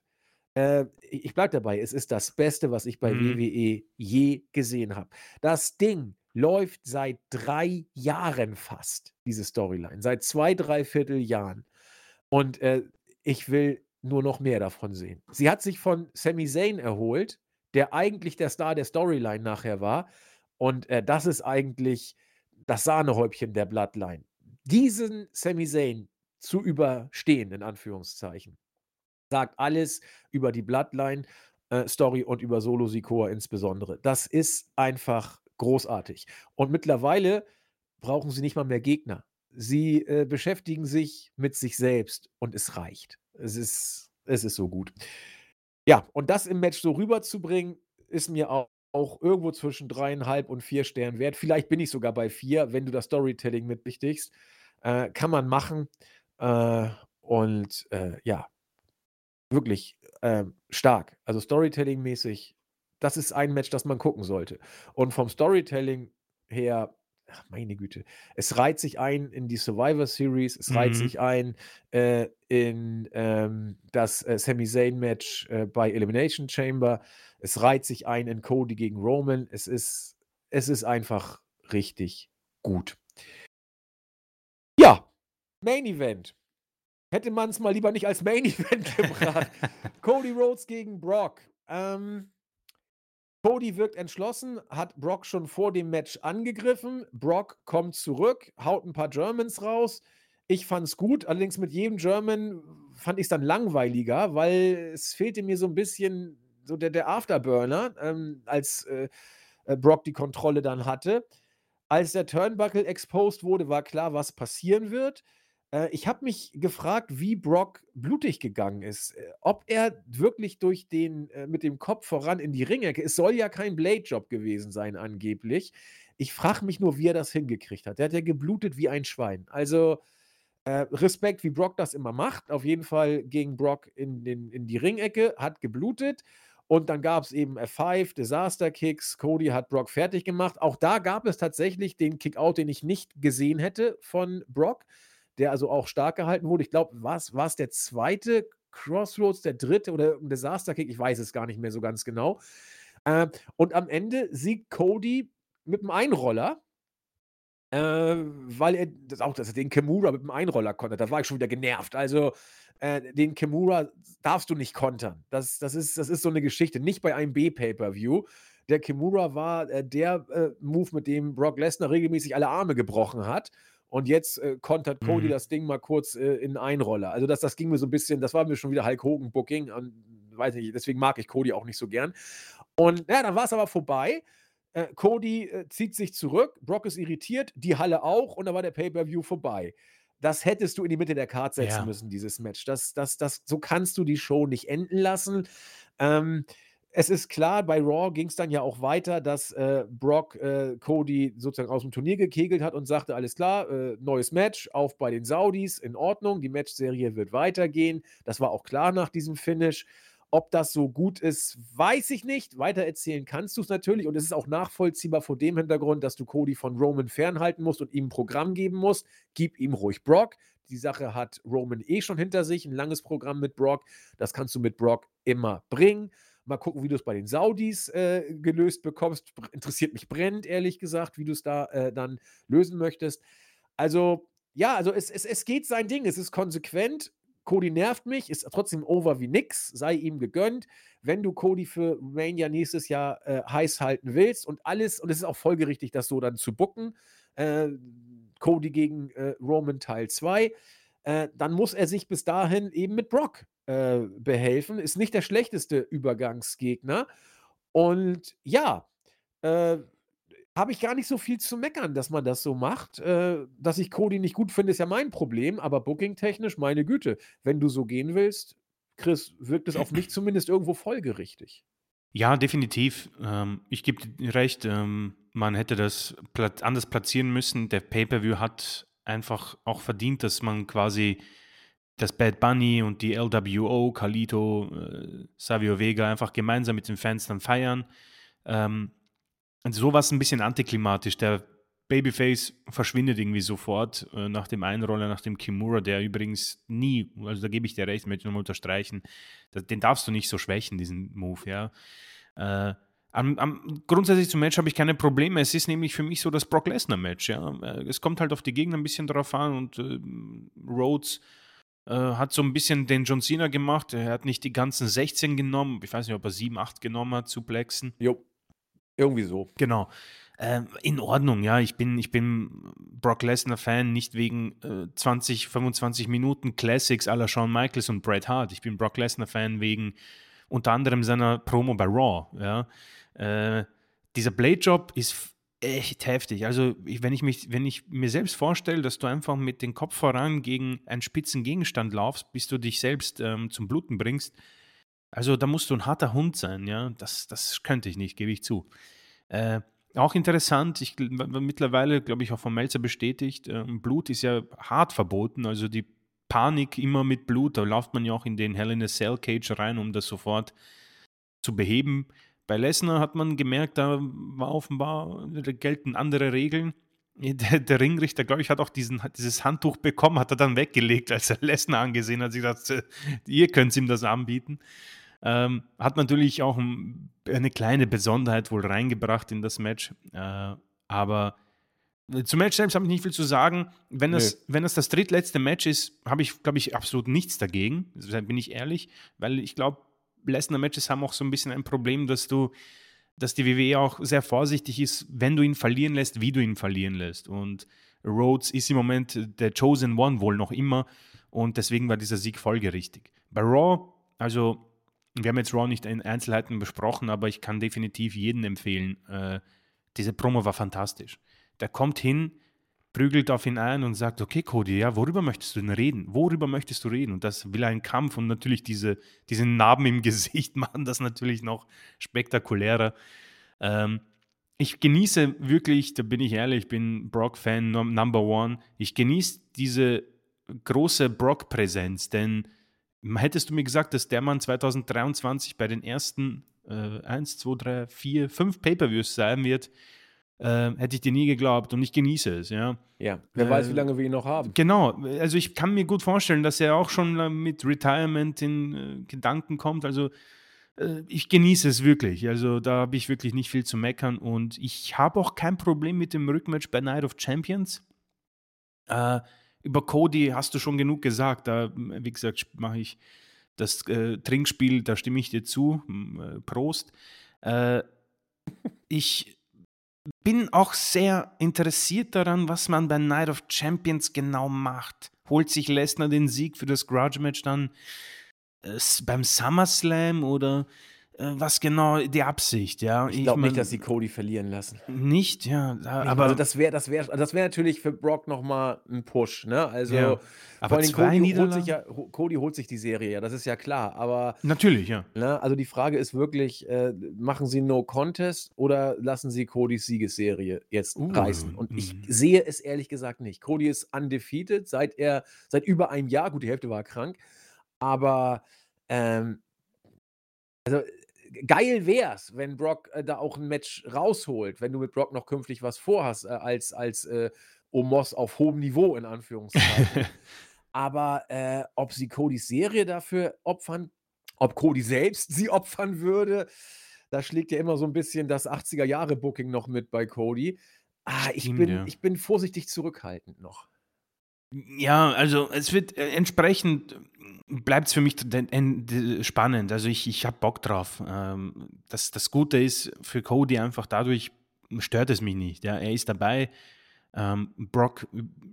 ich bleibe dabei, es ist das Beste, was ich bei Mhm. WWE je gesehen habe. Das Ding läuft seit 3 Jahren fast, diese Storyline, seit 2, 3/4 Jahren. Und ich will nur noch mehr davon sehen. Sie hat sich von Sami Zayn erholt, der eigentlich der Star der Storyline nachher war. Und das ist eigentlich das Sahnehäubchen der Bloodline. Diesen Sami Zayn zu überstehen, in Anführungszeichen, sagt alles über die Bloodline, Story und über Solo Sikoa insbesondere. Das ist einfach großartig. Und mittlerweile brauchen sie nicht mal mehr Gegner. Sie beschäftigen sich mit sich selbst und es reicht. Es ist so gut. Ja, und das im Match so rüberzubringen, ist mir auch irgendwo zwischen 3,5 und 4 Sternen wert. Vielleicht bin ich sogar bei 4, wenn du das Storytelling mitbestichst. Kann man machen. Ja, wirklich, stark. Also Storytelling-mäßig, das ist ein Match, das man gucken sollte. Und vom Storytelling her ach, meine Güte. Es reiht sich ein in die Survivor Series, es reiht Mhm. sich ein, in, das, Sami Zayn-Match, bei Elimination Chamber. Es reiht sich ein in Cody gegen Roman. Es ist einfach richtig gut. Ja, Main Event. Hätte man's mal lieber nicht als Main Event gebracht. Cody Rhodes gegen Brock. Cody wirkt entschlossen, hat Brock schon vor dem Match angegriffen. Brock kommt zurück, haut 'n paar Germans raus. Ich fand's gut, allerdings mit jedem German fand ich's dann langweiliger, weil es fehlte mir so 'n bisschen so der Afterburner, als, Brock die Kontrolle dann hatte. Als der Turnbuckle exposed wurde, war klar, was passieren wird. Ich habe mich gefragt, wie Brock blutig gegangen ist. Ob er wirklich durch den mit dem Kopf voran in die Ringecke, es soll ja kein Blade-Job gewesen sein angeblich. Ich frage mich nur, wie er das hingekriegt hat. Der hat ja geblutet wie ein Schwein. Also, Respekt, wie Brock das immer macht. Auf jeden Fall ging Brock in die Ringecke, hat geblutet und dann gab's eben F5, Disaster Kicks. Cody hat Brock fertig gemacht. Auch da gab es tatsächlich den Kickout, den ich nicht gesehen hätte von Brock, der also auch stark gehalten wurde. Ich glaube, war's der zweite Crossroads, der dritte oder 'n Disaster Kick? Ich weiß es gar nicht mehr so ganz genau. Und am Ende siegt Cody mit 'm Einroller, weil er das auch, dass er den Kimura mit 'm Einroller kontert. Da war ich schon wieder genervt. Also, den Kimura darfst du nicht kontern. Das ist so 'ne Geschichte, nicht bei einem B-Pay-Per-View. Der Kimura war, der, Move, mit dem Brock Lesnar regelmäßig alle Arme gebrochen hat. Und jetzt, kontert Cody Mhm. das Ding mal kurz, in 'n Einroller. Also, das ging mir so 'n bisschen, das war mir schon wieder Hulk Hogan Booking und weiß nicht, deswegen mag ich Cody auch nicht so gern. Und ja, dann war's aber vorbei. Cody, zieht sich zurück, Brock ist irritiert, die Halle auch und dann war der Pay-Per-View vorbei. Das hättest du in die Mitte der Card setzen Ja. müssen, dieses Match. Das so kannst du die Show nicht enden lassen. Ähm, Es ist klar, bei Raw ging's dann ja auch weiter, dass, Brock, Cody sozusagen aus'm Turnier gekegelt hat und sagte: „Alles klar, neues Match, auf bei den Saudis, in Ordnung, die Matchserie wird weitergehen.“ Das war auch klar nach diesem Finish. Ob das so gut ist, weiß ich nicht. Weitererzählen kannst du's natürlich und es ist auch nachvollziehbar vor dem Hintergrund, dass du Cody von Roman fernhalten musst und ihm 'n Programm geben musst. Gib ihm ruhig Brock. Die Sache hat Roman eh schon hinter sich, 'n langes Programm mit Brock. Das kannst du mit Brock immer bringen. Mal gucken, wie du's bei den Saudis, gelöst bekommst. Interessiert mich brennend, ehrlich gesagt, wie du's da, dann lösen möchtest. Also, ja, also es geht sein Ding. Es ist konsequent. Cody nervt mich, ist trotzdem over wie nix, sei ihm gegönnt. Wenn du Cody für Mania nächstes Jahr, heiß halten willst und alles, und es ist auch folgerichtig, das so dann zu booken, äh, Cody gegen, Roman Teil 2, dann muss er sich bis dahin eben mit Brock, behelfen. Ist nicht der schlechteste Übergangsgegner. Und ja, äh, habe ich gar nicht so viel zu meckern, dass man das so macht. Dass ich Cody nicht gut finde, ist ja mein Problem, aber bookingtechnisch, meine Güte, wenn du so gehen willst, Chris, wirkt es auf mich zumindest irgendwo folgerichtig. Ja, definitiv. Ich gebe dir recht, man hätte das anders platzieren müssen. Der Pay-Per-View hat einfach auch verdient, dass man quasi das Bad Bunny und die LWO, Carlito, Savio Vega einfach gemeinsam mit den Fans dann feiern. Ähm, und so war es ein bisschen antiklimatisch. Der Babyface verschwindet irgendwie sofort nach dem Einroller, nach dem Kimura, der übrigens nie, also da gebe ich dir recht, möchte ich nochmal unterstreichen, den darfst du nicht so schwächen, diesen Move, ja. Äh, grundsätzlich zum Match habe ich keine Probleme. Es ist nämlich für mich so das Brock Lesnar-Match, ja. Es kommt halt auf die Gegner ein bisschen drauf an und Rhodes hat so ein bisschen den John Cena gemacht. Er hat nicht die ganzen 16 genommen. Ich weiß nicht, ob er 7, 8 genommen hat, Suplexen. Jo, irgendwie so. Genau. In Ordnung, ja. Ich bin Brock Lesnar-Fan, nicht wegen 20, 25 Minuten Classics à la Shawn Michaels und Bret Hart. Ich bin Brock Lesnar-Fan wegen unter anderem seiner Promo bei Raw, ja. Dieser Blade-Job ist echt heftig. Also, wenn ich mir selbst vorstelle, dass du einfach mit dem Kopf voran gegen einen spitzen Gegenstand laufst, bis du dich selbst zum Bluten bringst, also da musst du ein harter Hund sein, ja. Das könnte ich nicht, gebe ich zu. Äh, auch interessant, mittlerweile, glaube ich, auch von Melzer bestätigt, Blut ist ja hart verboten, also die Panik immer mit Blut, da läuft man ja auch in den Hell in a Cell Cage rein, um das sofort zu beheben. Bei Lesnar hat man gemerkt, da war offenbar, da gelten andere Regeln. Der Ringrichter, glaube ich, hat auch dieses Handtuch bekommen, hat er dann weggelegt, als er Lesnar angesehen hat. Sie gesagt, ihr könnt ihm das anbieten. Hat natürlich auch eine kleine Besonderheit wohl reingebracht in das Match. Aber zum Match selbst habe ich nicht viel zu sagen. Wenn Nö. das das drittletzte Match ist, habe ich, glaube ich, absolut nichts dagegen. Da bin ich ehrlich, weil ich glaube, Lesnar-Matches haben auch so ein bisschen ein Problem, dass die WWE auch sehr vorsichtig ist, wenn du ihn verlieren lässt, wie du ihn verlieren lässt. Und Rhodes ist im Moment der Chosen One wohl noch immer und deswegen war dieser Sieg folgerichtig. Bei Raw, also wir haben jetzt Raw nicht in Einzelheiten besprochen, aber ich kann definitiv jedem empfehlen, diese Promo war fantastisch. Der kommt hin, prügelt auf ihn ein und sagt, okay Cody, ja, worüber möchtest du denn reden? Worüber möchtest du reden? Und das will ein Kampf und natürlich diese Narben im Gesicht machen das natürlich noch spektakulärer. Ähm, Ich genieße wirklich, da bin ich ehrlich, ich bin Brock-Fan Number One. Ich genieße diese große Brock-Präsenz, denn hättest du mir gesagt, dass der Mann 2023 bei den ersten 1, 2, 3, 4, 5 Pay-Per-Views sein wird, hätte ich dir nie geglaubt und ich genieße es, ja. Ja, wer weiß, wie lange wir ihn noch haben. Genau, also ich kann mir gut vorstellen, dass er auch schon mit Retirement in Gedanken kommt. Also ich genieße es wirklich. Also da habe ich wirklich nicht viel zu meckern und ich habe auch kein Problem mit dem Rückmatch bei Night of Champions. Äh, Über Cody hast du schon genug gesagt. Da, wie gesagt, mache ich das Trinkspiel, da stimme ich dir zu. Prost. Äh, Ich bin auch sehr interessiert daran, was man bei Night of Champions genau macht. Holt sich Lesnar den Sieg für das Grudge-Match dann beim SummerSlam oder was genau die Absicht, ja? Ich Ich glaube nicht, dass sie meine, Cody verlieren lassen. nicht, ja, Also aber das wär natürlich für Brock noch mal 'n Push, ne? ja, Also, vor aber allen Dingen 2 Niederlagen? Cody holt sich die Serie, ja, das ist ja klar. Aber, Natürlich, ja. ne, also die Frage ist wirklich, machen sie No Contest oder lassen sie Codys Siegesserie jetzt reißen? Und ich Mhm. sehe es ehrlich gesagt nicht. Cody ist undefeated, seit über einem Jahr. Gut, die Hälfte war er krank, aber, ähm geil wär's, wenn Brock, da auch 'n Match rausholt, wenn du mit Brock noch künftig was vorhast, als Omos auf hohem Niveau in Anführungszeichen. Aber, ob sie Codys Serie dafür opfern, ob Cody selbst sie opfern würde, da schlägt ja immer so 'n bisschen das 80er Jahre Booking noch mit bei Cody. Ich Stimmt, bin ja. ich bin vorsichtig zurückhaltend noch. Ja, also es wird entsprechend bleibt es für mich spannend. Also ich habe Bock drauf. Das Gute ist für Cody einfach dadurch stört es mich nicht. Ja, er ist dabei. Brock,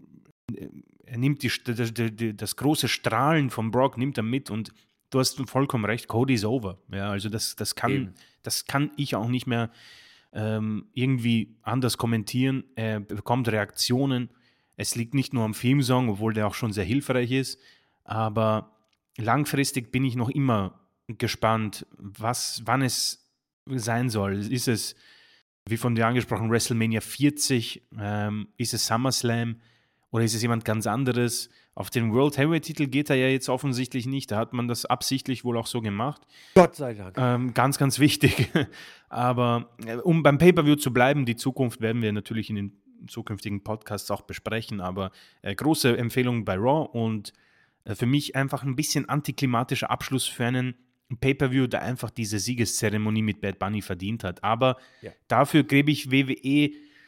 er nimmt das große Strahlen von Brock nimmt er mit und du hast vollkommen recht, Cody ist over. Ja, also Eben. das kann ich auch nicht mehr irgendwie anders kommentieren. Er bekommt Reaktionen. Es liegt nicht nur am Filmsong, obwohl der auch schon sehr hilfreich ist, aber langfristig bin ich noch immer gespannt, wann es sein soll. Ist es, wie von dir angesprochen, WrestleMania 40? Ist es SummerSlam? Oder ist es jemand ganz anderes? Auf den World Heavyweight-Titel geht er ja jetzt offensichtlich nicht. Da hat man das absichtlich wohl auch so gemacht. Gott sei Dank. Ganz, ganz wichtig. Aber um beim Pay-Per-View zu bleiben, die Zukunft werden wir natürlich in den zukünftigen Podcasts auch besprechen. Aber große Empfehlung bei Raw und für mich einfach ein bisschen antiklimatischer Abschluss für einen Pay-Per-View, der einfach diese Siegeszeremonie mit Bad Bunny verdient hat. Aber Ja. dafür gebe ich WWE,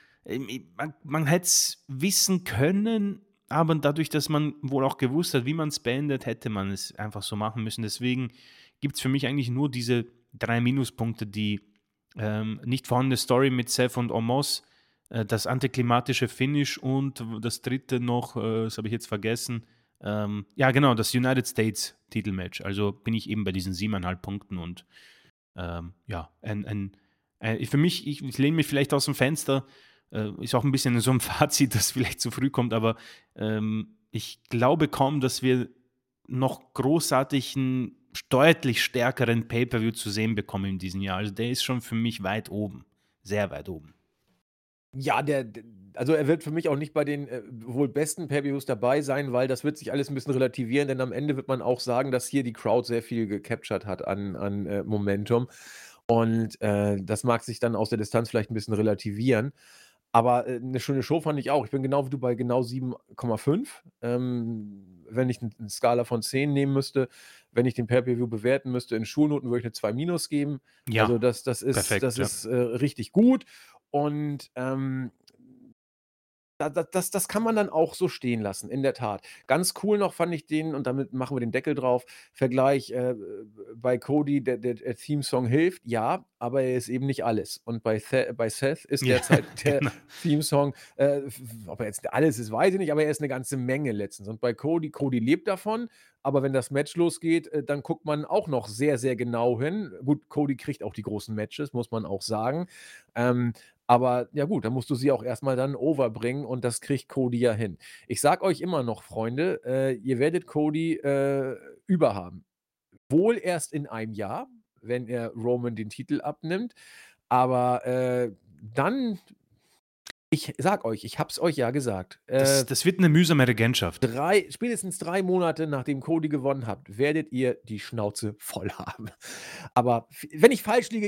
man hätte es wissen können, aber dadurch, dass man wohl auch gewusst hat, wie man es beendet, hätte man es einfach so machen müssen. Deswegen gibt es für mich eigentlich nur diese 3 Minuspunkte, die nicht vorhandene Story mit Seth und Omos, das antiklimatische Finish und das dritte noch, das habe ich jetzt vergessen, ja genau, das United States Titelmatch. Also bin ich eben bei diesen 7,5 Punkten und ja, für mich, ich lehne mich vielleicht aus dem Fenster, ist auch ein bisschen so ein Fazit, das vielleicht zu früh kommt, aber ich glaube kaum, dass wir noch großartig einen deutlich stärkeren Pay-Per-View zu sehen bekommen in diesem Jahr. Also der ist schon für mich weit oben, sehr weit oben. Ja, also, er wird für mich auch nicht bei den, wohl besten Pay-Per-Views dabei sein, weil das wird sich alles 'n bisschen relativieren, denn am Ende wird man auch sagen, dass hier die Crowd sehr viel gecaptured hat an Momentum. Und, das mag sich dann aus der Distanz vielleicht 'n bisschen relativieren. Aber, 'ne schöne Show fand ich auch. Ich bin genau wie du bei genau 7,5. Wenn ich 'ne Skala von 10 nehmen müsste, wenn ich den Pay-per-View bewerten müsste in Schulnoten, würde ich 'ne 2 minus geben. Also, Ja, das perfekt, ja. ist, richtig gut und, das kann man dann auch so stehen lassen, in der Tat. Ganz cool noch fand ich den und damit machen wir den Deckel drauf, Vergleich, bei Cody, der Theme-Song hilft, ja, aber er ist eben nicht alles. Und bei Seth ist Ja, derzeit der genau. Theme-Song, f ob er jetzt alles ist, weiß ich nicht, aber er ist 'ne ganze Menge letztens. Und bei Cody lebt davon, aber wenn das Match losgeht, dann guckt man auch noch sehr, sehr genau hin. Gut, Cody kriegt auch die großen Matches, muss man auch sagen. Ähm, aber ja gut, dann musst du sie auch erst mal dann overbringen und das kriegt Cody ja hin. Ich sage euch immer noch, Freunde, ihr werdet Cody, überhaben. Wohl erst in einem Jahr, wenn er Roman den Titel abnimmt, aber, dann ich sage euch, ich habe es euch ja gesagt, Das wird 'ne mühsame Regentschaft. Spätestens 3 Monate, nachdem Cody gewonnen habt, werdet ihr die Schnauze voll haben. Aber wenn ich falsch liege,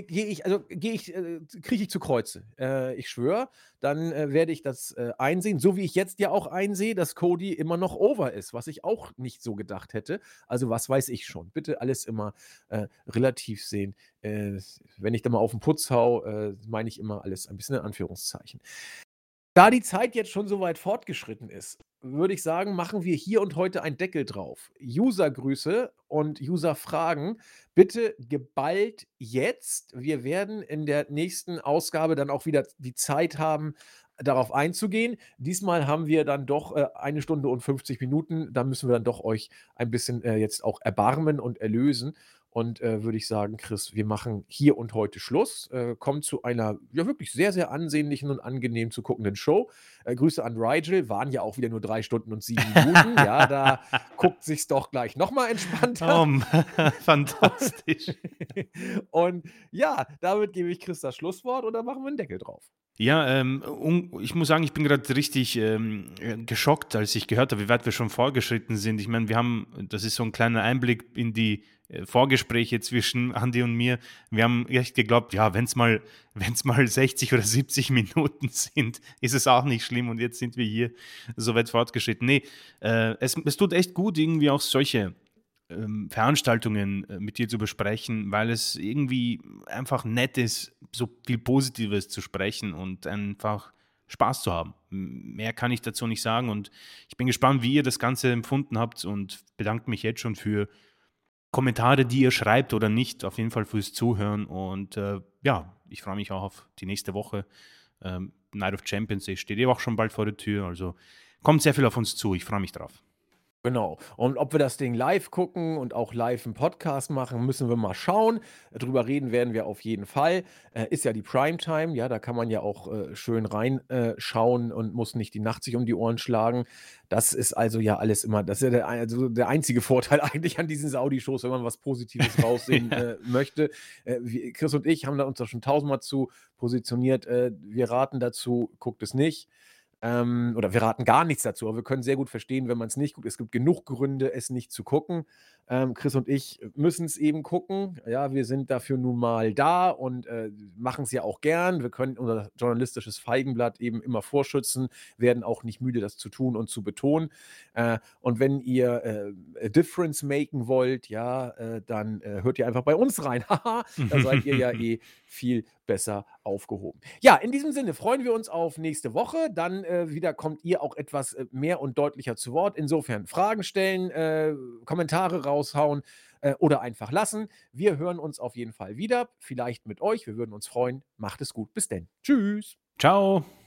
kriege ich zu Kreuze. Ich schwöre, dann, werde ich das, einsehen, so wie ich jetzt ja auch einsehe, dass Cody immer noch over ist, was ich auch nicht so gedacht hätte. Also, was weiß ich schon. Bitte alles immer, relativ sehen. Wenn ich da mal auf 'n Putz haue, meine ich immer alles ein bisschen in Anführungszeichen. Da die Zeit jetzt schon so weit fortgeschritten ist, würde ich sagen, machen wir hier und heute einen Deckel drauf. Usergrüße und Userfragen bitte geballt jetzt. Wir werden in der nächsten Ausgabe dann auch wieder die Zeit haben, darauf einzugehen. Diesmal haben wir dann doch, 1 Stunde und 50 Minuten. Da müssen wir dann doch euch ein bisschen, jetzt auch erbarmen und erlösen. Und, würde ich sagen, Chris, wir machen hier und heute Schluss, kommen zu einer, ja, wirklich sehr, sehr ansehnlichen und angenehm zu guckenden Show. Grüße an Rigel, waren ja auch wieder nur 3 Stunden und 7 Minuten. Ja, da guckt sich's doch gleich noch mal entspannter. Oh, fantastisch. Und ja, damit gebe ich Chris das Schlusswort und dann machen wir 'n Deckel drauf. Ja, ich muss sagen, ich bin gerade richtig, geschockt, als ich gehört habe, wie weit wir schon vorgeschritten sind. Ich meine, wir haben das ist so ein kleiner Einblick in die, Vorgespräche zwischen Andi und mir. Wir haben echt geglaubt, ja, wenn's mal 60 oder 70 Minuten sind, ist es auch nicht schlimm und jetzt sind wir hier so weit fortgeschritten. Ne, es tut echt gut, irgendwie auch solche Veranstaltungen, mit dir zu besprechen, weil es irgendwie einfach nett ist, so viel Positives zu sprechen und einfach Spaß zu haben. Mehr kann ich dazu nicht sagen und ich bin gespannt, wie ihr das Ganze empfunden habt und bedanke mich jetzt schon für Kommentare, die ihr schreibt oder nicht. Auf jeden Fall fürs Zuhören und ja, ich freue mich auch auf die nächste Woche. Night of Champions Day steht auch schon bald vor der Tür, also kommt sehr viel auf uns zu. Ich freue mich drauf. Genau. Und ob wir das Ding live gucken und auch live 'n Podcast machen, müssen wir mal schauen. Drüber reden werden wir auf jeden Fall. Ist ja die Primetime, ja, da kann man ja auch, schön rein schauen und muss nicht die Nacht sich um die Ohren schlagen. Das ist also ja alles immer das ist ja der einzige Vorteil eigentlich an diesen Saudi-Shows, wenn man was Positives raussehen, Ja. möchte. Chris und ich haben da uns da schon tausendmal zu positioniert. Wir raten dazu, guckt es nicht. Oder wir raten gar nichts dazu, aber wir können sehr gut verstehen, wenn man es nicht guckt. Es gibt genug Gründe, es nicht zu gucken. Chris und ich müssen es eben gucken. Ja, wir sind dafür nun mal da und, machen es ja auch gern. Wir können unser journalistisches Feigenblatt eben immer vorschützen, werden auch nicht müde, das zu tun und zu betonen. Und wenn ihr, a Difference maken wollt, ja, dann, hört ihr einfach bei uns rein. Haha, da seid ihr ja eh viel besser aufgehoben. Ja, in diesem Sinne freuen wir uns auf nächste Woche. Dann, wieder kommt ihr auch etwas, mehr und deutlicher zu Wort. Insofern Fragen stellen, Kommentare raushauen, oder einfach lassen. Wir hören uns auf jeden Fall wieder, vielleicht mit euch. Wir würden uns freuen. Macht es gut. Bis denn. Tschüss. Ciao.